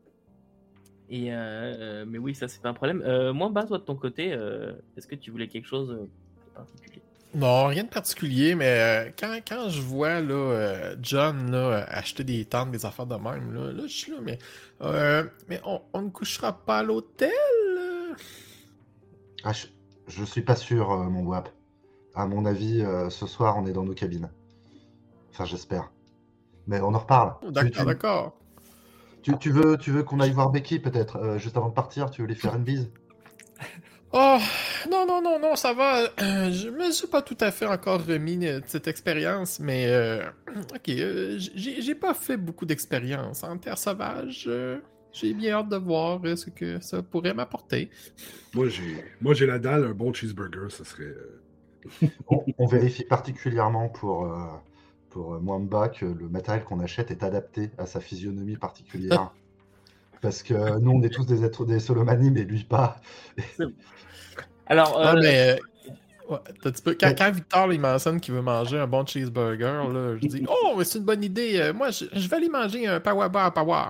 Et euh, mais oui, ça c'est pas un problème. Euh, moi, bas, toi de ton côté, euh, est-ce que tu voulais quelque chose euh, de particulier? Non, rien de particulier, mais euh, quand, quand je vois là, euh, John là, acheter des tentes, des affaires de même, là, là je suis là, mais, euh, mais on, on ne couchera pas à l'hôtel? euh? Ah, je, je suis pas sûr, euh, mon wap. À mon avis, euh, ce soir, on est dans nos cabines. Enfin, j'espère. Mais on en reparle. Oh, Tu, d'accord, tu, d'accord. tu, tu veux, tu veux qu'on aille voir Becky, peut-être, euh, juste avant de partir? Tu veux lui faire une bise? Oh, non, non, non, non, ça va. Euh, je me suis pas tout à fait encore remis euh, de cette expérience, mais euh, ok, euh, j'ai j'ai pas fait beaucoup d'expérience en terre sauvage. euh, j'ai bien hâte de voir euh, ce que ça pourrait m'apporter. Moi, j'ai moi j'ai la dalle, un bon cheeseburger, ça serait. euh, On, on vérifie particulièrement pour, euh, pour euh, Mwamba que le matériel qu'on achète est adapté à sa physionomie particulière. Parce que nous, on est tous des êtres des Solomani, mais lui pas. C'est bon. Alors, Ah, euh, mais euh, ouais, t'as un petit peu- quand, Mais- quand Victor il mentionne qu'il veut manger un bon cheeseburger, là, je dis oh, mais c'est une bonne idée. euh, moi, je, je vais aller manger un power bar à power.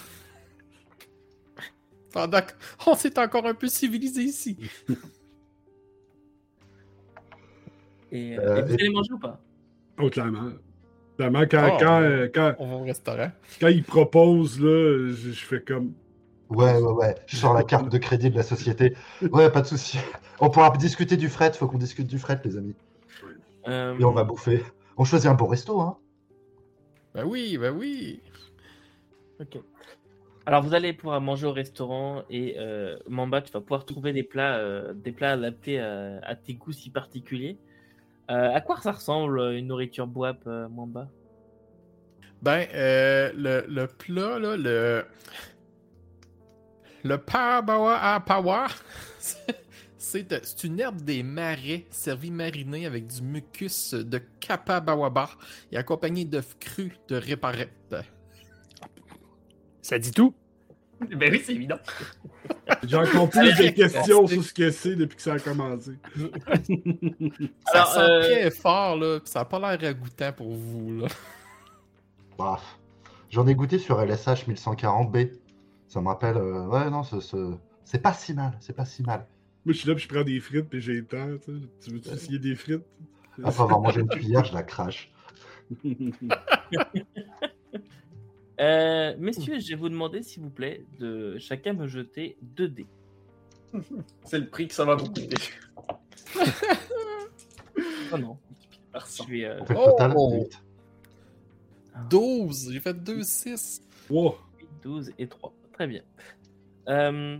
Pendant qu'on s'est encore un peu civilisé ici. et, euh, Euh, et vous et- allez manger ou pas? Oh, clairement. Clairement, quand, Oh, quand, on- euh, quand, On va au restaurant. quand il propose, là, je, je fais comme. Ouais, ouais, ouais. Je sors la carte de crédit de la société. Ouais, pas de souci. On pourra discuter du fret. Faut qu'on discute du fret, les amis. Euh, Et on va bouffer. On choisit un bon resto, hein. Ben oui, ben oui. Ok. Alors, vous allez pouvoir manger au restaurant et euh, Mamba, tu vas pouvoir trouver des plats, euh, des plats adaptés à, à tes goûts si particuliers. Euh, à quoi ça ressemble une nourriture boap, euh, Mamba? Ben, euh, le, le plat, là, le. Le power à power. C'est, euh, c'est une herbe des marais servie marinée avec du mucus de Kappa Bawaba et accompagnée d'œufs crus de réparette. Ça dit tout? Ben oui, c'est évident. J'ai encore plus de questions sur ce que c'est depuis que ça a commencé. Ça Alors, sent euh, très fort, là, pis ça n'a pas l'air ragoûtant pour vous, là. Bref. J'en ai goûté sur L S H mille cent quarante B. Ça me rappelle. euh, Ouais, non, ce- ce- c'est pas si mal. C'est pas si mal. Moi, je suis là, puis je prends des frites, puis j'ai le temps. Tu sais. Tu veux-tu essayer des frites? Après avoir mangé une cuillère, je la crache. Euh, messieurs, je vais vous demander, s'il vous plaît, de chacun me jeter deux dés. C'est le prix que ça va vous coûter. Oh non. Merci. Je vais, euh, On fait le Oh! total. huit. douze, j'ai fait deux six. Wow. huit, douze et trois. Très bien. Euh,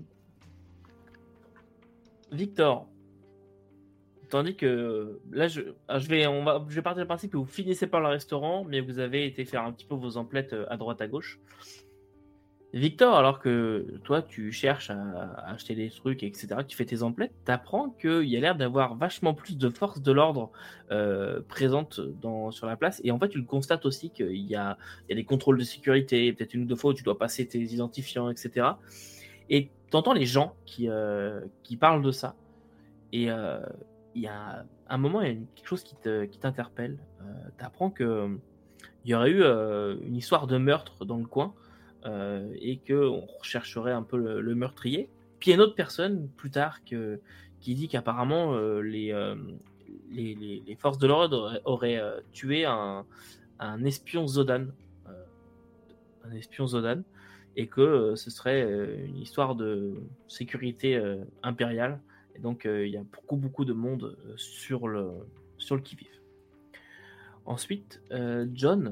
Victor, tandis que là, je, ah, je, vais, on va, je vais partir du principe que vous finissez par le restaurant, mais vous avez été faire un petit peu vos emplettes euh, à droite à gauche. Victor, alors que toi, tu cherches à, à acheter des trucs, et cetera, que tu fais tes emplettes, t'apprends qu'il y a l'air d'avoir vachement plus de forces de l'ordre euh, présentes dans, sur la place. Et en fait, tu le constates aussi qu'il y a, il y a des contrôles de sécurité, peut-être une ou deux fois où tu dois passer tes identifiants, et cetera. Et t'entends les gens qui, euh, qui parlent de ça. Et euh, il y a un moment, il y a une- quelque chose qui, te, qui t'interpelle. Euh, t'apprends qu'il y aurait eu euh, une histoire de meurtre dans le coin. Euh, et qu'on rechercherait un peu le, le meurtrier. Puis il y a une autre personne, plus tard, que, qui dit qu'apparemment euh, les, euh, les, les, les forces de l'ordre auraient, auraient euh, tué un, un espion Zodan. Euh, un espion Zodan. Et que euh, ce serait euh, une histoire de sécurité euh, impériale. Et donc euh, il y a beaucoup, beaucoup de monde euh, sur le, sur le qui-vive. Ensuite, euh, John...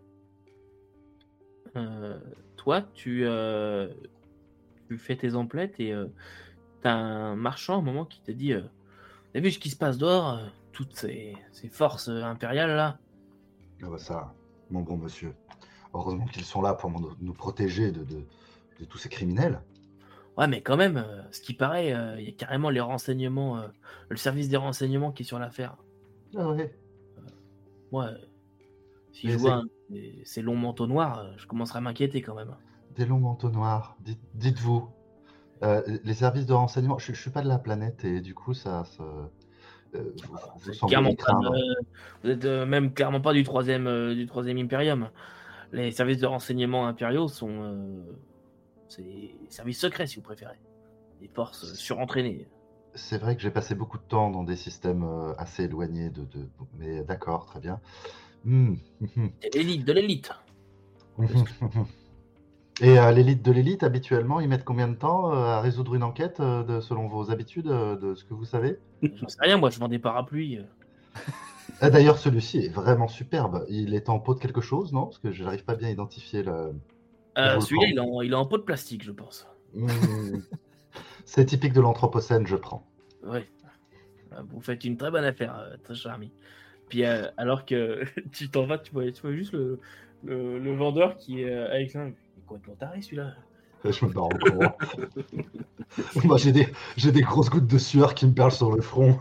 Euh, toi, tu, euh, tu fais tes emplettes et euh, t'as un marchand à un moment qui te dit euh, T'as vu ce qui se passe dehors euh, Toutes ces, ces forces euh, impériales là Ah bah ça, mon bon monsieur. Heureusement qu'ils sont là pour nous, nous protéger de, de, de tous ces criminels. Ouais, mais quand même, euh, ce qui paraît, il euh, y a carrément les renseignements, euh, le service des renseignements qui est sur l'affaire. Ah ouais. Moi, euh, si Mais je vois c'est- un- ces- ces longs manteaux noirs, euh, je commencerai à m'inquiéter quand même. Des longs manteaux noirs. Dites, dites-vous. Euh, les services de renseignement, je, je suis pas de la planète et du coup ça, ça euh, vous, vous Vous êtes semblez clairement les pas craindre. de- vous êtes euh, même clairement pas du troisième, euh, du troisième Imperium. Les services de renseignement impériaux sont euh, c'est des services secrets si vous préférez. Des forces euh, surentraînées. C'est vrai que j'ai passé beaucoup de temps dans des systèmes euh, assez éloignés de, de... Mais d'accord, très bien. Hmm, mhm, C'est l'élite de l'élite. mhm, mhm. Et euh, l'élite de l'élite, habituellement, ils mettent combien de temps euh, à résoudre une enquête euh, de, selon vos habitudes, euh, de ce que vous savez? J'en sais rien, moi je vends des parapluies. euh. Ah, d'ailleurs, celui-ci est vraiment superbe. Il est en pot de quelque chose, non? Parce que je n'arrive pas bien à identifier le... Je Euh, vous le celui-là, prends. il est, en, il est en pot de plastique, je pense. Hmm, c'est typique de l'Anthropocène, je prends. Ouais. Euh, Vous faites une très bonne affaire, euh, très cher ami. Puis euh, alors que tu t'en vas, tu vois, tu vois juste le, le, le vendeur qui est euh, avec ça. Il est complètement taré celui-là. Je me barre en courant. Moi, j'ai des, j'ai des grosses gouttes de sueur qui me perlent sur le front.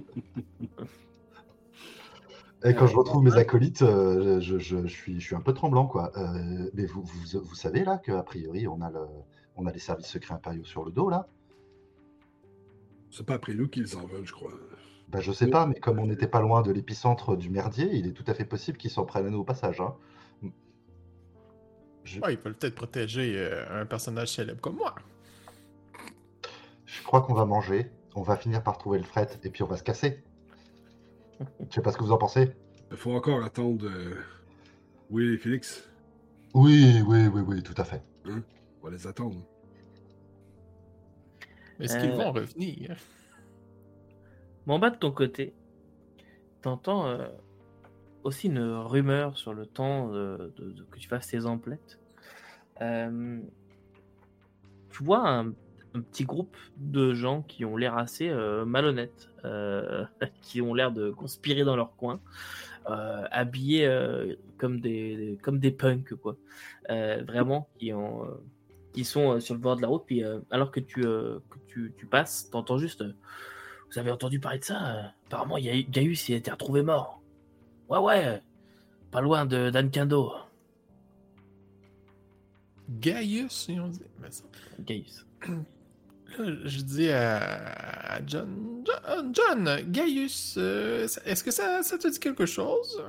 Et quand je retrouve mes acolytes, euh, je, je- je suis, je suis un peu tremblant, quoi. Euh, mais vous, vous, vous savez, là, qu'a priori, on a, le, on a les services secrets impériaux sur le dos, là? C'est pas après nous qu'ils en veulent, je crois. Ben, je sais pas, mais comme on n'était pas loin de l'épicentre du merdier, il est tout à fait possible qu'ils s'en prennent à nous au passage, hein. Je, Ouais, ils veulent peut-être protéger euh, un personnage célèbre comme moi. je crois qu'on va manger, on va finir par trouver le fret, et puis on va se casser. Je sais pas ce que vous en pensez. Il faut encore attendre. euh, Oui, Félix. Oui, oui, oui, oui, tout à fait. Hein? On va les attendre. Est-ce Euh, qu'ils vont revenir? Mais en bas de ton côté, t'entends euh, aussi une rumeur sur le temps de, de- de- que tu fasses tes emplettes. Euh, tu vois un, un petit groupe de gens qui ont l'air assez euh, malhonnêtes, euh, qui ont l'air de conspirer dans leur coin, euh, habillés euh, comme des, des- comme des punks, quoi. Euh, vraiment, qui, ont, euh, qui sont euh, sur le bord de la route. Puis euh, alors que tu, euh, que tu, tu passes, t'entends juste. euh, vous avez entendu parler de ça? euh, Apparemment, il y a Gaius il a été retrouvé mort. Ouais, ouais, pas loin de d'Ankando. Gaius, ils ont dit. Mais ça- Gaius. Là, je dis à, à John, John, John, Gaius, euh, est-ce que ça, ça te dit quelque chose?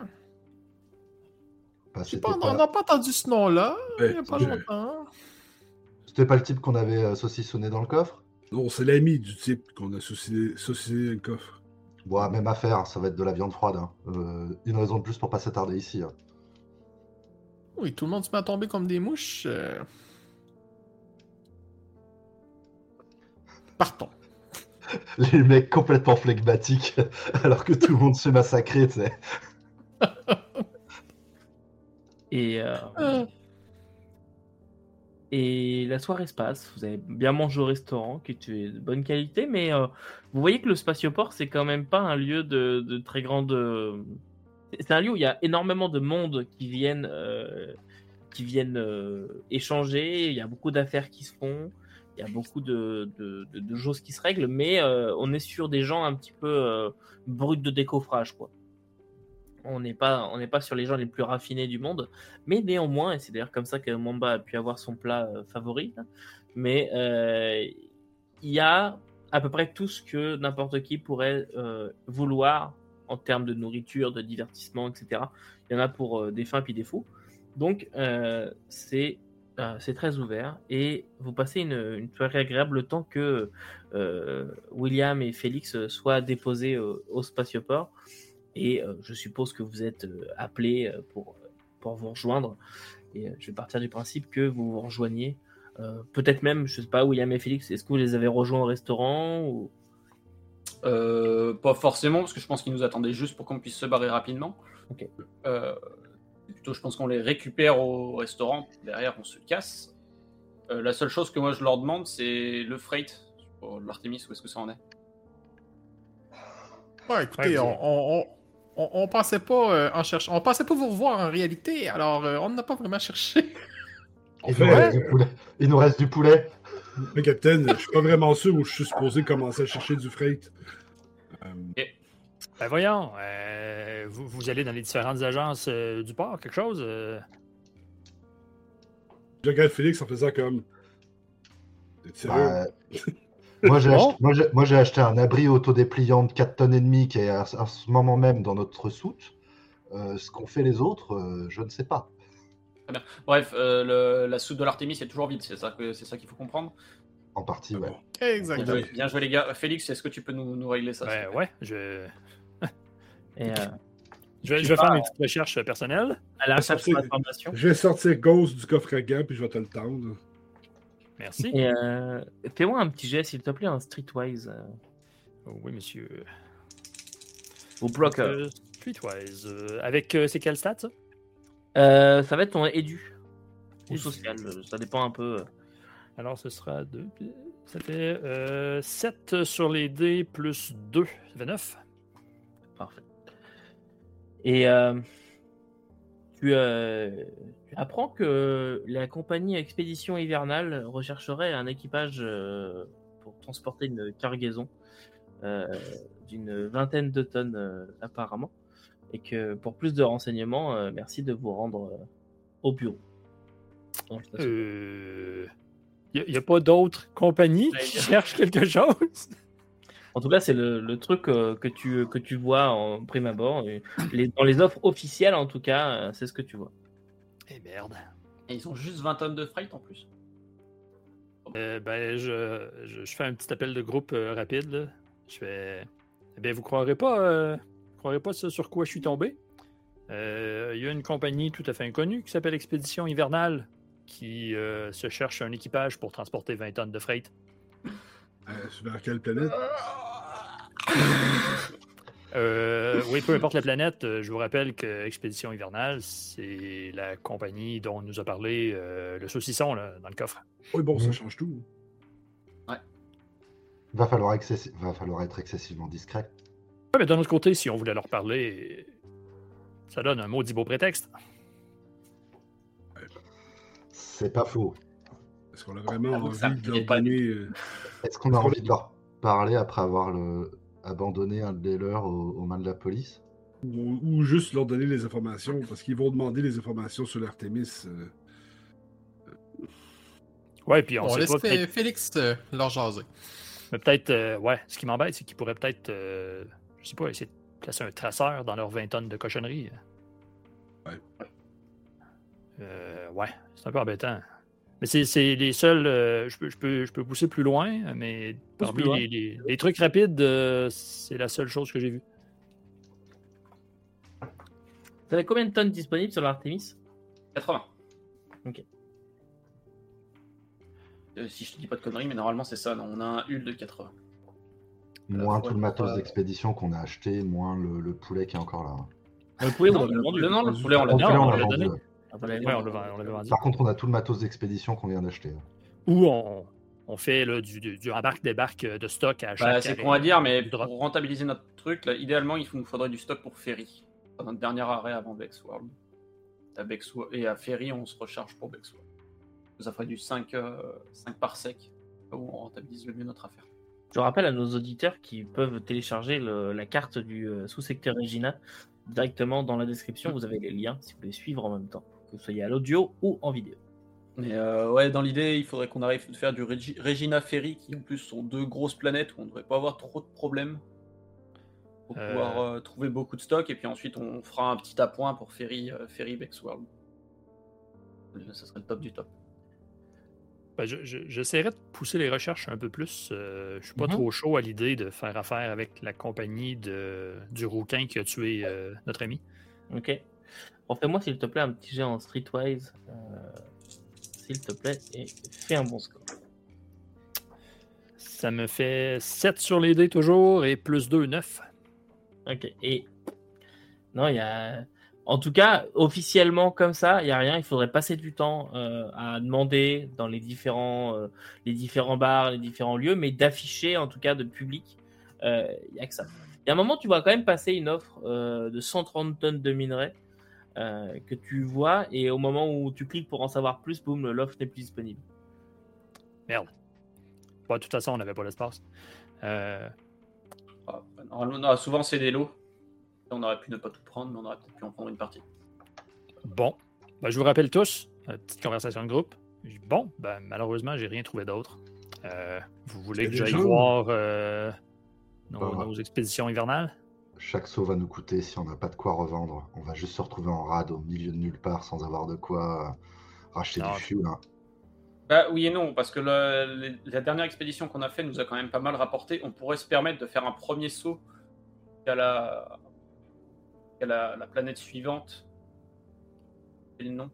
Bah, J'ai c'était pas, pas- on n'a pas entendu ce nom-là, il Ouais, n'y a pas je- longtemps. C'était pas le type qu'on avait euh, saucissonné dans le coffre? Non, c'est l'ami du type qu'on a saucissé, saucissé le coffre. Bon, même affaire, ça va être de la viande froide. Hein. Euh, une raison de plus pour pas s'attarder ici. Hein. Oui, tout le monde se met à tomber comme des mouches. euh. Partons. Les mecs complètement flegmatiques, alors que tout le monde se fait massacrer, tu sais. Et, euh, Ah. et la soirée se passe. Vous avez bien mangé au restaurant, qui était de bonne qualité, mais euh, vous voyez que le spatioport, c'est quand même pas un lieu de, de très grande. euh, C'est un lieu où il y a énormément de monde qui viennent, euh, qui viennent euh, échanger. Il y a beaucoup d'affaires qui se font. Il y a beaucoup de, de, de- de choses qui se règlent, mais euh, on est sur des gens un petit peu euh, bruts de décoffrage, quoi. On n'est pas, on n'est pas sur les gens les plus raffinés du monde, mais néanmoins, et c'est d'ailleurs comme ça que Mamba a pu avoir son plat euh, favori, là, mais euh, il y a à peu près tout ce que n'importe qui pourrait euh, vouloir en termes de nourriture, de divertissement, et cetera. Il y en a pour euh, des fins puis des fous. Donc, euh, c'est euh, c'est très ouvert et vous passez une, une soirée agréable le temps que euh, William et Félix soient déposés au, au spatioport. Et euh, je suppose que vous êtes euh, appelés euh, pour, pour vous rejoindre. Et euh, je vais partir du principe que vous vous rejoignez. Euh, peut-être même, je sais pas, William et Félix, est-ce que vous les avez rejoints au restaurant ou... Euh, pas forcément, parce que je pense qu'ils nous attendaient juste pour qu'on puisse se barrer rapidement. Ok. Euh, plutôt, je pense qu'on les récupère au restaurant. Derrière, on se casse. Euh, la seule chose que moi je leur demande, c'est le freight pour l'Artemis. Où est-ce que ça en est? Ouais, écoutez, Ouais, vous- on, on, on, on- on pensait pas euh, en chercher. On pensait pas vous revoir en réalité, alors euh, on n'a pas vraiment cherché. En Il, fait, nous reste du poulet. Il nous reste du poulet. le capitaine, je suis pas vraiment sûr où je suis supposé commencer à chercher du freight. Euh, Ben voyons, euh, vous, vous allez dans les différentes agences euh, du port, quelque chose? euh? je regarde Félix en faisant comme. T'es sérieux? Bah, moi, j'ai Bon. acheté, moi, j'ai- moi, j'ai acheté un abri autodépliant de quatre tonnes et demie qui est à, à ce moment même dans notre soute. Euh, ce qu'ont fait les autres, euh, je ne sais pas. Bref, euh, le- la soute de l'Artemis est toujours vide, c'est ça, que, c'est ça qu'il faut comprendre. En partie, Ah ouais. bon. Bien Exactement. joué, bien joué, les gars. Félix, est-ce que tu peux nous, nous régler ça? s'il Ben te plaît ouais, je, Et, euh, je vais, Je je vais sais faire pas. mes petites recherches euh, personnelles. à la recherche sortir- d'informations. Je vais sortir Ghost du coffre à gants puis je vais te le tendre. Merci. Et euh, fais-moi un petit jet, s'il te plaît, un Streetwise. euh, Oh, oui, monsieur. ou Broker. Euh, Streetwise. euh, avec, euh, c'est quel stat, ça? Euh, ça va être ton édu. Ou Édu. social, euh, ça dépend un peu. euh. Alors, ce sera deux. Ça fait euh, sept sur les dés plus deux. Ça fait neuf. Parfait. Et euh, tu, euh, tu apprends que la compagnie Expédition Hivernale rechercherait un équipage euh, pour transporter une cargaison euh, d'une vingtaine de tonnes euh, apparemment. Et que pour plus de renseignements, euh, merci de vous rendre euh, au bureau. Dans le station. Euh... Il n'y a, pas d'autres compagnies Ouais, qui bien. cherchent quelque chose? En tout cas, c'est le, le truc euh, que, tu, que tu vois en prime abord. Et les- dans les offres officielles, en tout cas, euh, c'est ce que tu vois. Eh merde. Et ils ont juste vingt tonnes de freight en plus. Euh, ben, je, je, je fais un petit appel de groupe euh, rapide. Là. Je fais. Eh bien, vous croirez pas, euh, vous croirez pas ce sur quoi je suis tombé? Euh, Il y a une compagnie tout à fait inconnue qui s'appelle Expédition Hivernale qui euh, se cherche un équipage pour transporter vingt tonnes de freight. Euh, vers quelle planète? Euh, oui, peu importe la planète, euh, je vous rappelle que Expédition Hivernale, c'est la compagnie dont nous a parlé euh, le saucisson là, dans le coffre. Oui, bon, ça Mhm. change tout. Va falloir, excessi- va falloir être excessivement discret. Ouais, mais d'un autre côté, si on voulait leur parler, ça donne un maudit beau prétexte. C'est pas faux. Est-ce qu'on a vraiment Avoue que ça envie de me leur plaît pas du donner. euh, Est-ce qu'on a envie de leur parler après avoir le... abandonner un des leurs aux, aux mains de la police. Ou, ou juste leur donner les informations, parce qu'ils vont demander les informations sur l'Artémis. Euh... Ouais, puis on, On sait laisse pas. Fé- peut-être- Félix euh, leur jaser. Mais peut-être, euh, ouais, ce qui m'embête, c'est qu'ils pourraient peut-être, euh, je sais pas, essayer de placer un traceur dans leurs vingt tonnes de cochonneries. Ouais. Euh, ouais, c'est un peu embêtant. Mais c'est, c'est les seuls. euh, je, peux, je, peux, je peux pousser plus loin, mais Pousse parmi plus loin. les, les- les trucs rapides, euh, c'est la seule chose que j'ai vue. Vous avez combien de tonnes disponibles sur l'Artemis? quatre-vingts. Ok. Euh, si je te dis pas de conneries, mais normalement c'est ça. Non, on a un Hul de quatre-vingts. Moins faut tout le être, matos euh, d'expédition qu'on a acheté, moins le, le poulet qui est encore là. Le poulet, on Non, l'a vendu. le, non, le poulet, on l'a Le Non, poulet, on on l'a l'a vendu. donné. ouais. Ah, vous l'avez Ouais, on vendu. l'a on l'avait vendu. Par contre, on a tout le matos d'expédition qu'on vient d'acheter. Ou on, on fait là, du, du, du embarque-débarque de stock à chaque. Bah, c'est arrêt qu'on va dire, mais du drop. pour rentabiliser notre truc, là, idéalement, il nous faudrait du stock pour Ferry. Dans notre dernier arrêt avant Bexworld. À Bexwo- Et à Ferry, on se recharge pour Bexworld. Ça ferait du cinq, euh, cinq par sec, où on rentabilise le mieux notre affaire. Je rappelle à nos auditeurs qui peuvent télécharger le- la carte du euh, sous-secteur Regina directement dans la description. Vous avez les liens si vous voulez suivre en même temps, que vous soyez à l'audio ou en vidéo. Mais euh, ouais, dans l'idée, il faudrait qu'on arrive à faire du Regi- Regina Ferry, qui en plus sont deux grosses planètes où on ne devrait pas avoir trop de problèmes. Pour Euh. pouvoir euh, trouver beaucoup de stock, et puis ensuite on fera un petit appoint pour Ferry, euh, Ferry Bexworld. Ça serait le top du top. Ben, je- je- j'essaierai de pousser les recherches un peu plus. Euh, je suis pas Mhm. trop chaud à l'idée de faire affaire avec la compagnie de, du rouquin qui a tué euh, notre ami. Ok. Bon, fais-moi s'il te plaît un petit jet en Streetwise, euh, s'il te plaît, et fais un bon score. Ça me fait sept sur les dés toujours et plus deux, neuf. Ok. Et non, il y a. En tout cas, officiellement comme ça, il n'y a rien. Il faudrait passer du temps euh, à demander dans les différents, euh, les différents bars, les différents lieux, mais d'afficher en tout cas de public. euh, Il n'y a que ça. Il y a un moment, tu vas quand même passer une offre euh, de cent trente tonnes de minerais euh, que tu vois, et au moment où tu cliques pour en savoir plus, boum, l'offre n'est plus disponible. Merde. Bon, de toute façon, on n'avait pas l'espace. Euh, Ah, normalement, non, souvent c'est des lots. On aurait pu ne pas tout prendre, mais on aurait peut-être pu en prendre une partie. bon. Ben, je vous rappelle tous, une petite conversation de groupe. Je dis, bon, ben, malheureusement, j'ai rien trouvé d'autre. Euh, vous voulez C'est que j'aille des gens. voir euh, nos, Bah. nos expéditions hivernales? Chaque saut va nous coûter si on n'a pas de quoi revendre. On va juste se retrouver en rade au milieu de nulle part sans avoir de quoi euh, racheter Non, du fuel. hein. Bah, oui et non, parce que le- le- la dernière expédition qu'on a fait nous a quand même pas mal rapporté. On pourrait se permettre de faire un premier saut à la, à la, la planète suivante. Quel est le nom?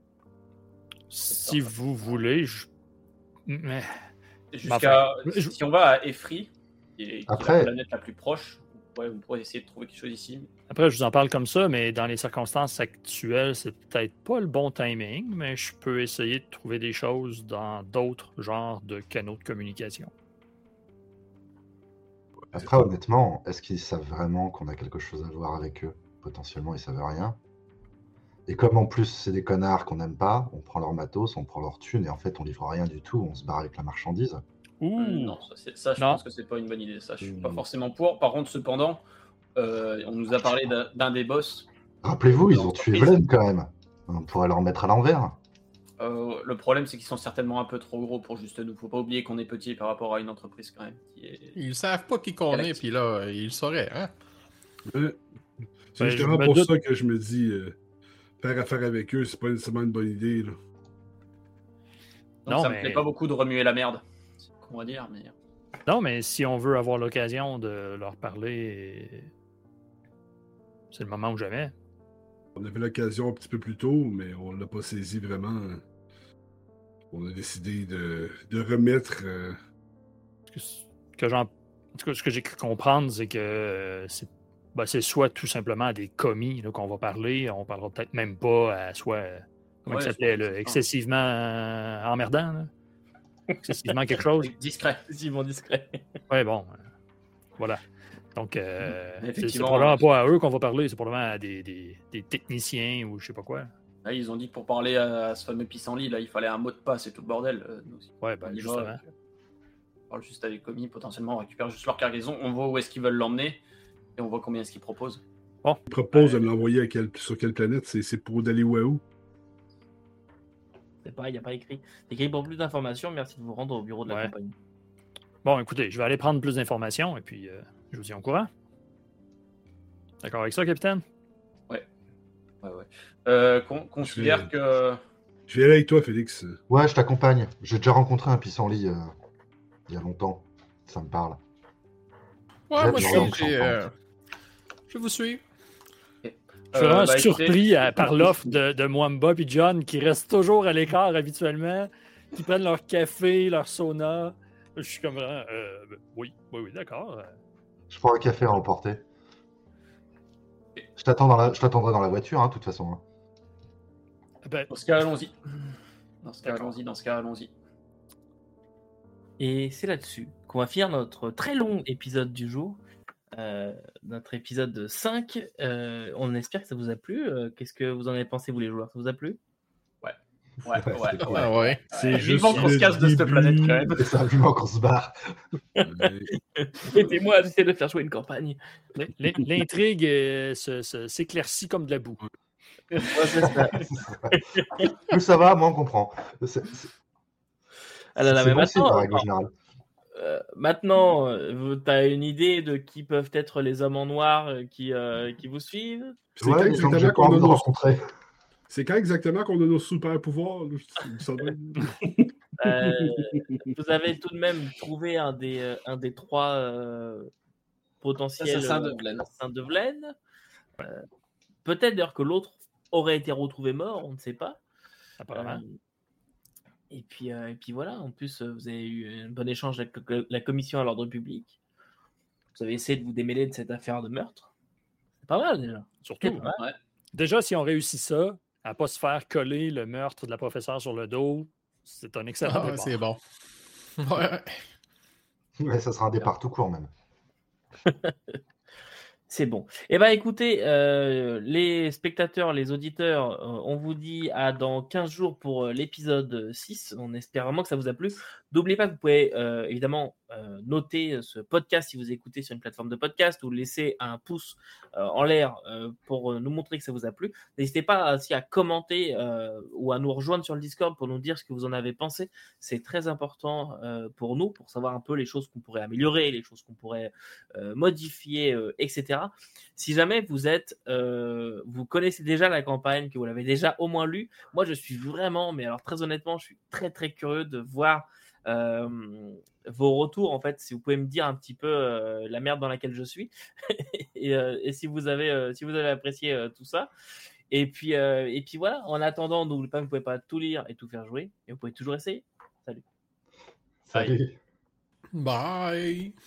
Si vous voulez, je... Mais... Jusqu'à enfin, je- si on va à Efri, qui est, qui est Après- la planète la plus proche, on pourrait, on pourrait essayer de trouver quelque chose ici. Après, je vous en parle comme ça, mais dans les circonstances actuelles, c'est peut-être pas le bon timing, mais je peux essayer de trouver des choses dans d'autres genres de canaux de communication. Après, honnêtement, est-ce qu'ils savent vraiment qu'on a quelque chose à voir avec eux? Potentiellement, ils savent rien. Et comme en plus, c'est des connards qu'on n'aime pas, on prend leur matos, on prend leur thune, et en fait, on livre rien du tout, on se barre avec la marchandise. Ouh! Euh, non, ça, c'est- ça, je Non. pense que c'est pas une bonne idée. Ça, je suis pas Mm. forcément pour. Par contre, cependant, euh, on nous a parlé d'un d'un des boss. Rappelez-vous, ils Leur ont tué entreprise. Vlen quand même. On pourrait leur mettre à l'envers. Euh, le problème, c'est qu'ils sont certainement un peu trop gros pour juste nous. Faut pas oublier qu'on est petit par rapport à une entreprise quand même. Qui est... Ils savent pas qui qu'on est, Galaxy. puis là, ils le sauraient, hein? Euh, c'est Ben, justement je me pour doute- ça que je me dis, euh, faire affaire avec eux, c'est pas nécessairement une bonne idée. Là. Donc Non, ça mais- me plaît pas beaucoup de remuer la merde. C'est ce qu'on va dire, mais. Non, mais si on veut avoir l'occasion de leur parler, c'est le moment ou jamais. On avait l'occasion un petit peu plus tôt, mais on l'a pas saisi vraiment. On a décidé de, de remettre. euh, Ce que, que j'en- en tout cas, ce que j'ai cru comprendre, c'est que euh, c'est ben, c'est soit tout simplement des commis là, qu'on va parler, on parlera peut-être même pas à soit euh, comment Ouais, il s'appelait, je pense là, que c'est ça. excessivement euh, emmerdant, là. Excessivement quelque chose. Discret. Effectivement discret. Ouais, bon, euh, voilà. Donc, euh, c'est- c'est Effectivement, probablement euh, pas à eux qu'on va parler, c'est probablement à des, des, des techniciens ou je sais pas quoi. Là, ils ont dit que pour parler à ce fameux pissenlit, là, il fallait un mot de passe et tout le bordel. euh, donc, Ouais, ben on y va, justement. euh, parle juste avec Comi, potentiellement on récupère juste leur cargaison, on voit où est-ce qu'ils veulent l'emmener et on voit combien est-ce qu'ils proposent. Ils proposent de l'envoyer à quel... sur quelle planète? C'est, c'est pour d'aller où à où? C'est pas, il n'y a pas écrit. C'est écrit pour plus d'informations, merci de vous rendre au bureau de la Ouais. compagnie. Bon, écoutez, je vais aller prendre plus d'informations et puis euh, je vous tiens au courant. D'accord avec ça, capitaine? Ouais, ouais. Euh, con- considère vais- que... Je vais aller avec toi, Félix. Ouais, je t'accompagne. J'ai déjà rencontré un pissenlit euh, il y a longtemps. Ça me parle. Ouais, J'ai moi, je vraiment suis. j'ai, content. euh, Je vous suis. Je suis vraiment Euh, bah, surpris écoutez- à- par l'offre de, de Mwamba et John qui restent toujours à l'écart habituellement, qui prennent leur café, leur sauna. Je suis comme vraiment. euh, oui, oui, oui, d'accord. euh. Je prends un café à emporter. Je t'attends dans la... je t'attendrai dans la voiture, hein, de toute façon. hein. Ben, Dans ce cas, allons-y. Dans ce cas, D'accord. allons-y, dans ce cas, allons-y. Et c'est là-dessus qu'on va finir notre très long épisode du jour. Euh, notre épisode cinq. Euh, on espère que ça vous a plu. Euh, qu'est-ce que vous en avez pensé, vous les joueurs? Ça vous a plu? Ouais, Ouais, ouais, ouais. c'était cool. ouais. Ah ouais. C'est Ouais, juste vivement qu'on se le casse de cette début. planète, quand même. C'est ça, vivement qu'on se barre. Ouais. Aidez-moi à essayer de faire jouer une campagne. l'in- l'in- l'intrigue euh, se- se- s'éclaircit comme de la boue. Ouais, c'est ça. C'est ça. Plus ça va, moins on comprend. C'est, c'est... Ah là là, c'est mais bon signe, maintenant, en règle générale. Euh, maintenant, tu as une idée de qui peuvent être les hommes en noir euh, qui, euh, qui vous suivent? C'est Ouais, quand les gens que j'ai exactement pas qu'on a envie de nos... rencontrer. C'est quand exactement qu'on a nos super pouvoirs? là? Il me semble. Euh, Vous avez tout de même trouvé un des, euh, un des trois euh, potentiels Assassins de euh, Vlen. assassins de Vlen. Euh, Peut-être d'ailleurs que l'autre aurait été retrouvé mort, on ne sait pas. Apparemment. Euh, et, puis, euh, et puis voilà, en plus, euh, vous avez eu un bon échange avec le- la commission à l'ordre public. Vous avez essayé de vous démêler de cette affaire de meurtre. C'est pas mal déjà. Surtout. C'est pas mal. Ouais. Déjà, si on réussit ça, à ne pas se faire coller le meurtre de la professeure sur le dos, c'est un excellent Ah, ouais, départ. c'est bon. Ouais. Ouais, ça sera un départ tout court même. C'est bon. Eh bien, écoutez, euh, les spectateurs, les auditeurs, euh, on vous dit à dans quinze jours pour euh, l'épisode six. On espère vraiment que ça vous a plu. N'oubliez pas que vous pouvez euh, évidemment euh, noter ce podcast si vous écoutez sur une plateforme de podcast ou laisser un pouce euh, en l'air euh, pour nous montrer que ça vous a plu. N'hésitez pas aussi à commenter euh, ou à nous rejoindre sur le Discord pour nous dire ce que vous en avez pensé. C'est très important euh, pour nous, pour savoir un peu les choses qu'on pourrait améliorer, les choses qu'on pourrait euh, modifier, euh, et cetera. Si jamais vous êtes, euh, vous connaissez déjà la campagne, que vous l'avez déjà au moins lu, moi je suis vraiment, mais alors très honnêtement, je suis très très curieux de voir euh, vos retours en fait. Si vous pouvez me dire un petit peu euh, la merde dans laquelle je suis et, euh, et si vous avez, euh, si vous avez apprécié euh, tout ça. Et puis, euh, et puis voilà. En attendant, n'oubliez pas que vous pouvez pas tout lire et tout faire jouer, et vous pouvez toujours essayer. Salut. Salut. Bye.